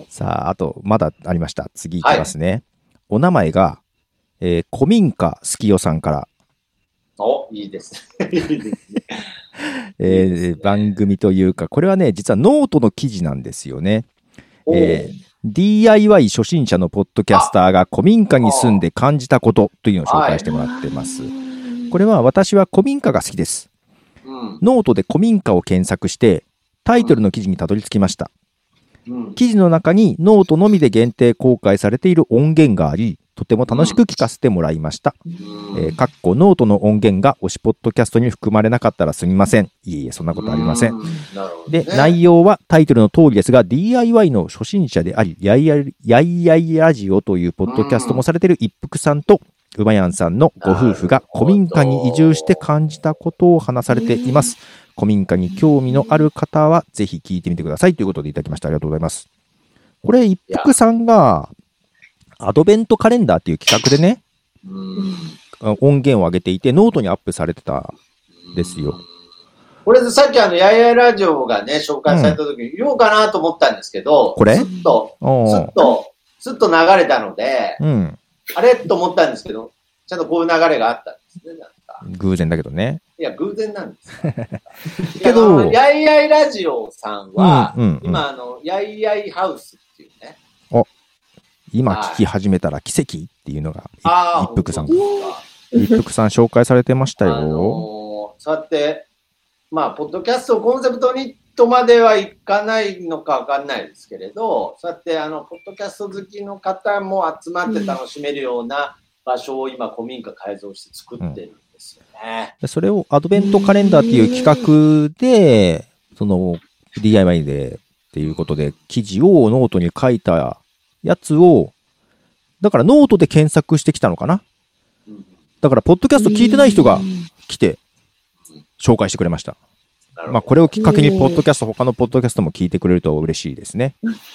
さあ、あと、まだありました。次いきますね。はい、お名前が、えー、古民家すきよさんから。 お、いいですね。いいですね。 えー、番組というか、これはね、実はノートの記事なんですよね。えー、ディーアイワイ 初心者のポッドキャスターが古民家に住んで感じたことというのを紹介してもらってます。これは私は古民家が好きです。うん、ノートで古民家を検索して、タイトルの記事にたどり着きました。うん、記事の中にノートのみで限定公開されている音源があり、とても楽しく聞かせてもらいました。うん、えー、かっこノートの音源が推しポッドキャストに含まれなかったらすみません。いえいえ、そんなことありません。うんで、ね、内容はタイトルの通りですが、ディーアイワイ の初心者であり、やいやい、やいやいラジオというポッドキャストもされている一服さんと、うまやんさんのご夫婦が古民家に移住して感じたことを話されています。古民家に興味のある方は、ぜひ聞いてみてくださいということでいただきました。ありがとうございます。これ、一服さんが、アドベントカレンダーっていう企画でね、音源を上げていて、ノートにアップされてたんですよ。 これでさっきあの、やいやいラジオがね、紹介された時に言おうかなと思ったんですけど、 これすっと、すっと、すっと流れたので、うん、あれと思ったんですけど、ちゃんとこういう流れがあったんですね、なんか。 偶然だけどね。 いや、偶然なんですよ。けど、やいやいラジオさんは、うんうんうん、今あの、やいやいハウスっていうね。 お今聞き始めたら奇跡っていうのが、一服さんが。一服さん紹介されてましたよ。あのー、 そうやって、まあ、ポッドキャストをコンセプトにとまではいかないのかわかんないですけれど、そうやって、あの、ポッドキャスト好きの方も集まって楽しめるような場所を今、古民家改造して作ってるんですよね。 うん、それをアドベントカレンダーっていう企画で、その、ディーアイワイ でっていうことで、記事をノートに書いたやつを、だからノートで検索してきたのかな。だから、ポッドキャスト聞いてない人が来て、紹介してくれました。まあ、これをきっかけに、ポッドキャスト、他のポッドキャストも聞いてくれると嬉しいですね。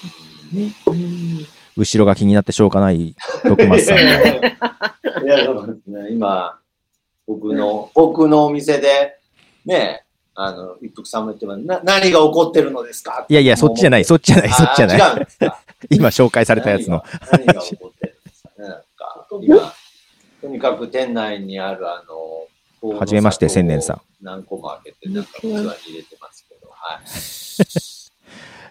後ろが気になってしょうがない、徳松さん。いや、 そうですね。今、僕の、僕のお店で、ね、あの、一服さんも言ってます。な、何が起こってるのですか？ いやいや、そっちじゃない、そっちじゃない、そっちじゃない。違うんですか？今紹介されたやつの。 何が起こってるんですかね。なんか、今、とにかく店内にある、あの、 はじめまして、千年さん。 何個も開けて、なんか器に入れてますけど、はい。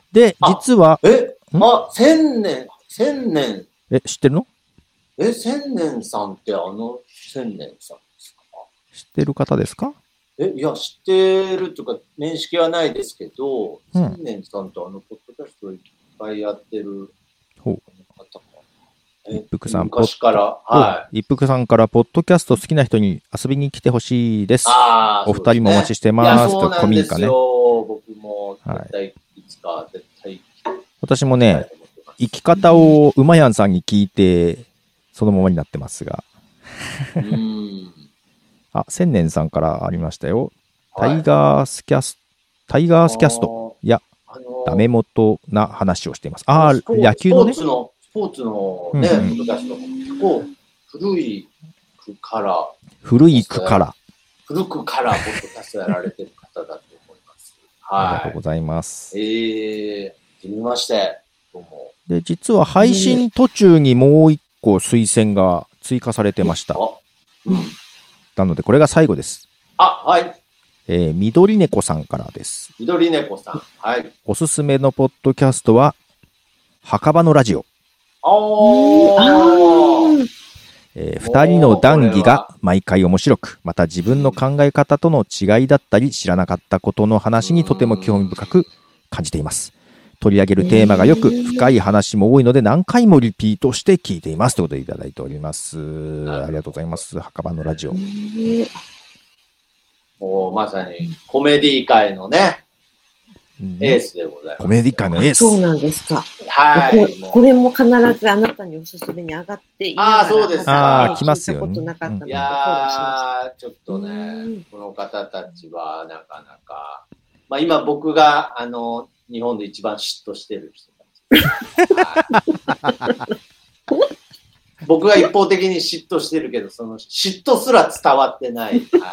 で、実は、 えあ、千年、千年。 え、知ってるの？ え、千年さんってあの千年さんですか？ 知ってる方ですか？ え、いや、知ってるというか、面識はないですけど、うん、千年さんとあの、ポッドキャストいっぱいやってる方か。 一服さん、 昔から、はい。一服さんから、ポッドキャスト好きな人に遊びに来てほしいです。あお二人もお待ちしてます。と、古民家ね。 僕も、絶対、いつか、絶対。 私もね、生き方をうまやんさんに聞いて、そのままになってますが。うーんあ、千年さんからありましたよ。タイガースキャスト、タイガースキャスト。いや、ダメ元な話をしています。ああ、野球のね。 スポーツのね、ポッドキャスト結構古い区から、 古い区から、 古くからポッドキャストやられてる方だと思います。はい。 ありがとうございます。 えー、はじめまして。どうも。 で、実は配信途中にもう一個推薦が追加されてました。うん。なので、これが最後です。 あ、はい。 えー、緑猫さんからです。 緑猫さん。はい。 おすすめのポッドキャストは、墓場のラジオ。 おー。 えー、二人の談義が毎回面白く、また自分の考え方との違いだったり、知らなかったことの話にとても興味深く、 感じています。取り上げるテーマがよく、深い話も多いので何回もリピートして聞いていますということでいただいております。ありがとうございます。墓場のラジオ。 もうまさにコメディ界のね、エースでございます。 コメディ界のエース。 そうなんですか。 はい。 これも必ずあなたにおすすめに上がっていああ、そうですか。ああ、来ますよね。 いやー、ちょっとね、この方たちはなかなか、まあ今僕が、あの、日本で一番嫉妬してる人たち。僕が一方的に嫉妬してるけど、その嫉妬すら伝わってない。はい、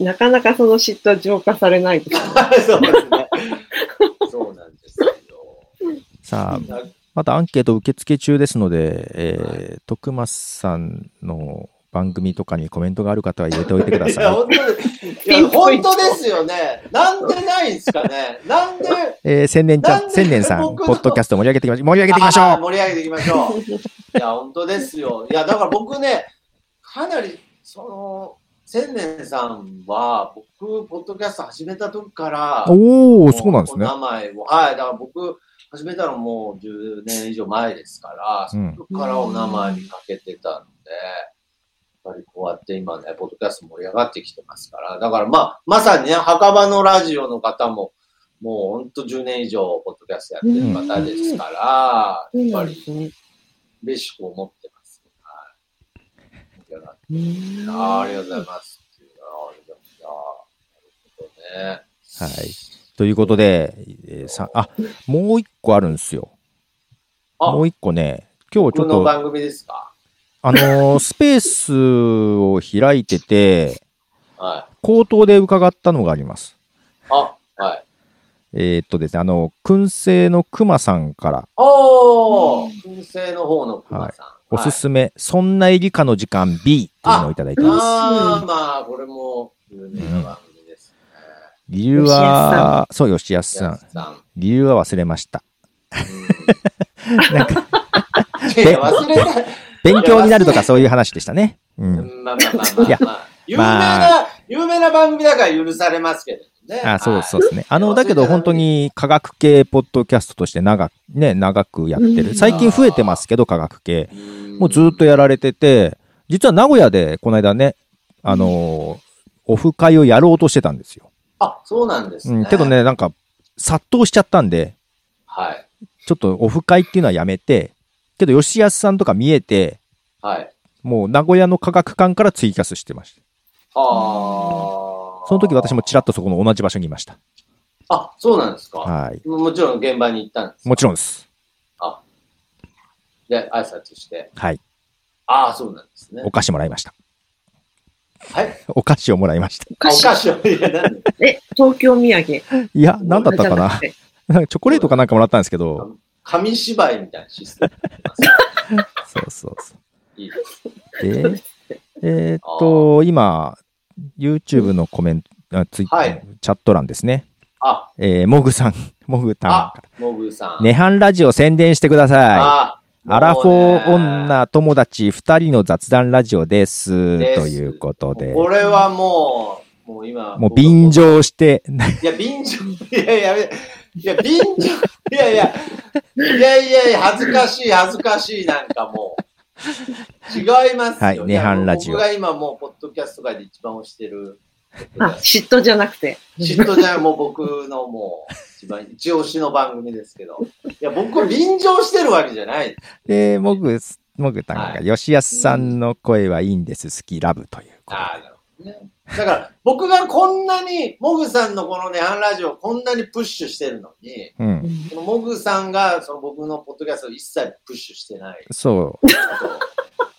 なかなかその嫉妬は浄化されないですね。 そうですね。そうなんですけど。 さあ、またアンケート受付中ですので、えーはい、徳松さんの番組とかにコメントがある方は入れておいてください。いや、本当です。 いや、本当ですよね。なんでないんですかね。なんで。 えー、千年ちゃん、千年さん、ポッドキャスト盛り上げていきましょう。盛り上げていきましょう。 盛り上げていきましょう。いや、本当ですよ。いや、だから僕ね、かなり、その、千年さんは、僕、ポッドキャスト始めた時から、 おー、そうなんですね。 お名前を、はい、だから僕、始めたのもうじゅうねん以上前ですから、その時からお名前にかけてたので、やっぱりこうやって今ね、ポッドキャスト盛り上がってきてますから、だからまあ、まさにね、墓場のラジオの方も、もうほんとじゅうねん以上、ポッドキャストやってる方ですから、うん、やっぱり、嬉しく思ってます。はい。ああ、ありがとうございます。ありがとうございます。なるほどね。 はい。ということで、えー、さあ、もう一個あるんですよ。もう一個ね、今日ちょっと。 僕の番組ですか？ あのー、スペースを開いてて、 はい、 口頭で伺ったのがあります。 あ、はい。 えー、っとですね、あの、燻製の熊さんから。 おー、燻製の方の熊さん。はい、 おすすめ、はい、そんな入りかの時間 ビー っていうのをいただいてます。 ああ、まあ、これも有名な番組ですね。 うん、理由は、そう、吉安さん。さん理由は忘れました。うん、なんか忘れた。 勉強になるとかそういう話でしたね。うん。 まあまあまあまあ、まあ、有名な、まあ、有名な番組だから許されますけどね。 あ、そうそうですね。あの、だけど本当に科学系ポッドキャストとして長く、ね、長くやってる。最近増えてますけど、科学系。もうずっとやられてて、実は名古屋でこの間ね、あの、オフ会をやろうとしてたんですよ。 あ、そうなんですね。 うん、けどね、なんか、殺到しちゃったんで、 はい。 ちょっとオフ会っていうのはやめて、けど吉安さんとか見えて、 はい、 もう名古屋の科学館からツイキャスしてました。 ああ。 その時私もちらっとそこの同じ場所にいました。 あ、そうなんですか。 はい。 もちろん現場に行ったんですか。 もちろんです。 あ。で、挨拶して。 はい。 ああ、そうなんですね。 お菓子もらいました。 はい。 お菓子をもらいました。 お菓子を、いや、なんでえ、東京土産。 いや、なんだったかな。なんかチョコレートかなんかもらったんですけど。 紙芝居みたいなシステム。 そうそうそう。 いいです。 で、えー、っと、今、YouTube のコメント、あツイはい、 チャット欄ですね。 あ、 えー、モグさん、モグタンから。モグさん。 ネハンラジオ宣伝してください。あアラフォー女友達二人の雑談ラジオです。ですということで。 これはもう、もう今。 もう便乗して。 いや、便乗、いやいや、いや、便乗、いやいや、いやいやいや、恥ずかしい、恥ずかしい、なんかもう。違いますよ。 はい、ネハンラジオ。 僕が今もう、ポッドキャスト界で一番推してる。 あ、嫉妬じゃなくて。 嫉妬じゃない、もう僕のもう、一番、一押しの番組ですけど。いや、僕、便乗してるわけじゃない。 で、モグ、モグタンが、はい、吉安さんの声はいいんです、好き、ラブということで。 ああ、なるほどね。だから、僕がこんなに、モグさんのこのね、ハンラジオをこんなにプッシュしてるのに、うん、このモグさんが、その僕のポッドキャストを一切プッシュしてない。 そう。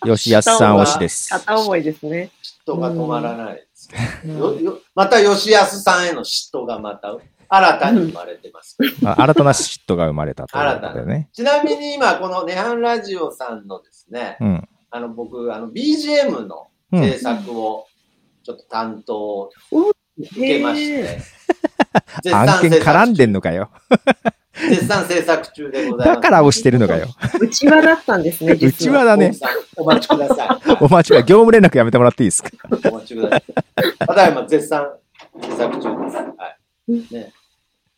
吉安さん推しです。 片思いですね。 嫉妬が止まらないです、うん、よよ。また吉安さんへの嫉妬がまた、新たに生まれてます。 うん、新たな嫉妬が生まれたということでね。 ちなみに今、このネハンラジオさんのですね、うん、あの、僕、あの、ビージーエム の制作を、ちょっと担当受けまして、 うん、案件絡んでんのかよ。 絶賛制作中でございます。 だから押してるのかよ。 うちわだったんですね、 うちわだね。 お待ちください。 お待ちください。業務連絡やめてもらっていいですか。 お待ちください。ただいま絶賛制作中です。はい。ね。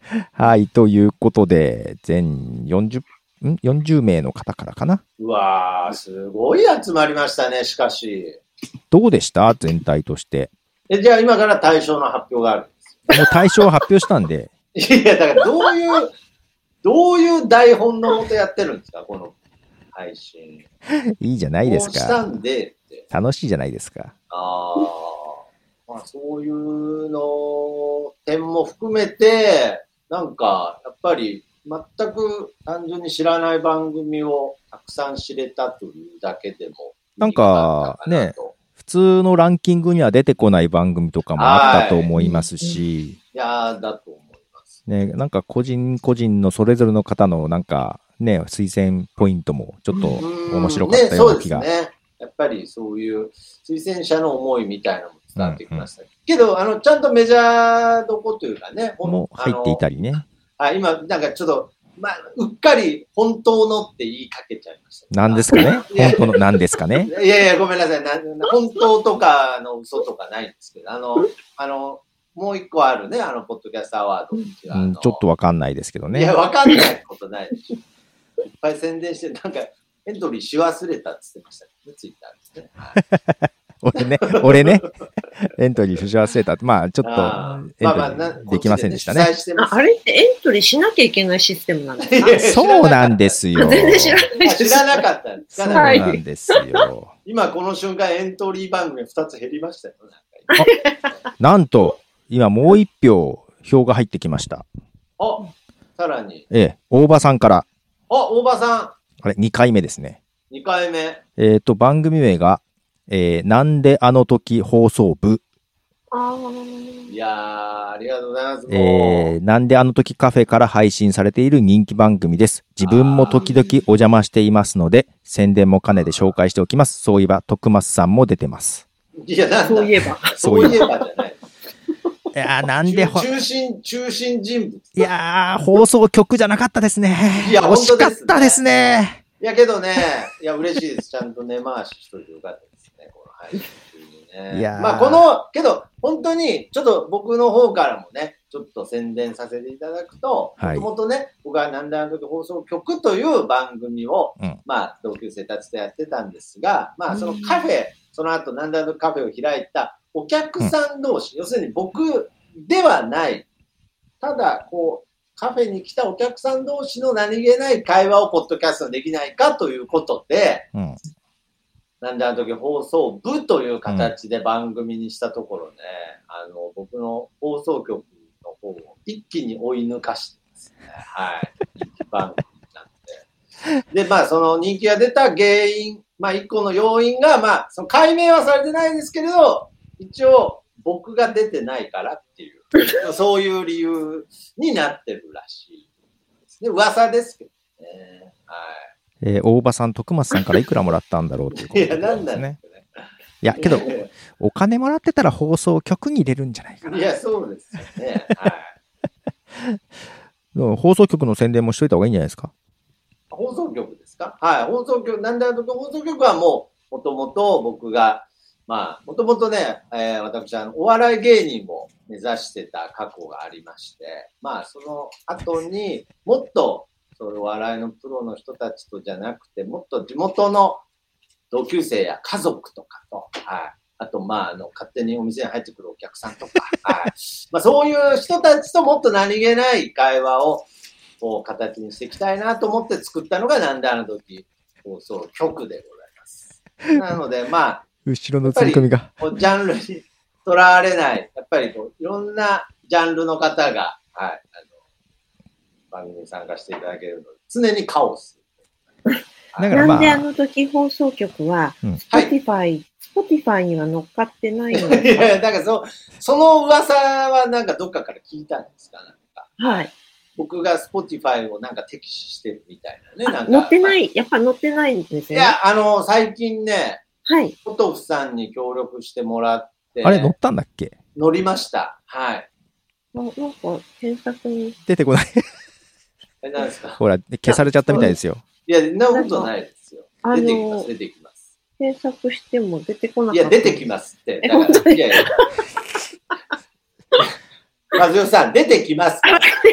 はい、ということで、全よんじゅう、ん ?よんじゅう 名の方からかな。 うわー、すごい集まりましたね、しかし。 どうでした全体として。 え、じゃあ今から対象の発表があるんですよ。もう対象を発表したんで。 いや、だからどういう、どういう台本のもとやってるんですかこの配信。 いいじゃないですか。 こうしたんでって。 楽しいじゃないですか。 ああ。まあそういうの点も含めて、なんか、やっぱり全く単純に知らない番組をたくさん知れたというだけでもなんかね、普通のランキングには出てこない番組とかもあったと思いますし。 いやー、だと思います。 ね、なんか個人個人のそれぞれの方のなんかね、推薦ポイントもちょっと面白かったような気が。 ね、そうですね。やっぱりそういう推薦者の思いみたいなのも伝わってきました。うんうん、けど、あの、ちゃんとメジャーどこというかね。 も入っていたりね。 あ、今、なんかちょっと、まあ、うっかり本当のって言いかけちゃいました。 何ですかね本当の、何ですかねいやいや、ごめんなさい。な本当とかの嘘とかないんですけど、あの、あの、もう一個あるね、あの、ポッドキャストアワード、 うん。ちょっとわかんないですけどね。 いや、わかんないことないでしょ。いっぱい宣伝して、なんか、エントリーし忘れたって言ってましたね、ツイッターですね。はい俺ね、俺ね、エントリーし忘れたって、まあちょっとエントリーできませんでしたね。 あ, あれってエントリーしなきゃいけないシステムなんですか？ そうなんですよ。 全然知らないです。 知らなかったんですか？ そうなんですよ。 今この瞬間エントリー番組ふたつ減りましたよ。 なんと、今もう一票、票が入ってきました。 あ、さらに。 ええ、大場さんから。 あ、大場さん。 あれ、にかいめですね。 にかいめ。 えっと、番組名が、えー、なんであの時放送部。 あいやー、ありがとうございます。 えー、なんであの時カフェから配信されている人気番組です。自分も時々お邪魔していますので、宣伝も兼ねて紹介しておきます。そういえば、徳松さんも出てます。 いや、なんだそういえば。 そういえばじゃない。 いやー、なんで中心、中心人物。 いやー、放送局じゃなかったですね。 いや、 惜しかったですね。 いや、けどね、いや、嬉しいです。ちゃんと根回ししといてよかったですね、この配信中にね。いやまあ、この、けど、本当に、ちょっと僕の方からもね、ちょっと宣伝させていただくと、もともとね、僕はなんであの時放送局という番組を、うん、まあ、同級生たちとやってたんですが、まあ、そのカフェ、うん、その後、なんであの時カフェを開いたお客さん同士、うん、要するに僕ではない、ただ、こう、カフェに来たお客さん同士の何気ない会話をポッドキャストにできないかということで、うん、なんであの時放送部という形で番組にしたところね、うん、あの僕の放送局の方を一気に追い抜かしてですね、はい、人気番組になって。で、まあその人気が出た原因、まあ一個の要因が、まあその解明はされてないですけれど、一応僕が出てないからっていう。そういう理由になってるらしいですね。噂ですけどね。はい。 えー、大場さん、徳松さんからいくらもらったんだろうっていうことですね。 いや、なんなんですかね。 いや、けど、お金もらってたら放送局に入れるんじゃないかな。 いや、そうですよね。はい。 放送局の宣伝もしといた方がいいんじゃないですか。 放送局ですか？はい。放送局、なんだと放送局はもう、もともと僕が、まあ、もともとね、えー、私はお笑い芸人を目指してた過去がありまして、まあ、その後にもっと、そういうお笑いのプロの人たちとじゃなくて、もっと地元の同級生や家族とかと、はい。あと、まあ、あの、勝手にお店に入ってくるお客さんとか、はい。まあ、そういう人たちともっと何気ない会話を、こう、形にしていきたいなと思って作ったのが、なんであの時放送局でございます。なので、まあ、 後ろのツッコミが。 ジャンルにとらわれない、やっぱりこういろんなジャンルの方が、はい、あの番組に参加していただけるので、常にカオス。 だからまあ、なんであの時放送局は、うん、Spotify、はい、Spotify には乗っかってないのいや、だからそ、その噂はなんかどっかから聞いたんですか？なんかはい。 僕が Spotify をなんか敵視してるみたいなね。なんか乗ってない、やっぱ乗ってないんですよね。 いや、あの、最近ね、 はい。 ポトフさんに協力してもらって。 あれ乗ったんだっけ？ 乗りました。はい。 ななんか、検索に。 出てこない。 え、なんですか？ ほら、消されちゃったみたいですよ。 いや、そんなことないですよ。出てきます、出てきます。 検索しても出てこなかった。 いや、出てきますって。だからいやいや。和代さん、出てきますから。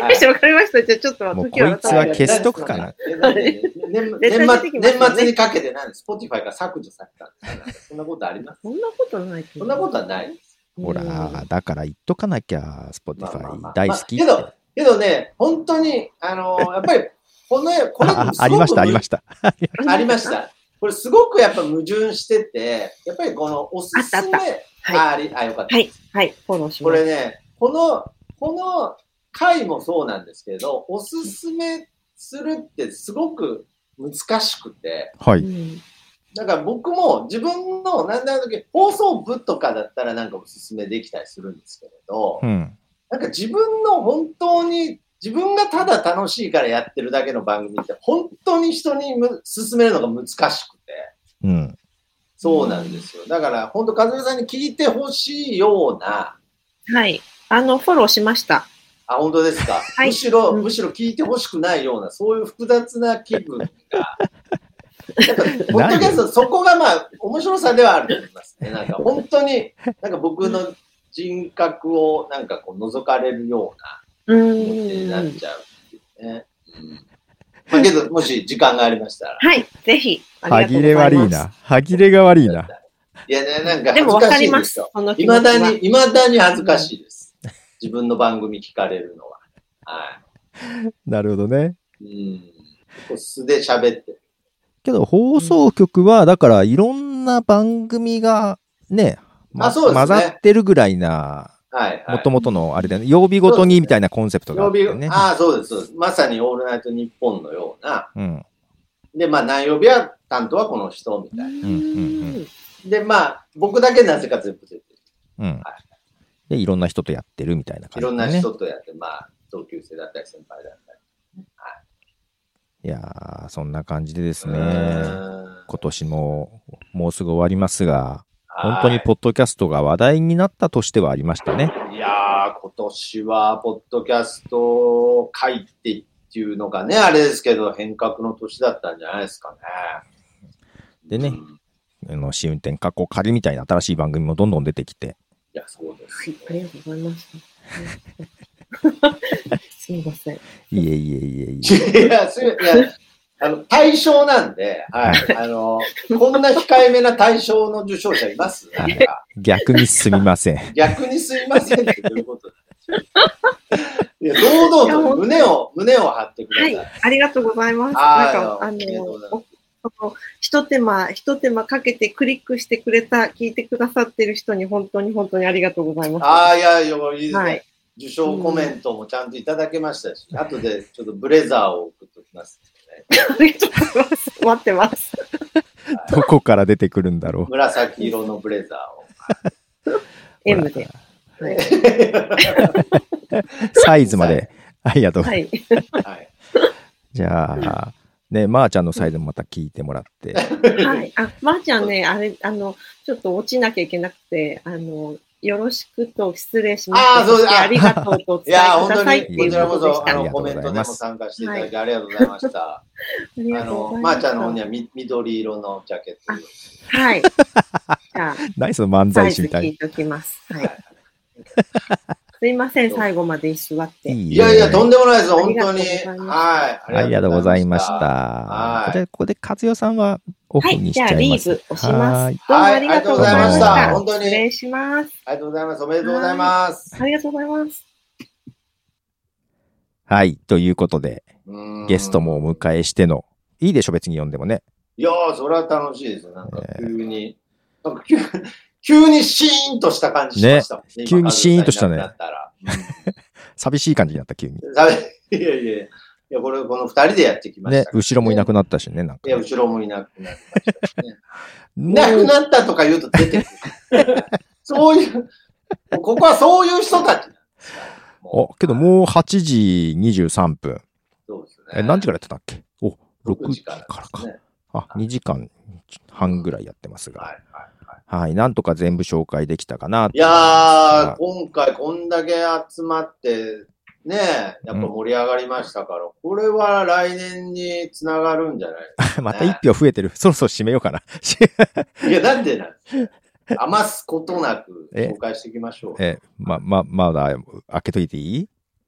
りました、わかりました。じゃあちょっと、 もうこいつは消しとくかな。 年末にかけて何で、Spotify が削除されたんですか？そんなことあります？ そんなことない。 そんなことはない。 ほら、だから言っとかなきゃ、Spotify 大好きって。 けど、けどね、本当に、あの、やっぱり、この、これありました、ありました。 ありました。これすごくやっぱ矛盾してて、やっぱりこのおすすめ、あ、あり、あ、よかった。 はい、はい、フォローします。 これね、この、この回もそうなんですけど、おすすめするってすごく難しくて、 はい。 だから僕も自分の、なんだ時放送部とかだったらなんかおすすめできたりするんですけれど、うん、なんか自分の本当に、自分がただ楽しいからやってるだけの番組って本当に人に勧めるのが難しくて、うん、そうなんですよ。だから本当、和美さんに聞いてほしいような。 はい。あの、フォローしました。 あ、本当ですか。はい、むしろ、うん、むしろ聞いてほしくないような、そういう複雑な気分が。なんか、ポッドキャスト、そこがまあ、面白さではあると思いますね。なんか本当に、なんか僕の人格をなんかこう覗かれるような。気持ちになっちゃうっていうね。うん、まあけど、もし時間がありましたら。 はい、ぜひ。 歯切れ悪いな。歯切れが悪いな。 いやね、なんか恥ずかしいですよ。いまだに、いまだに恥ずかしいです。自分の番組聞かれるのは。はい。 なるほどね。 うん。素で喋ってる。 けど、放送局は、だからいろんな番組がね、ま、あそうですね、混ざってるぐらいな、はいはい、もともとのあれだよね、曜日ごとにみたいなコンセプトがあってね。 ああ、そうです、そうです。まさにオールナイトニッポンのような。うん、で、まあ何曜日は担当はこの人みたいな。うんうんうん、で、まあ僕だけなぜか全部出てる。うん、はい。 で、いろんな人とやってるみたいな感じ、ね。 いろんな人とやって、まあ同級生だったり先輩だったり。はい。 いやー、そんな感じでですね、今年ももうすぐ終わりますが、本当にポッドキャストが話題になったとしてはありましたね。 いやー、今年はポッドキャスト界ってっていうのがね、あれですけど、変革の年だったんじゃないですかね。 でね、うん、あの試運転過去仮みたいな新しい番組もどんどん出てきて。 いや、そうです。 はい、ありがとうございます。すみません。いえいえいえいえいえ。いや、すいやあの、対象なんで、はい。あの、こんな控えめな対象の受賞者いますなんか逆にすみません。 逆にすみませんってどういうこといや、堂々と胸を、胸を張ってください。 はい、ありがとうございます。なんか、あの、一手間、一手間かけてクリックしてくれた、聞いてくださってる人に本当に本当にありがとうございます。 ああ、いや、いや、いいですね。はい、受賞コメントもちゃんといただけましたし、うん、後でちょっとブレザーを送っておきます、 ね。ありがとうございます。待ってます。 どこから出てくるんだろう。 紫色のブレザーを。 M で。はい、 サイズまで。ありがとう。はい。じゃあ、ね、まーちゃんのサイズもまた聞いてもらって。 はい。あ、まーちゃんね、あれ、あの、ちょっと落ちなきゃいけなくて、あの、よろしくと失礼しました。 ああ、そうです。 ありがとうとお伝えくださいっていうことでした。 あの、コメントでも参加していただきありがとうございました。あの、まーちゃんの方にはみ緑色のジャケット。 はい。じゃあ、 何その漫才師みたい。 聞いておきます。はい。すいません、最後まで居座って。 いやいや、とんでもないです、本当に。はい。 ありがとうございました。はい。じゃあ、ここで和代さんはオフにしちゃいます。はい、じゃあ、リーブ押します。どうもありがとうございました。 本当に。 失礼します。 ありがとうございます。おめでとうございます。 ありがとうございます。 はい。ということで、ゲストもお迎えしての、いいでしょ、別に呼んでもね。 いやー、それは楽しいですよ。なんか急に。なんか急に。急にシーンとした感じしましたもんね。 ね、急にシーンとしたね。うん、寂しい感じになった、急に。 いやいやいや。いや、これ、この二人でやってきました、ね。 ね、後ろもいなくなったしね、なんか、ね。 いや、後ろもいなくなりましたしね。いなくなったとか言うと出てくる。そういう、ここはそういう人たちなんですか。 あ、けどもうはちじにじゅうさんぷん。 そうですね。 え、何時からやってたっけ？お、ろくじからか。あ、にじかんはんぐらいやってますが。はいはい。はい。なんとか全部紹介できたかな。 いやー、今回こんだけ集まって、ねえ、やっぱ盛り上がりましたから、うん、これは来年につながるんじゃないですか、ね。 また一票増えてる。そろそろ締めようかな。 いや、なんでなんですか。余すことなく紹介していきましょう。 え、えま、ま、まだ開けといていい？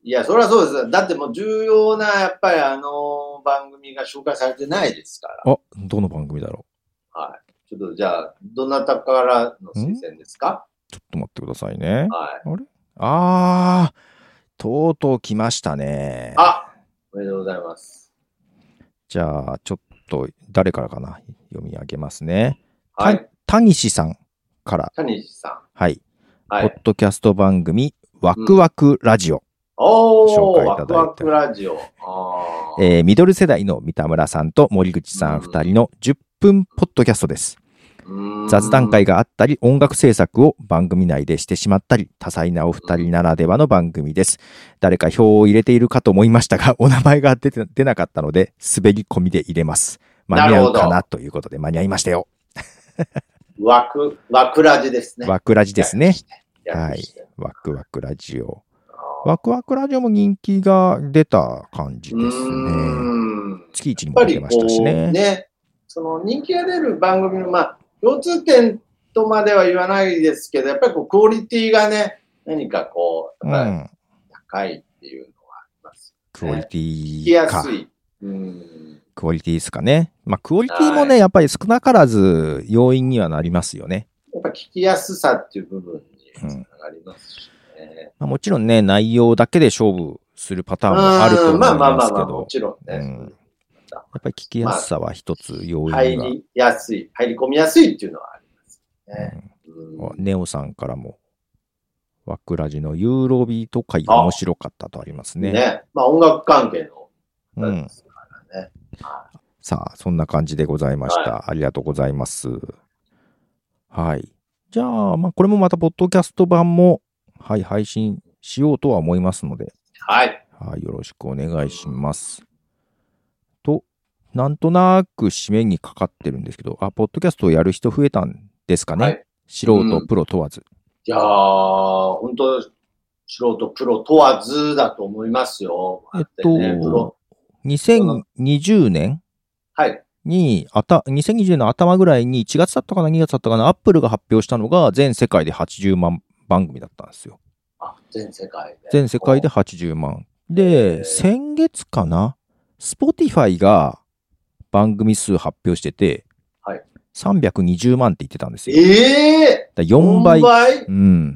いや、そりゃそうです。だってもう重要な、やっぱりあの番組が紹介されてないですから。 あ、どの番組だろう。はい。ちょっとじゃあ、どなたからの推薦ですか？ ちょっと待ってくださいね。 はい。 あれあー、とうとう来ましたね。 あ、おめでとうございます。 じゃあ、ちょっと、誰からかな読み上げますね。 はい。 たにしさんから。 たにしさん。 はい。 はい。 ポッドキャスト番組、ワクワクラジオ。うんおー、ワクワクラジオ。あえー、ミドル世代の三田村さんと森口さんふたりのじゅっぷんポッドキャストです。雑談会があったり、音楽制作を番組内でしてしまったり、多彩なお二人ならではの番組です。誰か票を入れているかと思いましたが、お名前が出て出なかったので、滑り込みで入れます。間に合うかなということで、間に合いましたよ。 ワク、ワクラジですね。 ワクラジですね。はい。ワクワクラジオ。ワクワクラジオも人気が出た感じですね。月一にも出ましたしね。 ね、その人気が出る番組の、まあ、共通点とまでは言わないですけど、やっぱりこうクオリティがね、何かこう、やっぱり高いっていうのはあります、ね。 クオリティ聞きやすい。 うんクオリティですかね。まあ、クオリティもね、やっぱり少なからず要因にはなりますよね。 やっぱ聞きやすさっていう部分につながりますし。うんまあ、もちろんね、内容だけで勝負するパターンもあると思いますけど。まあまあまあまあ、 もちろんね。うん、 やっぱり聞きやすさは一つ要因が、まあ、 入りやすい、入り込みやすいっていうのはありますね。 うんうん、ネオさんからも、ワクラジのユーロビート会面白かったとありますね。 ね。まあ音楽関係のですからね。 うん、さあ、そんな感じでございました。はい、ありがとうございます。はい。じゃあ、まあこれもまたポッドキャスト版も、はい、配信しようとは思いますので、 はい。 はい、よろしくお願いします。と、なんとなく締めにかかってるんですけど、あ、ポッドキャストをやる人増えたんですかね。はい、素人、プロ問わず。 いやー、本当素人、プロ問わずだと思いますよ。 えっと、ね、にせんにじゅうねんはい。 に、あた、にせんにじゅうねんの頭ぐらいにいちがつだったかな、にがつだったかな、アップルが発表したのが全世界ではちじゅうまん番組だったんですよ。 あ、全世界で。 全世界ではちじゅうまん。で、先月かな、Spotify が番組数発表してて、 はい、 さんびゃくにじゅうまんって言ってたんですよ。 ええー、 だよんばい。 よんばい？ うん。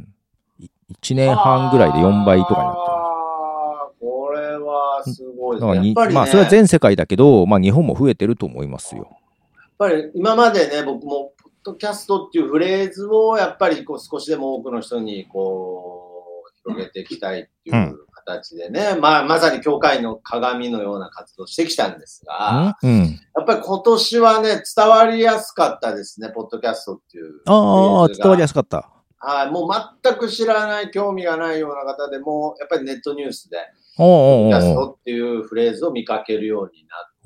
いちねんはんぐらいでよんばいとかになってる。 ああ、これはすごいですね。やっぱりね、 まあ、それは全世界だけど、まあ、日本も増えてると思いますよ。 やっぱり今までね、僕も、ポッドキャストっていうフレーズを、やっぱりこう少しでも多くの人に、こう、広げていきたいっていう形でね、うん、まあ、まさに教会の鏡のような活動をしてきたんですが、 うんうん、 やっぱり今年はね、伝わりやすかったですね、ポッドキャストっていう。 ああ、伝わりやすかった。 はい、もう全く知らない、興味がないような方でも、やっぱりネットニュースで、ポッドキャストっていうフレーズを見かけるようになって、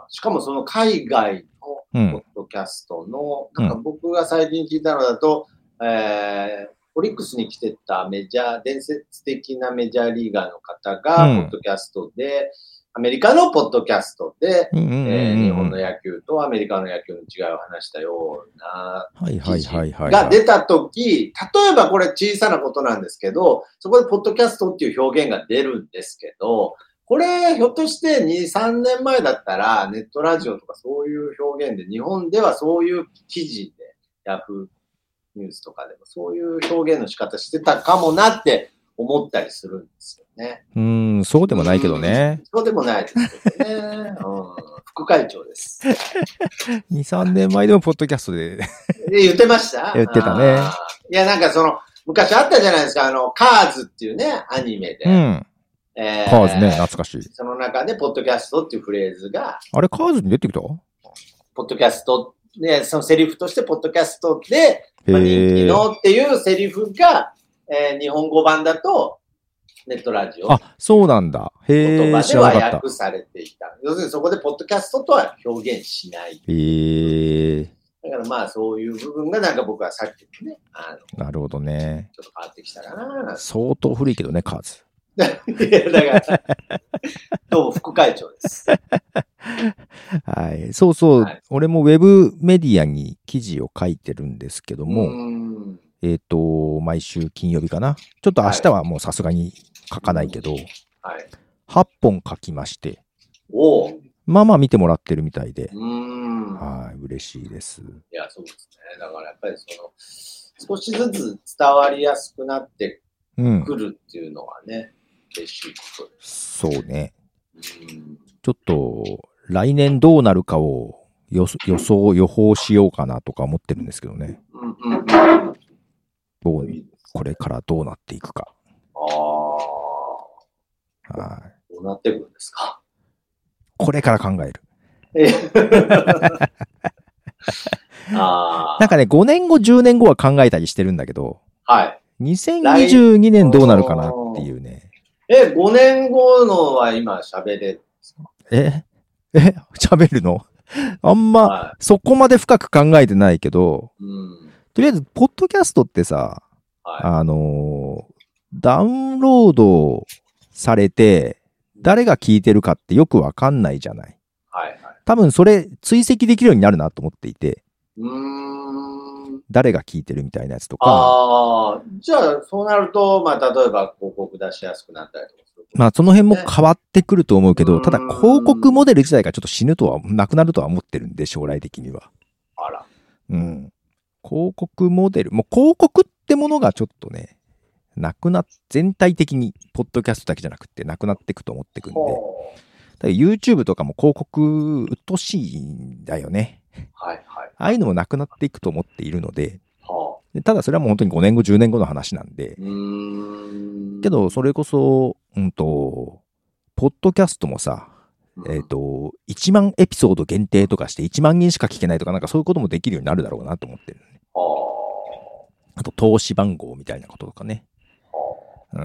しかもその海外のポッドキャストの、うん、なんか僕が最近聞いたのだと、うん、えー、オリックスに来てたメジャー、伝説的なメジャーリーガーの方が、ポッドキャストで、アメリカのポッドキャストで、日本の野球とアメリカの野球の違いを話したような記事が出たとき、例えばこれ小さなことなんですけど、そこでポッドキャストっていう表現が出るんですけど、これひょっとしてに、さんねんまえだったらネットラジオとかそういう表現で、日本ではそういう記事で、ヤフーニュースとかでもそういう表現の仕方してたかもなって思ったりするんですよね。 うーん、そうでもないけどね。 そうでもないですけどね。うん、副会長です。 に、さんねんまえでもポッドキャストで。 言ってました？ 言ってたね。 いや、なんかその、昔あったじゃないですか、あの、カーズっていうね、アニメで。 うん。えー、カーズね、懐かしい。 その中で、ポッドキャストっていうフレーズが。 あれ、カーズに出てきた？ ポッドキャスト、ね、そのセリフとして、ポッドキャストで、まあ、人気のっていうセリフが、えー、日本語版だと、ネットラジオ。 あ、そうなんだ。へ言葉では訳されていた。要するにそこでポッドキャストとは表現しない。 へえ。 だからまあそういう部分がなんか僕はさっきのね、あの。 なるほどね。 ちょっと変わってきたかな。 相当古いけどね、カーズ。 いや、だから、どうも副会長です。 はい。そうそう、はい。俺もウェブメディアに記事を書いてるんですけども、えっと、毎週金曜日かな。ちょっと明日はもうさすがに書かないけど、 はい、 はっぽん書きまして、 おまあまあ見てもらってるみたいで、 うーんはい、嬉しいです。 いや、そうですね。だからやっぱりその、少しずつ伝わりやすくなってくるっていうのはね、うん、嬉しいことです。 そうね。 うん、 ちょっと、来年どうなるかを予想、予報しようかなとか思ってるんですけどね。 うんうんうん、 どうこれからどうなっていくか。 ああ。はい。どうなっていくんですか。 これから考える。 あなんかね、ごねんご、じゅうねんごは考えたりしてるんだけど、 はい。 にせんにじゅうにねんどうなるかなっていうね。 え、ごねんごのは今喋れるんですか？ ええ喋るのあんま、はい、そこまで深く考えてないけど、うん、とりあえず、ポッドキャストってさ、はい、あのー、ダウンロードされて、誰が聞いてるかってよくわかんないじゃない。はいはい。多分それ追跡できるようになるなと思っていて。うーん。誰が聞いてるみたいなやつとか。 ああ、じゃあそうなると、まあ例えば広告出しやすくなったりとかする、ね。 まあその辺も変わってくると思うけど、ただ広告モデル自体がちょっと死ぬとは、なくなるとは思ってるんで、将来的には。 あら。 うん。広告モデル、もう広告ってものがちょっとね、なくなっ、全体的に、ポッドキャストだけじゃなくて、なくなっていくと思っていくんで。だ YouTube とかも広告、うっとしいんだよね。はいはい。ああいうのもなくなっていくと思っているので、はあ、でただそれはもう本当にごねんご、じゅうねんごの話なんで。うーんけど、それこそ、うんと、ポッドキャストもさ、えっと、いちまんエピソード限定とかしていちまんにんしか聞けないとか、なんかそういうこともできるようになるだろうなと思ってる、ね。あと、投資番号みたいなこととかね。うん。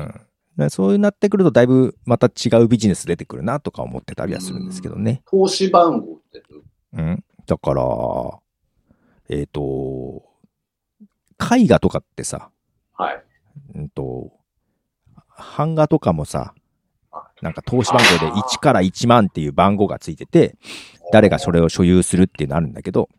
そうなってくるとだいぶまた違うビジネス出てくるなとか思ってたりはするんですけどね。 投資番号ってうん。だから、えっと、絵画とかってさ、はい。うんと、版画とかもさ、なんか投資番号でいちからいちまんっていう番号がついてて、誰がそれを所有するっていうのあるんだけど、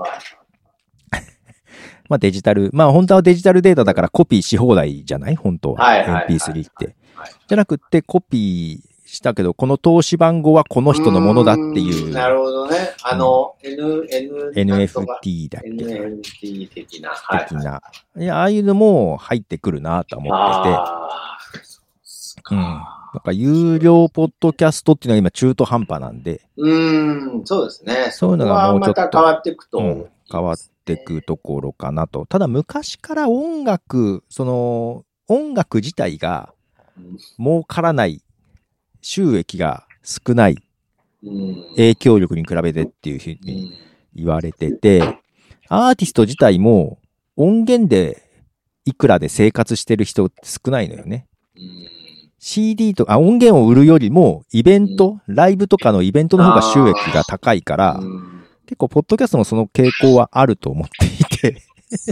まあデジタル、まあ本当はデジタルデータだからコピーし放題じゃない本当は。はいはいはいはい、エムピースリー って。じゃなくってコピーしたけど、この投資番号はこの人のものだっていう。 うなるほどね。あの、うん、N、N、 エヌエフティー だっけエヌエフティー 的な。はい、 的な。いや、ああいうのも入ってくるなと思ってて。あうん。なんか有料ポッドキャストっていうのは今中途半端なんで。 うーん、そうですね。 そういうのがもうちょっと。 また変わっていくと、うん。 変わっていくところかなと。ただ昔から音楽、その、音楽自体が儲からない、収益が少ない影響力に比べてっていうふうに言われてて、アーティスト自体も音源でいくらで生活してる人って少ないのよね。シーディー とか、音源を売るよりもイベント、ライブとかのイベントの方が収益が高いから、結構ポッドキャストもその傾向はあると思っていて、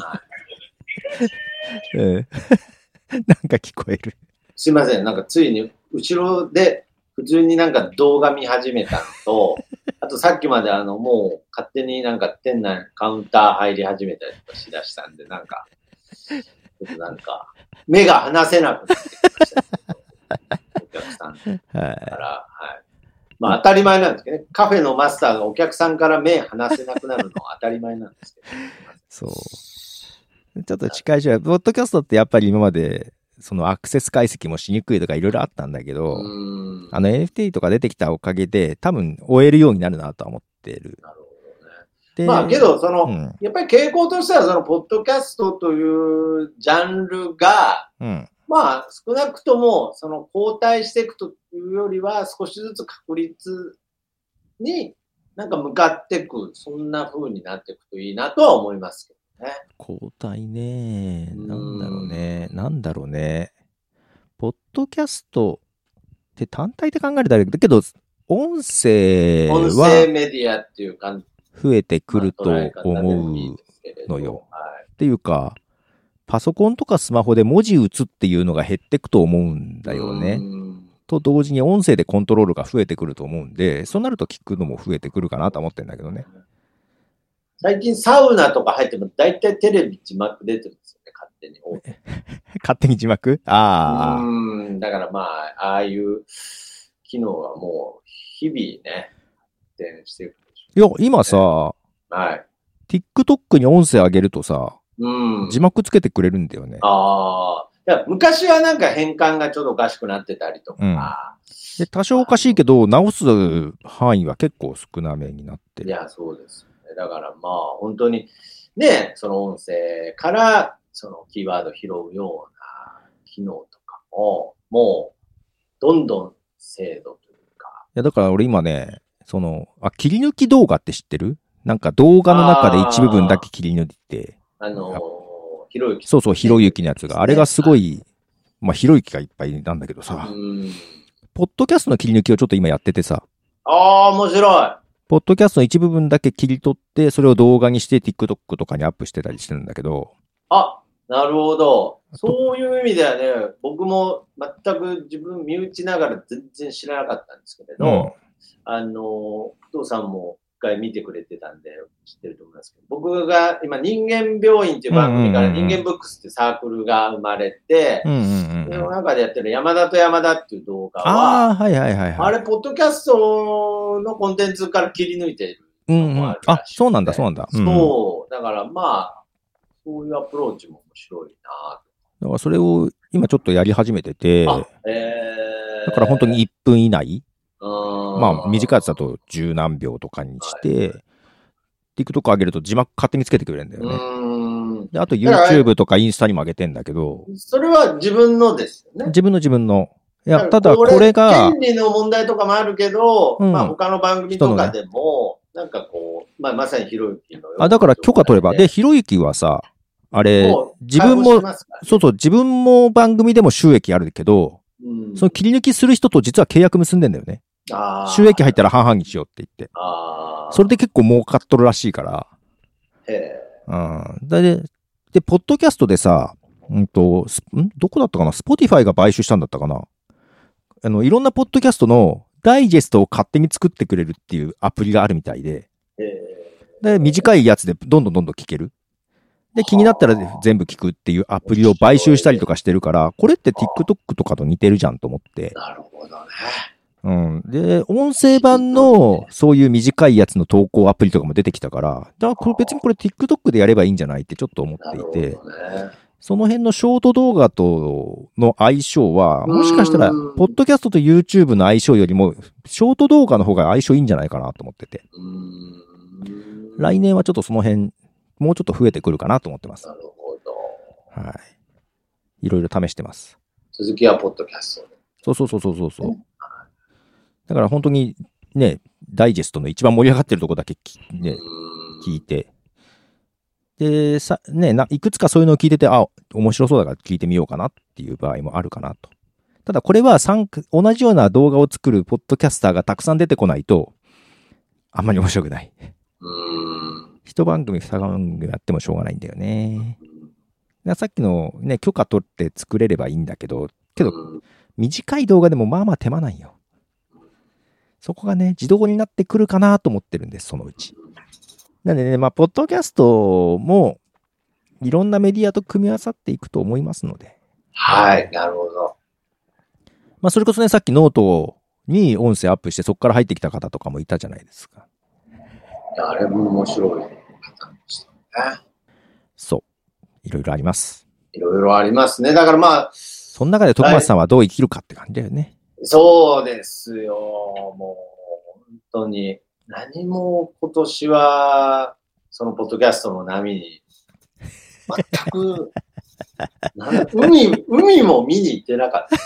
うん、なんか聞こえる。 すいません、なんかついに後ろで普通になんか動画見始めたのと、あとさっきまであのもう勝手になんか店内カウンター入り始めたりとかしだしたんで、なんか、ちょっとなんか目が離せなくなってきました、ね。お客さんから、はい。まあ当たり前なんですけどね。カフェのマスターがお客さんから目離せなくなるのは当たり前なんですけど。 そう。ちょっと近いし、ポッドキャストってやっぱり今まで、そのアクセス解析もしにくいとかいろいろあったんだけど、あの エヌエフティー とか出てきたおかげで多分追えるようになるなとは思ってる。なるほどね。まあけど、その、うん、やっぱり傾向としてはそのポッドキャストというジャンルが、うん、まあ少なくともその後退していくというよりは少しずつ確率になんか向かっていく、そんな風になっていくといいなとは思いますけど。ね、 交代ね。なんだろうね。なんだろうね。ポッドキャストって単体で考えるだけど、音声は音声メディアっていう感じ増えてくると思うのよ。はい、っていうか、パソコンとかスマホで文字打つっていうのが減ってくと思うんだよね。と同時に音声でコントロールが増えてくると思うんで、そうなると聞くのも増えてくるかなと思ってるんだけどね。 最近サウナとか入っても大体テレビ字幕出てるんですよね、勝手に。 勝手に字幕ああ。 うん。だからまあ、ああいう機能はもう日々ね、発展していくでしょ。いや、今さ、 はい。 TikTok に音声上げるとさ、 うん、 字幕つけてくれるんだよね。 ああ。いや、昔はなんか変換がちょっとおかしくなってたりとか。うん、 で多少おかしいけど、直す範囲は結構少なめになってる。 いや、そうですよね。だからまあ、本当に、ね、その音声から、そのキーワードを拾うような機能とかも、もう、どんどん精度というか。 いや、だから俺今ね、その、あ、切り抜き動画って知ってる？なんか動画の中で一部分だけ切り抜いて。 あのー、ひろゆき。 そうそう、ひろゆきのやつが。あれがすごい、まあ、ひろゆきがいっぱいなんだけどさ。うんポッドキャストの切り抜きをちょっと今やっててさ。 ああ、面白い。 ポッドキャストの一部分だけ切り取って、それを動画にして TikTok とかにアップしてたりしてるんだけど。 あ、なるほど。そういう意味ではね、僕も全く自分身内ながら全然知らなかったんですけれど、うん、あの、工藤さんも一回見てくれてたんで知ってると思いますけど、僕が今人間病院っていう番組から人間ブックスってサークルが生まれて、その中でやってる山田と山田っていう動画は、 あ, はいはいはいはい、 あれ、ポッドキャストのコンテンツから切り抜いているのもあるらしい、 うんうん。あ、そうなんだそうなんだ。 うん、そう。だからまあ、そういうアプローチも面白いな。 だからそれを今ちょっとやり始めてて、えー、だから本当にいっぷん以内、まあ短いやつだと十何秒とかにして、はい、TikTok 上げると字幕勝手につけてくれるんだよね。うんであと YouTube とかインスタにも上げてんだけど、 それは自分のですよね。 自分の自分の。いや、ただこれが。 権利の問題とかもあるけど、うん、まあ他の番組とかでも、ね、なんかこう、まあまさにひろゆきのような。 あ、だから許可取れば。で、ひろゆきはさ、あれ、自分も、ね、そうそう、自分も番組でも収益あるけど、うん、その切り抜きする人と実は契約結んでんだよね。収益入ったら半々にしようって言って。あそれで結構儲かっとるらしいから。へうん。で、で、ポッドキャストでさ、うんと、んどこだったかな？ Spotify が買収したんだったかな？あの、いろんなポッドキャストのダイジェストを勝手に作ってくれるっていうアプリがあるみたいで。で、短いやつでどんどんどんどん聞ける。で、気になったら全部聞くっていうアプリを買収したりとかしてるから、これって TikTok とかと似てるじゃんと思って。 なるほどね。 うん。で、音声版のそういう短いやつの投稿アプリとかも出てきたから、じゃあこれ別にこれ TikTok でやればいいんじゃないってちょっと思っていて、その辺のショート動画との相性は、もしかしたら、ポッドキャストと YouTube の相性よりも、ショート動画の方が相性いいんじゃないかなと思ってて。来年はちょっとその辺、もうちょっと増えてくるかなと思ってます。 なるほど。 はい。いろいろ試してます。 続きはポッドキャストで。 そうそうそうそうそう。だから本当にね、ダイジェストの一番盛り上がってるとこだけ、ね、聞いて、で、さ、ね、な、いくつかそういうのを聞いてて、あ、面白そうだから聞いてみようかなっていう場合もあるかなと。ただこれは三同じような動画を作るポッドキャスターがたくさん出てこないと、あんまり面白くない。一番組二番組やってもしょうがないんだよね。さっきのね、許可取って作れればいいんだけど、けど、短い動画でもまあまあ手間ないよ。そこがね、自動になってくるかなと思ってるんです、そのうち。なんでね、まあ、ポッドキャストも、いろんなメディアと組み合わさっていくと思いますので。 はい、なるほど。 まあ、それこそね、さっきノートに音声アップして、そこから入ってきた方とかもいたじゃないですか。 あれも面白い方でしたね。 そう。いろいろあります。 いろいろありますね。だからまあ。 その中で徳松さんはどう生きるかって感じだよね。 そうですよ。もう、本当に。何も今年は、そのポッドキャストの波に、全く、海、海も見に行ってなかった。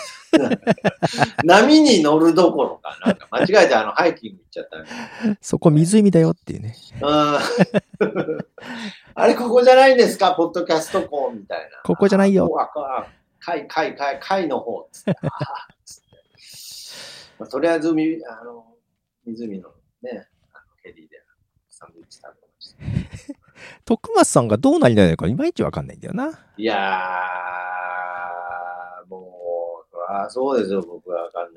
波に乗るどころか、なんか間違えてあのハイキング行っちゃったみたいな。 そこ湖だよっていうね。 あ, あれ、ここじゃないんですか、ポッドキャストコーンみたいな。 ここじゃないよ。 貝、貝、貝、貝の方つって。つってまあ、とりあえず海、あの、湖のね、あのヘリでサンドイッチ食べました。 徳松さんがどうなりたいのかいまいちわかんないんだよな。 いやー、もう、そりゃそうですよ、僕はわかん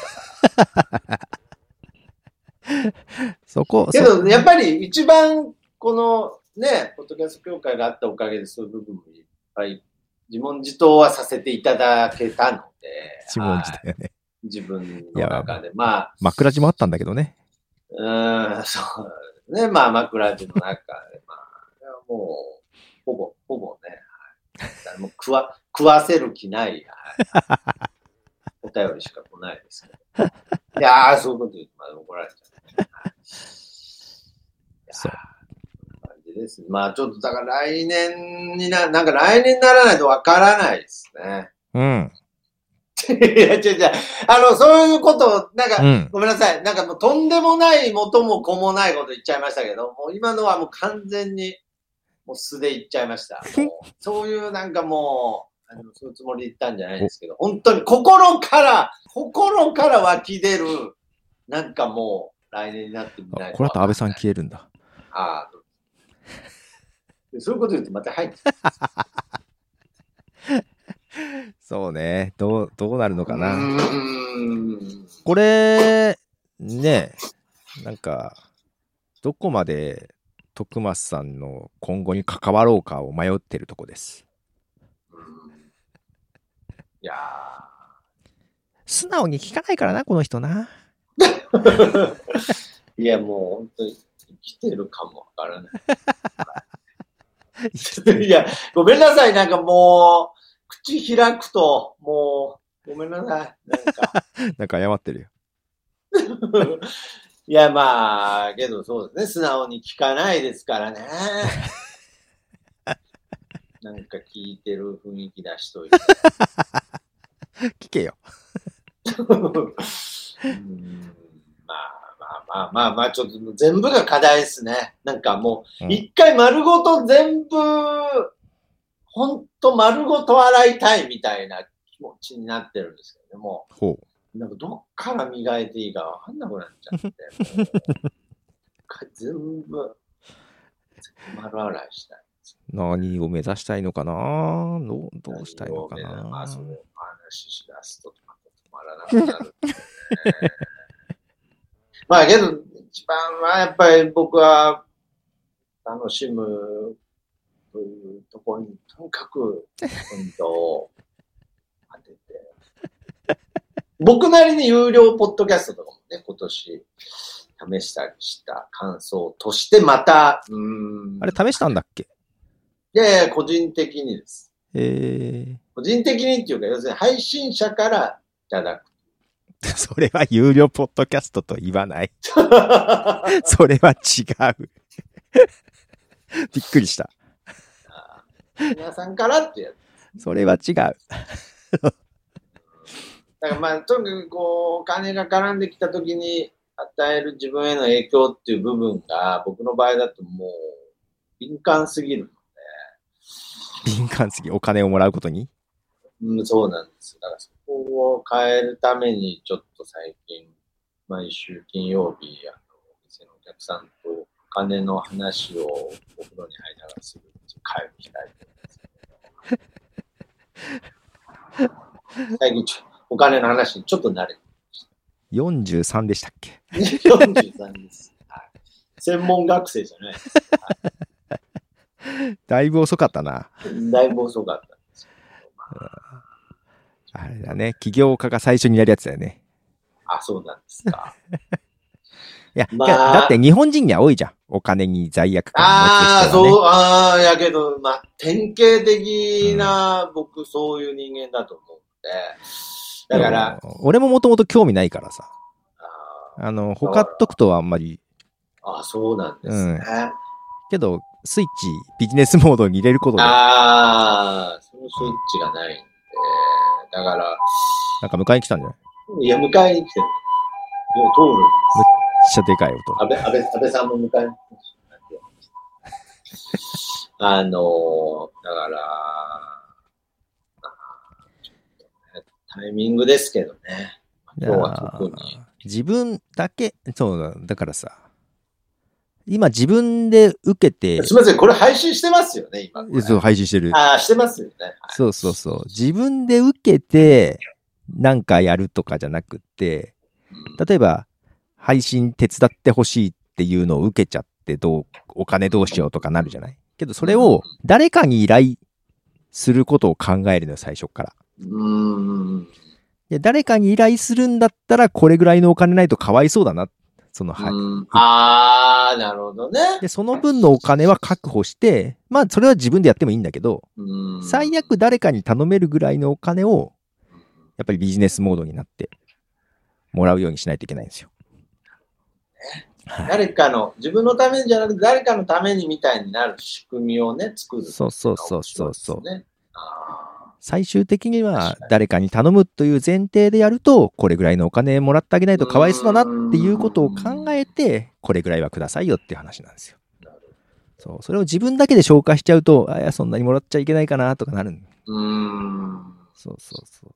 ない。 そこ。 けど、やっぱり一番、このね、ポッドキャスト協会があったおかげでそういう部分もいっぱい自問自答はさせていただけたので。 自問自答だよね。 自分の中で。まあ。 枕地もあったんだけどね。 うーん、そうですね。まあ、枕地の中で、まあ、もう、ほぼ、ほぼね、はい、もう食わ、食わせる気ない、はい、お便りしか来ないですけど。いやー、そういうこと言って、まだ怒られちゃう、ね。はい、 そう。 感じです。まあ、ちょっと、だから来年にな、なんか来年にならないとわからないですね。 うん。 いや、違う違う。あの、そういうことを、なんか、うん、ごめんなさい。なんかもうとんでもない元も子もないこと言っちゃいましたけど、もう今のはもう完全に、もう素で言っちゃいました。もうそういうなんかもう、あの、そういうつもりで言ったんじゃないですけど、本当に心から、心から湧き出る、なんかもう、来年になってみないと。 これだと安倍さん消えるんだ。 ああ。そういうこと言うとまた入ってそうね。どう、どうなるのかな。これ、ね、なんか、どこまで徳松さんの今後に関わろうかを迷ってるとこです。 いや素直に聞かないからな、この人な。 いや、もう本当に生きてるかもわからない。いや、ごめんなさい。なんかもう、口開くと、もう、ごめんなさい。なんか。 なんか謝ってるよ。 いや、まあ、けどそうですね。素直に聞かないですからね。なんか聞いてる雰囲気出しといて。 聞けよ。 うんまあまあまあまあまあ、ちょっと全部が課題ですね。なんかもう、一回丸ごと全部、ほんと丸ごと洗いたいみたいな気持ちになってるんですけどね、もう。 ほう。 なんかどっから磨いていいかわかんなくなっちゃって。全部、丸洗いしたい。 何を目指したいのかなどう、どうしたいのかなまあ、その話しだすと止まらなくなる、ね。まあけど、一番はやっぱり僕は楽しむというところにとにかくポイントを当てて、僕なりに有料ポッドキャストとかもね、今年試したりした感想としてまた、うーんあれ試したんだっけ？ いやいや、個人的にです。 えー、 個人的にっていうか、要するに配信者からいただく。 それは有料ポッドキャストと言わない。それは違う。びっくりした。 皆さんからってやつ。それは違う。だからまあ、とにかくこう、お金が絡んできたときに与える自分への影響っていう部分が、僕の場合だともう、敏感すぎるので。 敏感すぎ、お金をもらうことに？ うん、そうなんです。だからそこを変えるために、ちょっと最近、毎週金曜日、あの、お店のお客さんとお金の話をお風呂に入りながらするっていう会をしたいと思います。最近ちょ、お金の話にちょっと慣れてきました。 よんじゅうさんでしたっけ？ よんじゅうさんです。はい、専門学生じゃないです。はい、 だいぶ遅かったな。 だいぶ遅かったんですよ。 あれだね、起業家が最初にやるやつだよね。 あ、そうなんですか。 いや、まあ、だって日本人には多いじゃん。お金に罪悪感を持つ人が、ね。 ああ、そう、ああ、やけど、まあ、典型的な、うん、僕、そういう人間だと思うんで。だから。 俺ももともと興味ないからさ。あ, あの、ほかっとくとはあんまり。 ああ、そうなんですね。うん、 けど、スイッチ、ビジネスモードに入れることで。 ああ、そのスイッチがないんで。だから。 なんか迎えに来たんじゃない？ いや、迎えに来てる。もう通るんです。 めっちゃでかい音。 安倍、安倍、安倍さんも迎えに来てる。あのー、だから、ちょっとね、タイミングですけどね。今日は特に。 自分だけ、そうだ、だからさ。今自分で受けて。 すみません、これ配信してますよね、今。 そう、配信してる。 ああ、してますよね、はい。 そうそうそう。自分で受けて、なんかやるとかじゃなくて、例えば、配信手伝ってほしいっていうのを受けちゃって、どう、お金どうしようとかなるじゃない？けど、それを誰かに依頼することを考えるのよ、最初から。 うーん。 で誰かに依頼するんだったら、これぐらいのお金ないとかわいそうだな。その、はい。 あー、なるほどね。 で、その分のお金は確保して、まあ、それは自分でやってもいいんだけど、最悪誰かに頼めるぐらいのお金を、やっぱりビジネスモードになってもらうようにしないといけないんですよ。 誰かの、自分のためじゃなくて誰かのためにみたいになる仕組みをね、作る、ね。 そうそうそうそうそう。最終的には誰かに頼むという前提でやると、これぐらいのお金もらってあげないとかわいそうだなっていうことを考えて、これぐらいはくださいよっていう話なんですよ。そう、それを自分だけで消化しちゃうと、あ、いや、そんなにもらっちゃいけないかなとかなる。 うーん。 そうそうそう。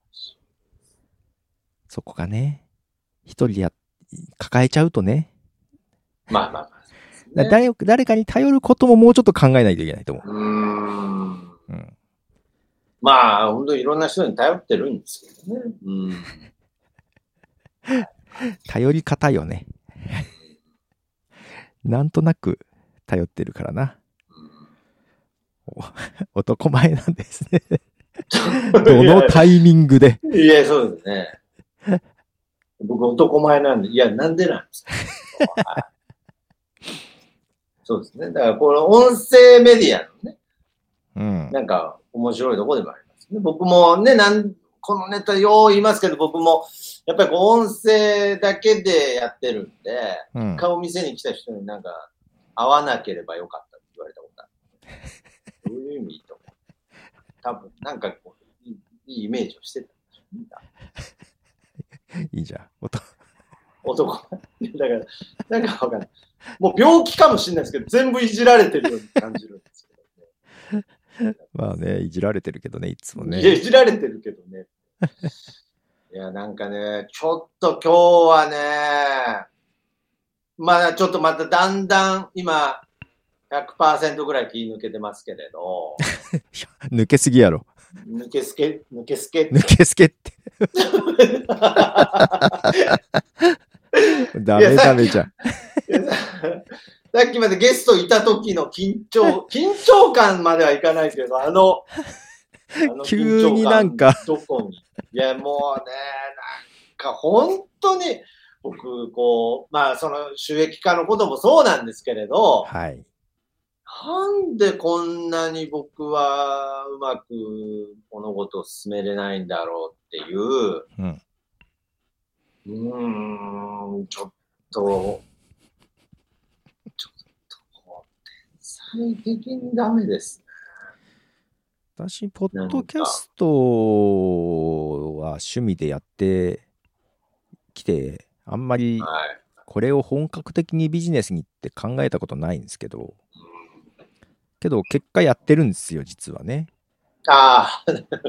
そこがね、一人でや抱えちゃうとね。 まあまあまあ、ね、誰。誰かに頼ることももうちょっと考えないといけないと思う。 うーん。うん、まあ、本当にいろんな人に頼ってるんですけどね。うん、 頼り方よね。なんとなく頼ってるからな。うん、男前なんですね。どのタイミングで。 いや、そうですね。僕男前なんで、いや、なんでなんですか。そうですね。だからこの音声メディアのね、うん、なんか面白いところでもありますね。僕もね、なんこのネタよう言いますけど、僕もやっぱりこう音声だけでやってるんで、うん、顔店に来た人になんか会わなければよかったって言われたことある。どういう意味と思う。多分なんかこういい、いいイメージをしてたんでしょうね。 いいじゃん。男。 男。だから、なんかわかんない。もう病気かもしれないですけど、全部いじられてるように感じるんですけどね。まあね、いじられてるけどね、いつもね。 いや、いじられてるけどね。いや、なんかね、ちょっと今日はね、まだちょっとまただんだん今、ひゃくパーセント ぐらい気抜けてますけれど。 抜けすぎやろ。 抜けすけ、抜けすけ。 抜けすけって。ダメダメじゃん。 さっきまでゲストいた時の緊張、緊張感まではいかないけど、あの、 あの急になんか。 どこに。いや、もうね、なんか本当に、僕、こう、まあ、その収益化のこともそうなんですけれど、 はい。 なんでこんなに僕はうまく物事を進めれないんだろうっていう、うん、うーん、ちょっと、ちょっと、天才的にダメですね。 私、ポッドキャストは趣味でやってきて、あんまりこれを本格的にビジネスにって考えたことないんですけど、けど結果やってるんですよ、実はね。 ああ。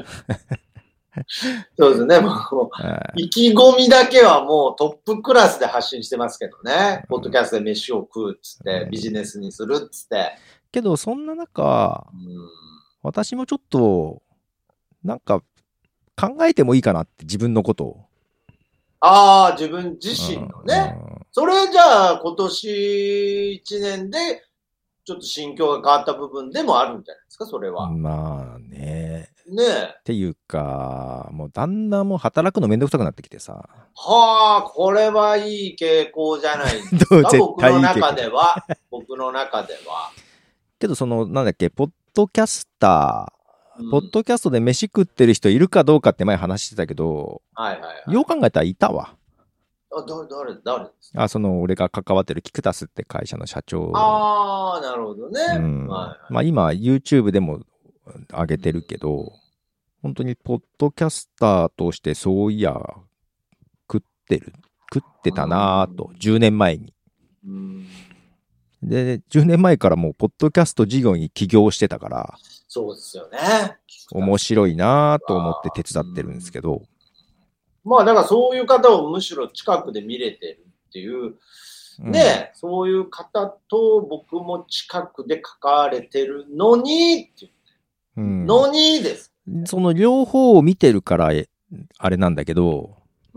そうですね。もう、意気込みだけはもうトップクラスで発信してますけどね。ポッドキャストで飯を食うっつって、ビジネスにするっつって。 けど、そんな中、うん、私もちょっと、なんか、考えてもいいかなって自分のことを。 ああ、自分自身のね。うんうん、それじゃあ、今年一年で、ちょっと心境が変わった部分でもあるんじゃないですか、それは。 まあね。 ねえ。 っていうか、もうだんだんもう働くのめんどくさくなってきてさ。 はあ、これはいい傾向じゃないですか。僕の中では。僕の中では。 けどその、なんだっけ、ポッドキャスター、うん、ポッドキャストで飯食ってる人いるかどうかって前話してたけど、 はいはいはい、 よう考えたらいたわ。 あ、誰、誰、誰ですか？ あ、その、俺が関わってるキクタスって会社の社長。 ああ、なるほどね。うん。はいはい、 まあ今、YouTube でも上げてるけど、うん、本当にポッドキャスターとしてそういや、食ってる、食ってたなぁと、じゅうねんまえに。うん、で、じゅうねんまえからもう、ポッドキャスト事業に起業してたから、 そうですよね。 面白いなぁと思って手伝ってるんですけど、 まあだからそういう方をむしろ近くで見れてるっていう、ね、うん、そういう方と僕も近くで関われてるのにっていう、うん、のにです、 ね。その両方を見てるからあれなんだけど、うん、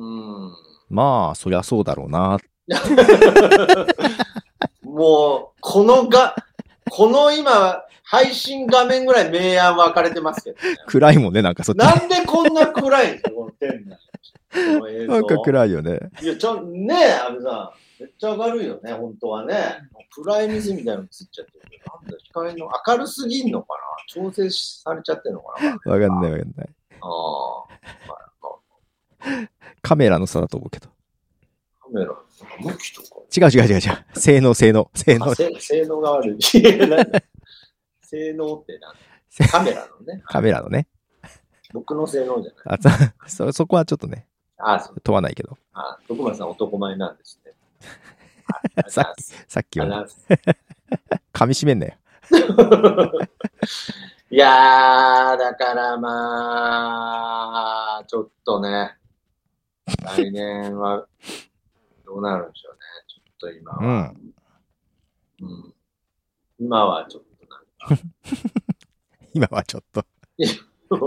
まあそりゃそうだろうな。 もうこのがこの今、配信画面ぐらい明暗分かれてますけどね。 暗いもんね、なんかそっち。 なんでこんな暗いんですか、この店内。この映像。 なんか暗いよね。 いや、ちょ、ねえ、安部さん。めっちゃ明るいよね、本当はね。暗い水みたいなの映っちゃってる。なんだ、光の明るすぎんのかな、調整されちゃってるのかな。 わかんないわかんない。 ああ、まあ。 カメラの差だと思うけど。 カメラ、向きとか。 違う違う違う違う。性能、性能、性能。 性能が悪い。性能って何？カメラのね。 カメラのね。 僕の性能じゃない。 あそ、そこはちょっとね。 あそう問わないけど。 あ、徳丸さん男前なんですね。 さっき、さっきは。噛み締めんなよ。 いやー、だからまあ、ちょっとね、来年はどうなるんでしょうね。ちょっと今は。うん。うん、今はちょっとなんか。 今はちょっと。 いや、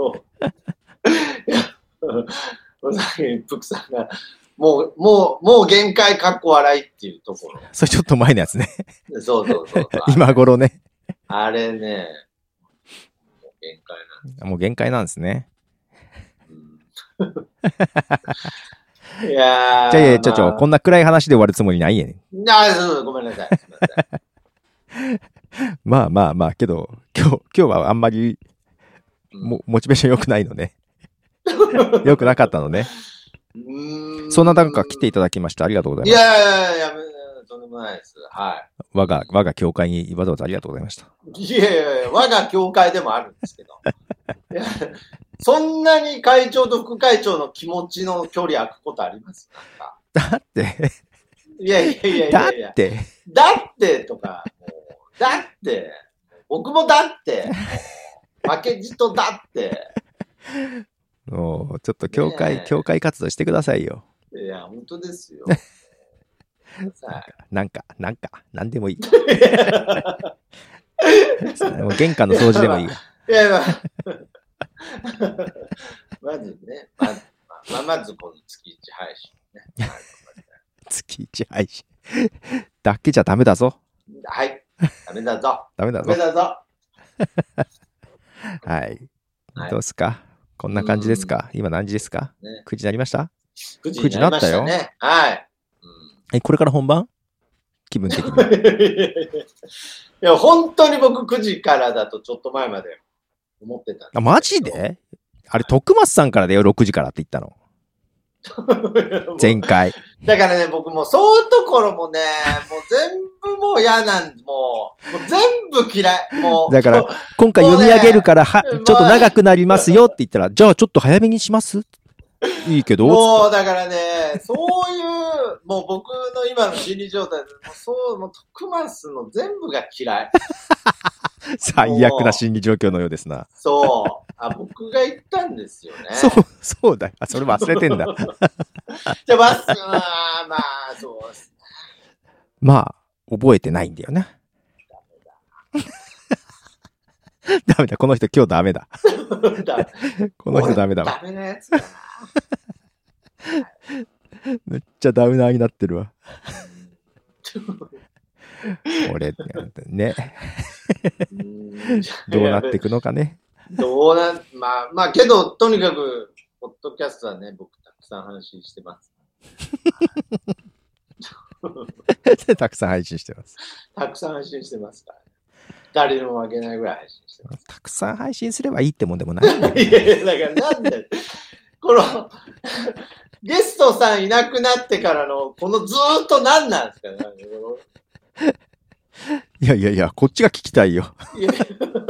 さっきプクさんが、もう、もう、もう限界かっこ笑いっていうところ。 それちょっと前のやつね。 そうそうそう。 今頃ね。 あれね、もう限界なんです。 もう限界なんですね。 うん、いやー。 じゃあ、いや、ちょちょ、こんな暗い話で終わるつもりないやねん。ああ、そうそう、ごめんなさい。すみません。まあまあまあ、けど、今日、今日はあんまり、も、モチベーション良くないのね。良くなかったのね。うんそんな中来ていただきましてありがとうございます。 いやいやいや、とんでもないです。はい。 我が、我が教会にわざわざありがとうございました。 いやいやいや、我が教会でもあるんですけど。いやそんなに会長と副会長の気持ちの距離空くことありますか？ だって。 いやいやいやいやいや。 だって。 だってとか、もうだって、僕もだって、負けじとだって。 もう、ちょっと教会、ね、教会活動してくださいよ。 いや、本当ですよ。 なんか、なんか、なんでもいい。もう玄関の掃除でもいいわ。 いやいや、まずね、まず、まあ、まずこの月一配信ね。 月一配信。だけじゃダメだぞ。 はい。ダメだぞ。 ダメだぞ。 ダメだぞ。 はい。どうすか？こんな感じですか？今何時ですか？ね、くじになりました？ くじになりましたね。はい。 え、これから本番？気分的に。 いや、本当に僕くじからだとちょっと前まで思ってた。 あ、マジで？あれ、徳松さんからだよ、ろくじからって言ったの。前回。 だからね、僕もそういうところもね、もう全部もう嫌なんで、もう、もう全部嫌い。もう。 だから、今回読み上げるから、は、ちょっと長くなりますよって言ったら、じゃあちょっと早めにしますいいけど。 もう、だからね、そういう、もう僕の今の心理状態で、もうそう、もう徳松の全部が嫌い。 最悪な心理状況のようですな。 そう。あ、僕が言ったんですよね。 そう、そうだよ。それ忘れてんだ。 じゃあ、まあ、まあ、そうですね。 まあ、覚えてないんだよね。ダメだ。この人今日ダメだ。この人ダメだわ。 ダメなやつだな。 めっちゃダメなになってるわ。俺、ね。どうなっていくのかね。 どうな、まあ、まあ、けど、とにかく、ポッドキャストはね、僕たくさん配信してます。 たくさん配信してます。 たくさん配信してますから、ね。誰にも負けないぐらい配信してます。 たくさん配信すればいいってもんでもないんだいやいや、だからなんで、この、ゲストさんいなくなってからの、このずーっと何なんですかね。 いやいやいや、こっちが聞きたいよ。いや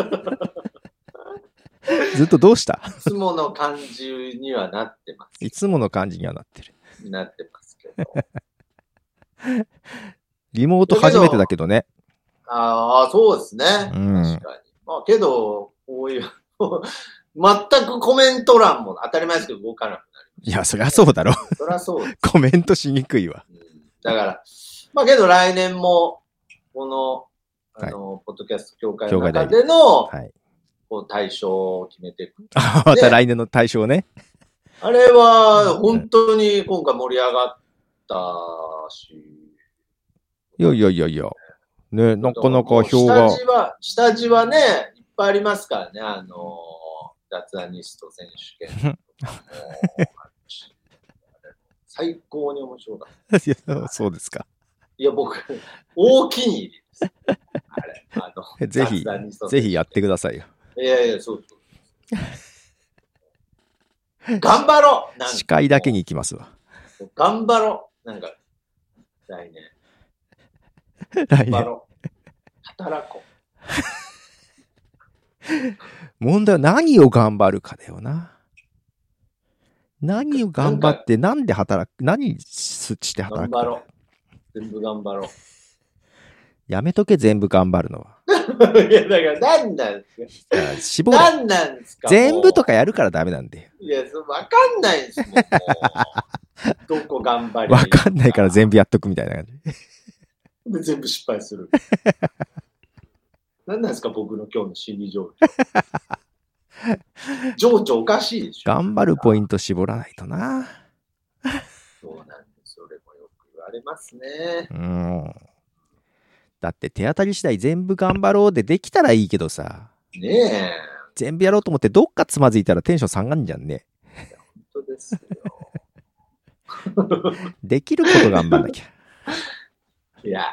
ずっとどうした？ いつもの感じにはなってます。 いつもの感じにはなってる。 なってますけど。 リモート初めてだけどね。 ああ、そうですね。 うん、 確かに。まあけど、こういう、全くコメント欄も当たり前ですけど動かなくなりました、ね。 いや、そりゃそうだろ。 そりゃそうです。 コメントしにくいわ。 うん、だから、まあけど来年も、この、あの、はい、ポッドキャスト協会の中での、はい、こう対象を決めていく。 あ、また来年の対象ね。 あれは、本当に今回盛り上がったし。 いやいやいやいや。 ね、なかなか票が。 下地は、下地はね、いっぱいありますからね、あの、脱アニスト選手権。最高に面白かった。 いや、そうですか。 いや、僕、大気に入りです。あれ、あの、 ぜひ、ぜひやってくださいよ。 いやいや、そうそう。頑張ろうなんか司会だけに行きますわ。 頑張ろうなんか、来年。 来年。 頑張ろう。働こう。問題は何を頑張るかだよな。何を頑張って、なんで働く、何して働くか。 頑張ろう。全部頑張ろう。 やめとけ、全部頑張るのは。 いや、だから何なんですか絞れ。何なんですか全部とかやるからダメなんだよ。 いや、わかんないですもん。もどこ頑張りわかんないから全部やっとくみたいな感じ。 で、全部失敗する。何なんですか僕の今日の心理状況。情緒おかしいでしょ。 頑張るポイント絞らないとな。 そうなんです。それもよく言われますね。 うん。だって手当たり次第全部頑張ろうでできたらいいけどさ。 ねえ。 全部やろうと思ってどっかつまずいたらテンション下がんじゃんね。 いや本当ですよ。 できること頑張んなきゃ。 いや。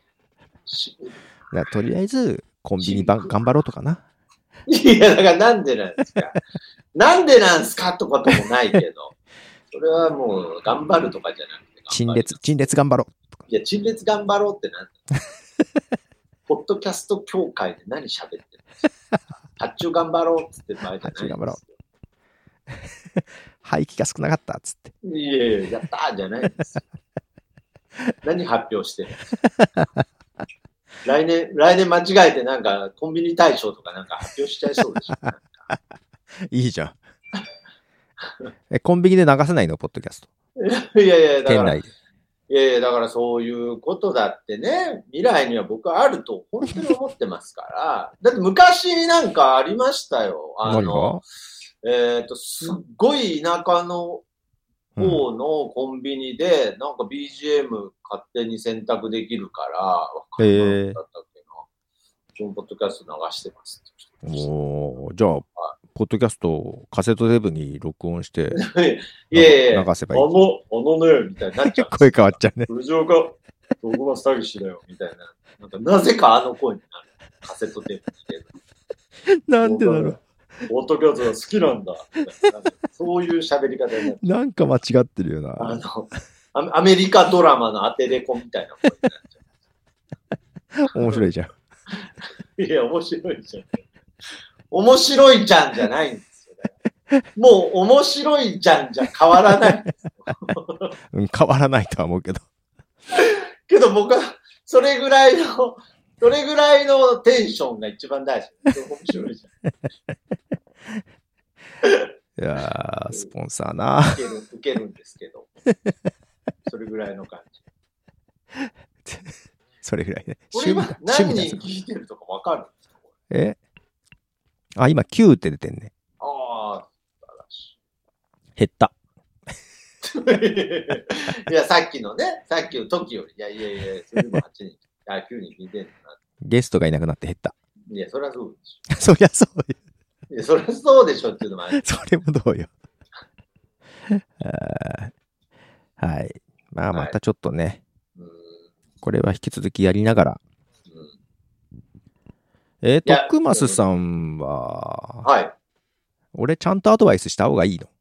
だとりあえずコンビニば頑張ろうとかな。 いや、だからなんでなんですかなんでなんすかってこともないけど。それはもう頑張るとかじゃなくて。 陳列、陳列頑張ろう。いや、陳列頑張ろうってなんだポッドキャスト協会で何喋ってるんですか発注頑張ろうっつってる場合じゃないんですよ。 頑張ろう。廃棄が少なかったっつって。 いやいや、やったーじゃないんですよ。何発表してるんですか来年、来年間違えてなんかコンビニ大賞とかなんか発表しちゃいそうでしょ。 いいじゃん。え、コンビニで流せないのポッドキャスト。 いやいや、だから、 店内で。 いやいや、だからそういうことだってね、未来には僕はあると本当に思ってますから。だって昔なんかありましたよ。あの、えっと、すっごい田舎の方のコンビニで、なんか ビージーエム 勝手に選択できるから、わかんなかったっけな。そのポッドキャスト流してますって。 おー、じゃあ、はい、ポッドキャストカセットテープに録音して、 いやいや流せばいい。 あの、あのね、みたいになっちゃう。 声変わっちゃうね。 藤岡、どこが詐欺師だよ、みたいな。なんか、なぜかあの声になる。カセットテープに。 なんでだろう。 ポッドキャストが好きなんだ。そういう喋り方になっちゃう。 なんか間違ってるよな。 あの、アメリカドラマのアテレコみたいな声になっちゃう。 面白いじゃん。いや、面白いじゃん。面白いじゃんじゃないんですよね。もう面白いじゃんじゃ変わらないんですよ。 うん、変わらないとは思うけど。 けど僕は、それぐらいの、それぐらいのテンションが一番大事。面白いじゃん。 いやー、スポンサーな。 受ける、受けるんですけど。それぐらいの感じ。 それぐらいね。 これ今何人聞いてるとかわかるんですかえあ、今きゅうって出てんね。 ああ、素晴らしい。 減った。 いや、さっきのね、さっきの時より、いやいやいや、それでもはちにん、あ、きゅうにん聞いてるんだな。 ゲストがいなくなって減った。 いや、そりゃそうでしょ。そりゃそうよ。 いや、そりゃそうでしょっていうのもある。 それもどうよ。はい。まあ、またちょっとね、はい、これは引き続きやりながら。うん、えー、徳増さんは、 はい。 俺ちゃんとアドバイスした方がいいの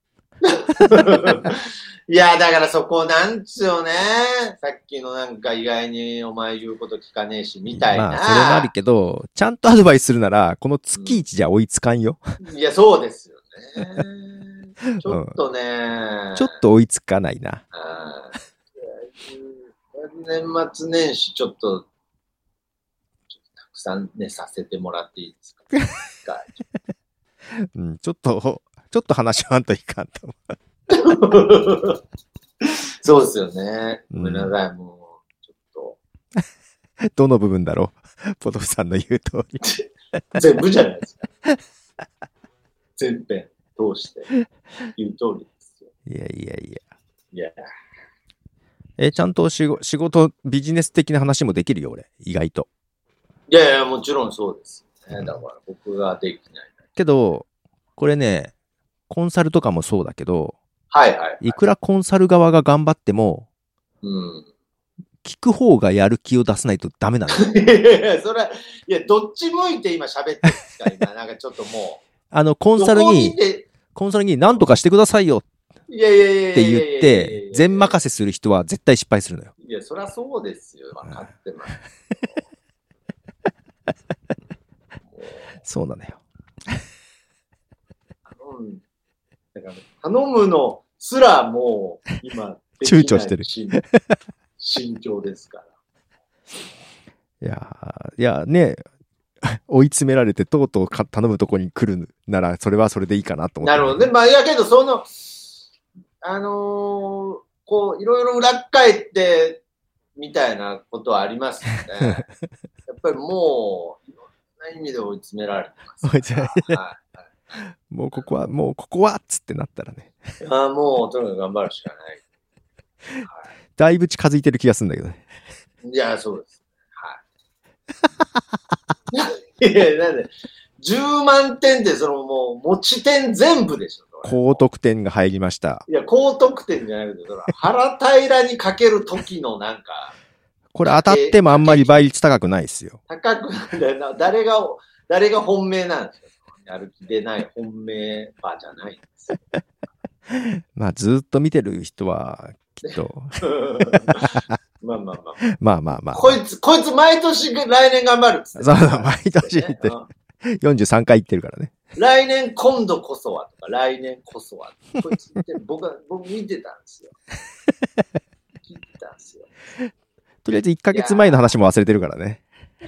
いや、だからそこなんですよね。さっきのなんか意外にお前言うこと聞かねえし、みたいな。 まあ、それもあるけど、ちゃんとアドバイスするなら、この月一じゃ追いつかんよ。 うん、いや、そうですよね。ちょっとね、うん、 ちょっと追いつかないな。 年末年始ちょっと、ちょっとたくさん寝させてもらっていいですかうん、ちょっと、ちょっと話し合わんといかんと思う。 そうですよね。ごめんなさい、うん、もう、ちょっと。どの部分だろうポトフさんの言う通り。 全部じゃないですか。全編通して言う通りですよ。 いやいやいや。 いや。 え、ちゃんと仕事、ビジネス的な話もできるよ、俺。意外と。 いやいや、もちろんそうですよね。だから僕ができない。 けど、これね、コンサルとかもそうだけど、 はいはい、はい。 いくらコンサル側が頑張っても、 うん。 聞く方がやる気を出さないとダメなの。 いやいや、それは、いや、どっち向いて今喋ってるんですか、今。なんかちょっともう。 あの、コンサルに、コンサルに何とかしてくださいよって言って、全任せする人は絶対失敗するのよ。 いや、そりゃそうですよ。分かってます。 そうなのよ。 頼む。だから頼むのすらもう今、 躊躇してる。 心境ですから。 いやいやね、追い詰められてとうとう頼むとこに来るなら、それはそれでいいかなと思って。 なるほどね。まあ、いやけど、その、あのー、こう、いろいろ裏返って、みたいなことはありますよね。やっぱりもう、いろんな意味で追い詰められてます、ね。はいはい、 もうここは、もうここはっつってなったらね。 ああ、もう、とにかく頑張るしかない。 はい、だいぶ近づいてる気がするんだけどね。 いや、そうです。はい。いや、なんで、じゅうまんてんってそのもう持ち点全部でしょ。 高得点が入りました。 いや、高得点じゃなくて、その腹平らにかける時のなんか。 これ当たってもあんまり倍率高くないですよ。 高くないな。誰が、誰が本命なんですか？やる気出ない本命場じゃないんですよ。 まあ、ずっと見てる人は、きっと。 まあまあまあ。 まあまあまあ。 こいつ、こいつ毎年来年頑張るっつって。 そうそう、毎年言って。よんじゅうさんかい言ってるからね。 来年今度こそはとか、来年こそは。こいつ見て僕は、僕見てたんですよ。聞いてたんですよ。 とりあえずいっかげつまえの話も忘れてるからね。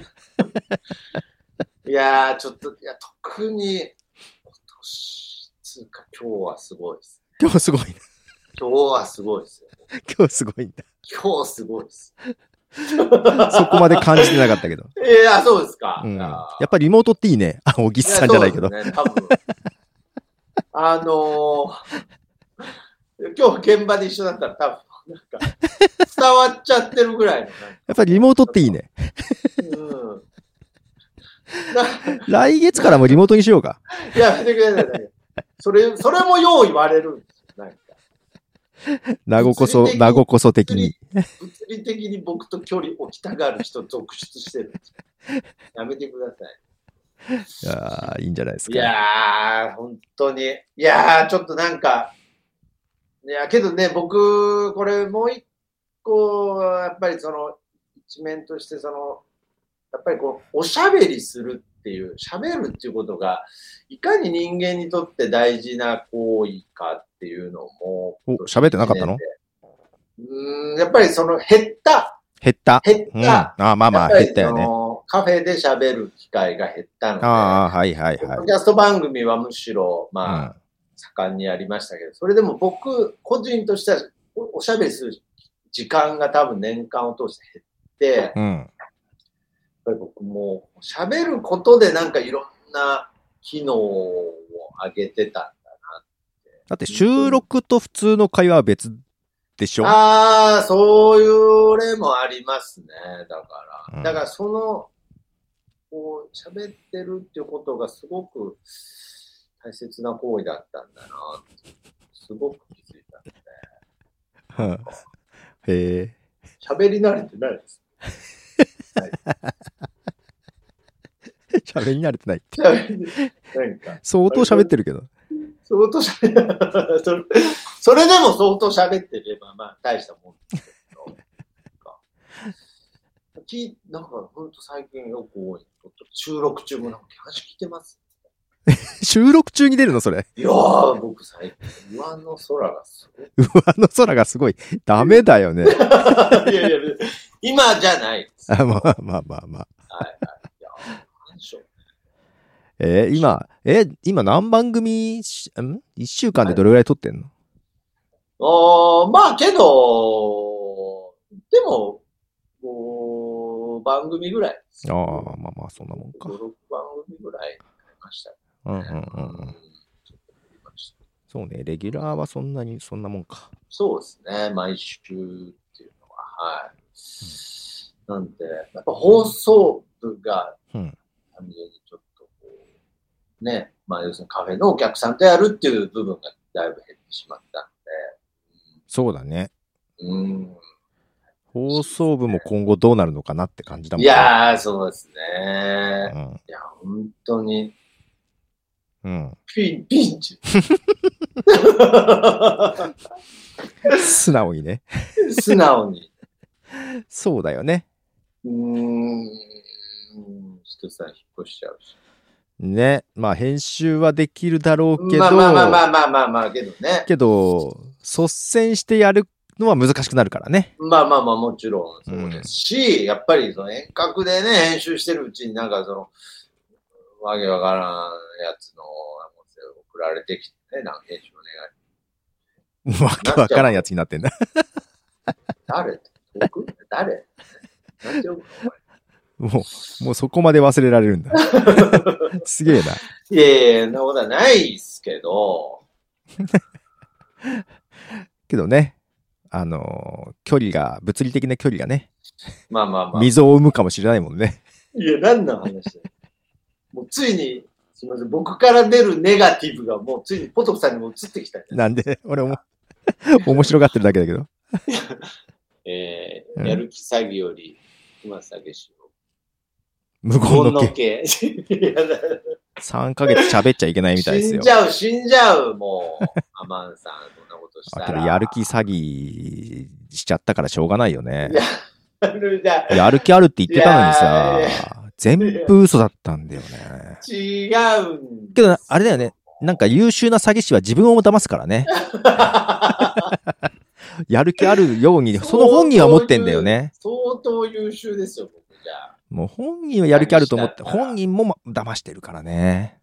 いやー、ちょっと、いや、特に、今年、つうか今日はすごいです、ね。 今日すごい。 今日はすごいですよ。 今日すごいんだ。 今日すごいです。 そこまで感じてなかったけど。 いや、そうですか。 うん、やっぱりリモートっていいね。あ、小木さんじゃないけど。 ね、多分あのー、今日現場で一緒だったら多分、なんか、伝わっちゃってるぐらいの。やっぱりリモートっていいね。うん、来月からもリモートにしようか。 やめてください、ね。それ、それもよう言われるんですよ。なんか。 名護こそ、名護こそ的に。 物理的に僕と距離を置きたがる人続出してるんですよ。やめてください。 いやー、いいんじゃないですか。 いやー、本当に。いやー、ちょっとなんか、いや、けどね、僕、これもう一個、やっぱりその、一面としてその、やっぱりこう、おしゃべりするっていう、しゃべるっていうことが、いかに人間にとって大事な行為かっていうのも、 喋ってなかったの？ うん、やっぱりその、減った。 減った。 減った。うん、あまあまあ、減ったよね。 カフェで喋る機会が減ったので、 ああ、はいはいはい。 ポッドキャスト番組はむしろ、まあ、うん、盛んにありましたけど、それでも僕、個人としては、おしゃべりする時間が多分年間を通して減って、うん、やっぱり僕も喋ることでなんかいろんな機能を上げてたんだなって。 だって収録と普通の会話は別でしょ？ ああ、そういう例もありますね。だから。うん、だからその、こう、喋ってるっていうことがすごく大切な行為だったんだなって、すごく気づいたんで。 へえ。 喋り慣れてないです。 喋、はい、り慣れてないって。 なんか相当喋ってるけど。 相当喋る。それ、それでも相当喋ってれば、まあ、大したもんですけど。なんか、ほんと最近よく多い。収録中もなんか話聞いてます。 収録中に出るのそれ。 いやー、僕最近、上の空がすごい。 上の空がすごい。ダメだよね。いやいや、今じゃないです。 あまあまあまあまあ。 はいはい。いや、なんでしょうね。 えー、今、えー、今何番組、ん ?いっ 週間でどれぐらい撮ってんの？ はい、あまあけど、でも、ごばんぐみぐらいです。 ああ、まあまあ、そんなもんか。 ご、ろくばんぐみぐらいました、ね。 うんうんうんうん。そうね、レギュラーはそんなに、そんなもんか。 そうですね、毎週っていうのは、はい。 なんで、やっぱ放送部が、 うん、 単純にちょっとこう、ね、まあ要するにカフェのお客さんとやるっていう部分がだいぶ減ってしまったので。 そうだね。 うん。 放送部も今後どうなるのかなって感じだもんね。いやー、そうですね。うん、いや、本当に。 うん。 ピン、ピンチ。 素直にね。 素直に。 そうだよね。 うーん。人さん引っ越しちゃうし。 ね。まあ編集はできるだろうけど。 まあまあまあまあまあまあまあ、けどね。 けど、率先してやるのは難しくなるからね。 まあまあまあ、もちろんそうですし、うん、やっぱりその遠隔でね、編集してるうちになんかその、わけわからんやつの送られてきてね、なんか編集お願い。 わけわからんやつになってんだ。 誰僕誰なんて呼ぶのもう、もうそこまで忘れられるんだ。すげえな。 いやいや、そんなことはないっすけど。 けどね、あのー、距離が、物理的な距離がね、 まあまあまあ。 溝を生むかもしれないもんね。 いや、何の話だよ。もうついに、すみません、僕から出るネガティブがもうついにポトフさんにも移ってきた。 なんで、俺も面白がってるだけだけど。 えー、やる気詐欺より、今詐欺しよう。 無言の刑。さんかげつ喋っちゃいけないみたいですよ。 死んじゃう、死んじゃう、もう。アマンさん、そんなことしたら。 けどやる気詐欺しちゃったからしょうがないよね。 やるやる気あるって言ってたのにさ、全部嘘だったんだよね。 違うんけど、あれだよね。なんか優秀な詐欺師は自分を騙すからね。やる気あるように、その本人は持ってんだよね。 相当優秀ですよ、僕じゃ。 もう本人はやる気あると思って、本人も騙してるからね。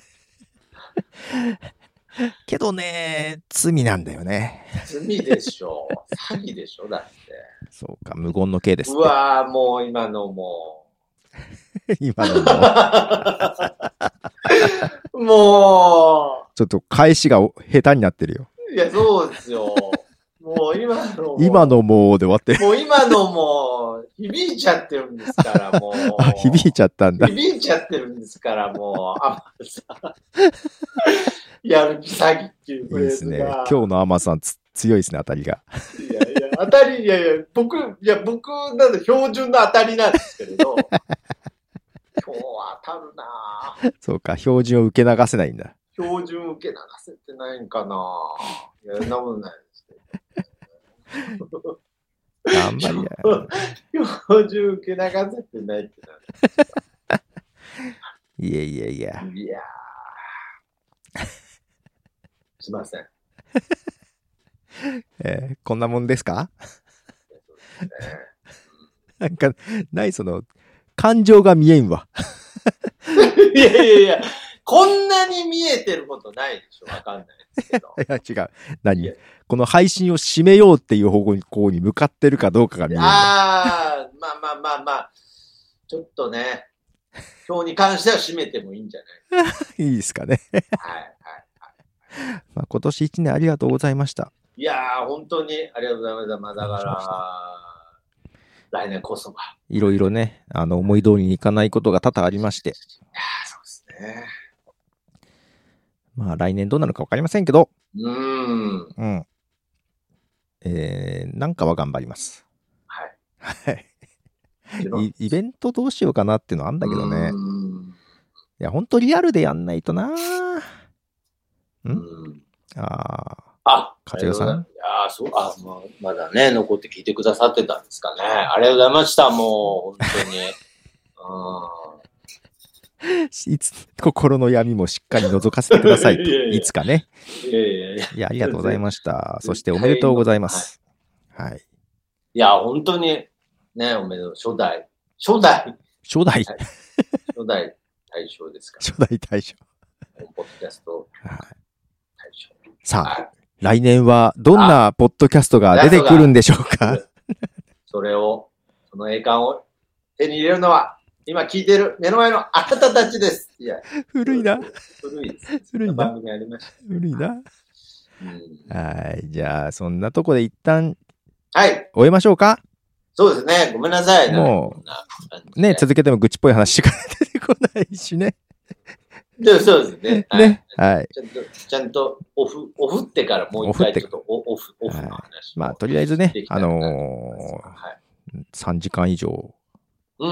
けどね、罪なんだよね。 罪でしょ。詐欺でしょ、だって。 そうか、無言の刑ですって。 うわぁ、もう今のもう。今のも。もう。ちょっと返しが下手になってるよ。 いや、そうですよ。もう今のも。 今のもうで終わってる。 もう今のもう、響いちゃってるんですから、もう。 あ、響いちゃったんだ。 響いちゃってるんですから、もう。あさやる気詐欺っていうフレーズが。いいですね。 今日のアマさんつ強いですね、当たりが。 いやいや、当たり、いやいや、僕、いや、僕なんで標準の当たりなんですけれど。今日は当たるなぁ。 そうか、標準を受け流せないんだ。 標準受け流せてないんかないや、そんなことないですけど。 頑張りや。 標準受け流せてないってなる。 いやいやいや。 いやー。すいません。 えー、こんなもんですか？ そうですね。 なんか、ないその、感情が見えんわ。 いやいやいや、こんなに見えてることないでしょ。わかんないですけど。 いや、違う。何この配信を締めようっていう方向に、こうに向かってるかどうかが見える。 ああ、まあまあまあまあ、ちょっとね、今日に関しては締めてもいいんじゃないいいですかね。 はいはいはい。 まあ、今年一年ありがとうございました。 いやー、本当にありがとうございました。まあ、だから、来年こそは。 いろいろね、あの、思い通りにいかないことが多々ありまして。いやー、そうですね。 まあ、来年どうなるかわかりませんけど。 うーん。 うん。えー、なんかは頑張ります。 はい。 はい。イ, イベントどうしようかなっていうのはあんだけどね。いや、ほんとリアルでやんないとな。んああ。 あ、 かちよさん。 いやそう、あ、まあ、まだね、残って聞いてくださってたんですかね。ありがとうございました、もう、本当に。 いつ、心の闇もしっかり覗かせてくださいと。いやいやいつかね。 いやいやいや。 いや、ありがとうございました。そしておめでとうございます。はい。はい、 いや、本当に、ね、おめでとう。初代。初代。 初代。 はい、初代大賞ですか、 ね。初代大賞。 ポッドキャスト大賞。 さあ、はい、来年はどんなポッドキャストが出てくるんでしょうか。 それを、その栄冠を手に入れるのは、今聞いている目の前のあなたたちです。いや、 古いな。 古いです。 古いな。 番組ありました。 古いな。 うん、 はい。じゃあ、そんなとこで一旦、 はい。 終えましょうか。 そうですね。ごめんなさい。 もう、ね、続けても愚痴っぽい話しか出てこないしね。 でそうですね。 ね。はい。 ちゃんと、ちゃんとオフ、オフってからもう一回ちょっとオフ、オフ、オフの話。 まあ、とりあえずね、あのー、さんじかん以上。 うん、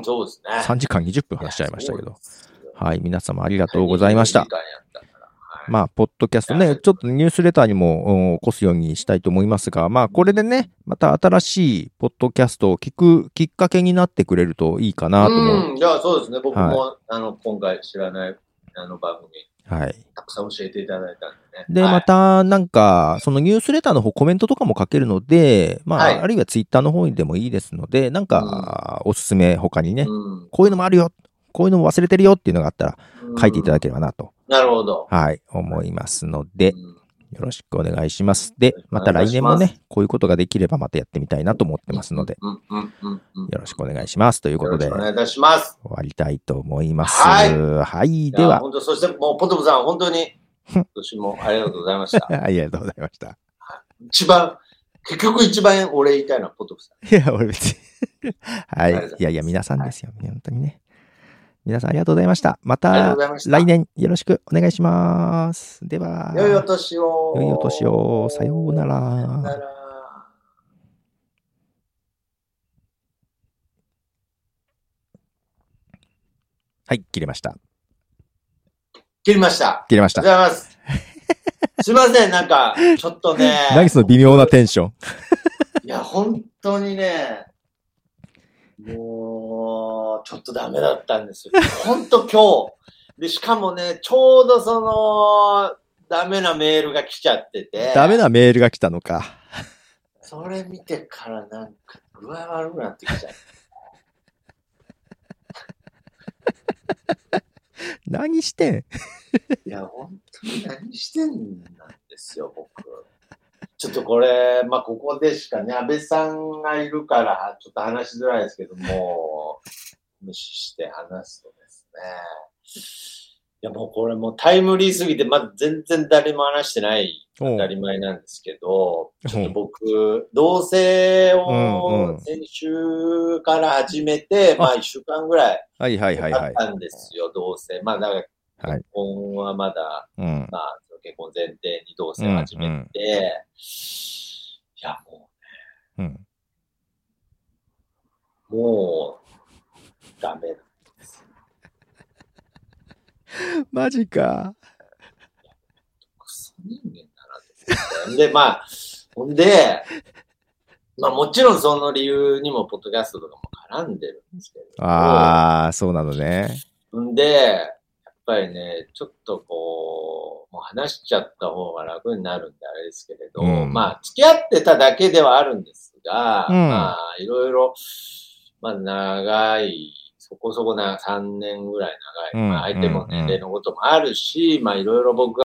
そうですね。 さんじかんにじゅっぷん話しちゃいましたけど。はい。皆様ありがとうございました。まあ、ポッドキャストね、ちょっとニュースレターにも起こすようにしたいと思いますが、まあ、これでね、また新しいポッドキャストを聞くきっかけになってくれるといいかなと思う。 うん、じゃあそうですね。僕も、はい、あの、今回知らない、あの番組、 はい。 たくさん教えていただいたんでね。 で、 はい、 また、なんか、そのニュースレターの方コメントとかも書けるので、まあ、はい、あるいはツイッターの方にでもいいですので、なんか、おすすめ他にね、うん、こういうのもあるよ、こういうのも忘れてるよっていうのがあったら、書いていただければなと。 なるほど。 はい、思いますので、よろしくお願いします。で、また来年もね、こういうことができればまたやってみたいなと思ってますので、よろしくお願いします。ということで、 お願いいたします。 終わりたいと思います。はい。はい、では。 本当、そしてもう、ポトフさん、本当に、今年もありがとうございました。 ありがとうございました。 一番、結局一番俺言いたいのはポトフさん。 いや、俺別に。はい。いやいや、皆さんですよ。はい、本当にね。皆さんありがとうございました。また来年よろしくお願いします。では。 良いお年を。 良いお年を。さようなら。 さようなら。 はい、切れました。 切りました。 切れました。 ありがとうございます。すいません、なんか、ちょっとね。 何その微妙なテンション。 いや、本当にね、もう、ちょっとダメだったんですよ。本当今日。で、しかもね、ちょうどその、ダメなメールが来ちゃってて。 ダメなメールが来たのか。 それ見てからなんか、具合悪くなってきちゃう。 何してんいや、本当に何してんなんですよ、僕。ちょっとこれ、まあ、ここでしかね、安倍さんがいるから、ちょっと話しづらいですけども、無視して話すとですね。いや、もうこれもうタイムリーすぎて、まだ全然誰も話してない当たり前なんですけど、ちょっと僕、同棲を先週から始めて、まあ一週間ぐらいはいはいはいはい。 あったんですよ、同棲。まあだから結婚はまだ、まあ結婚前提に同棲を始めて、いやもうね、もうダメだ。 マジか。 クソ人間だなと思って。で、まあ、ほんで、まあもちろんその理由にもポッドキャストとかも絡んでるんですけど。 ああ、そうなのね。 んで、やっぱりね、ちょっとこう、もう話しちゃった方が楽になるんであれですけれど、うん、まあ付き合ってただけではあるんですが、うん、まあいろいろ、まあ長い、そこそこなさんねんぐらい長い。まあ相手も年齢のこともあるし、まあいろいろ僕が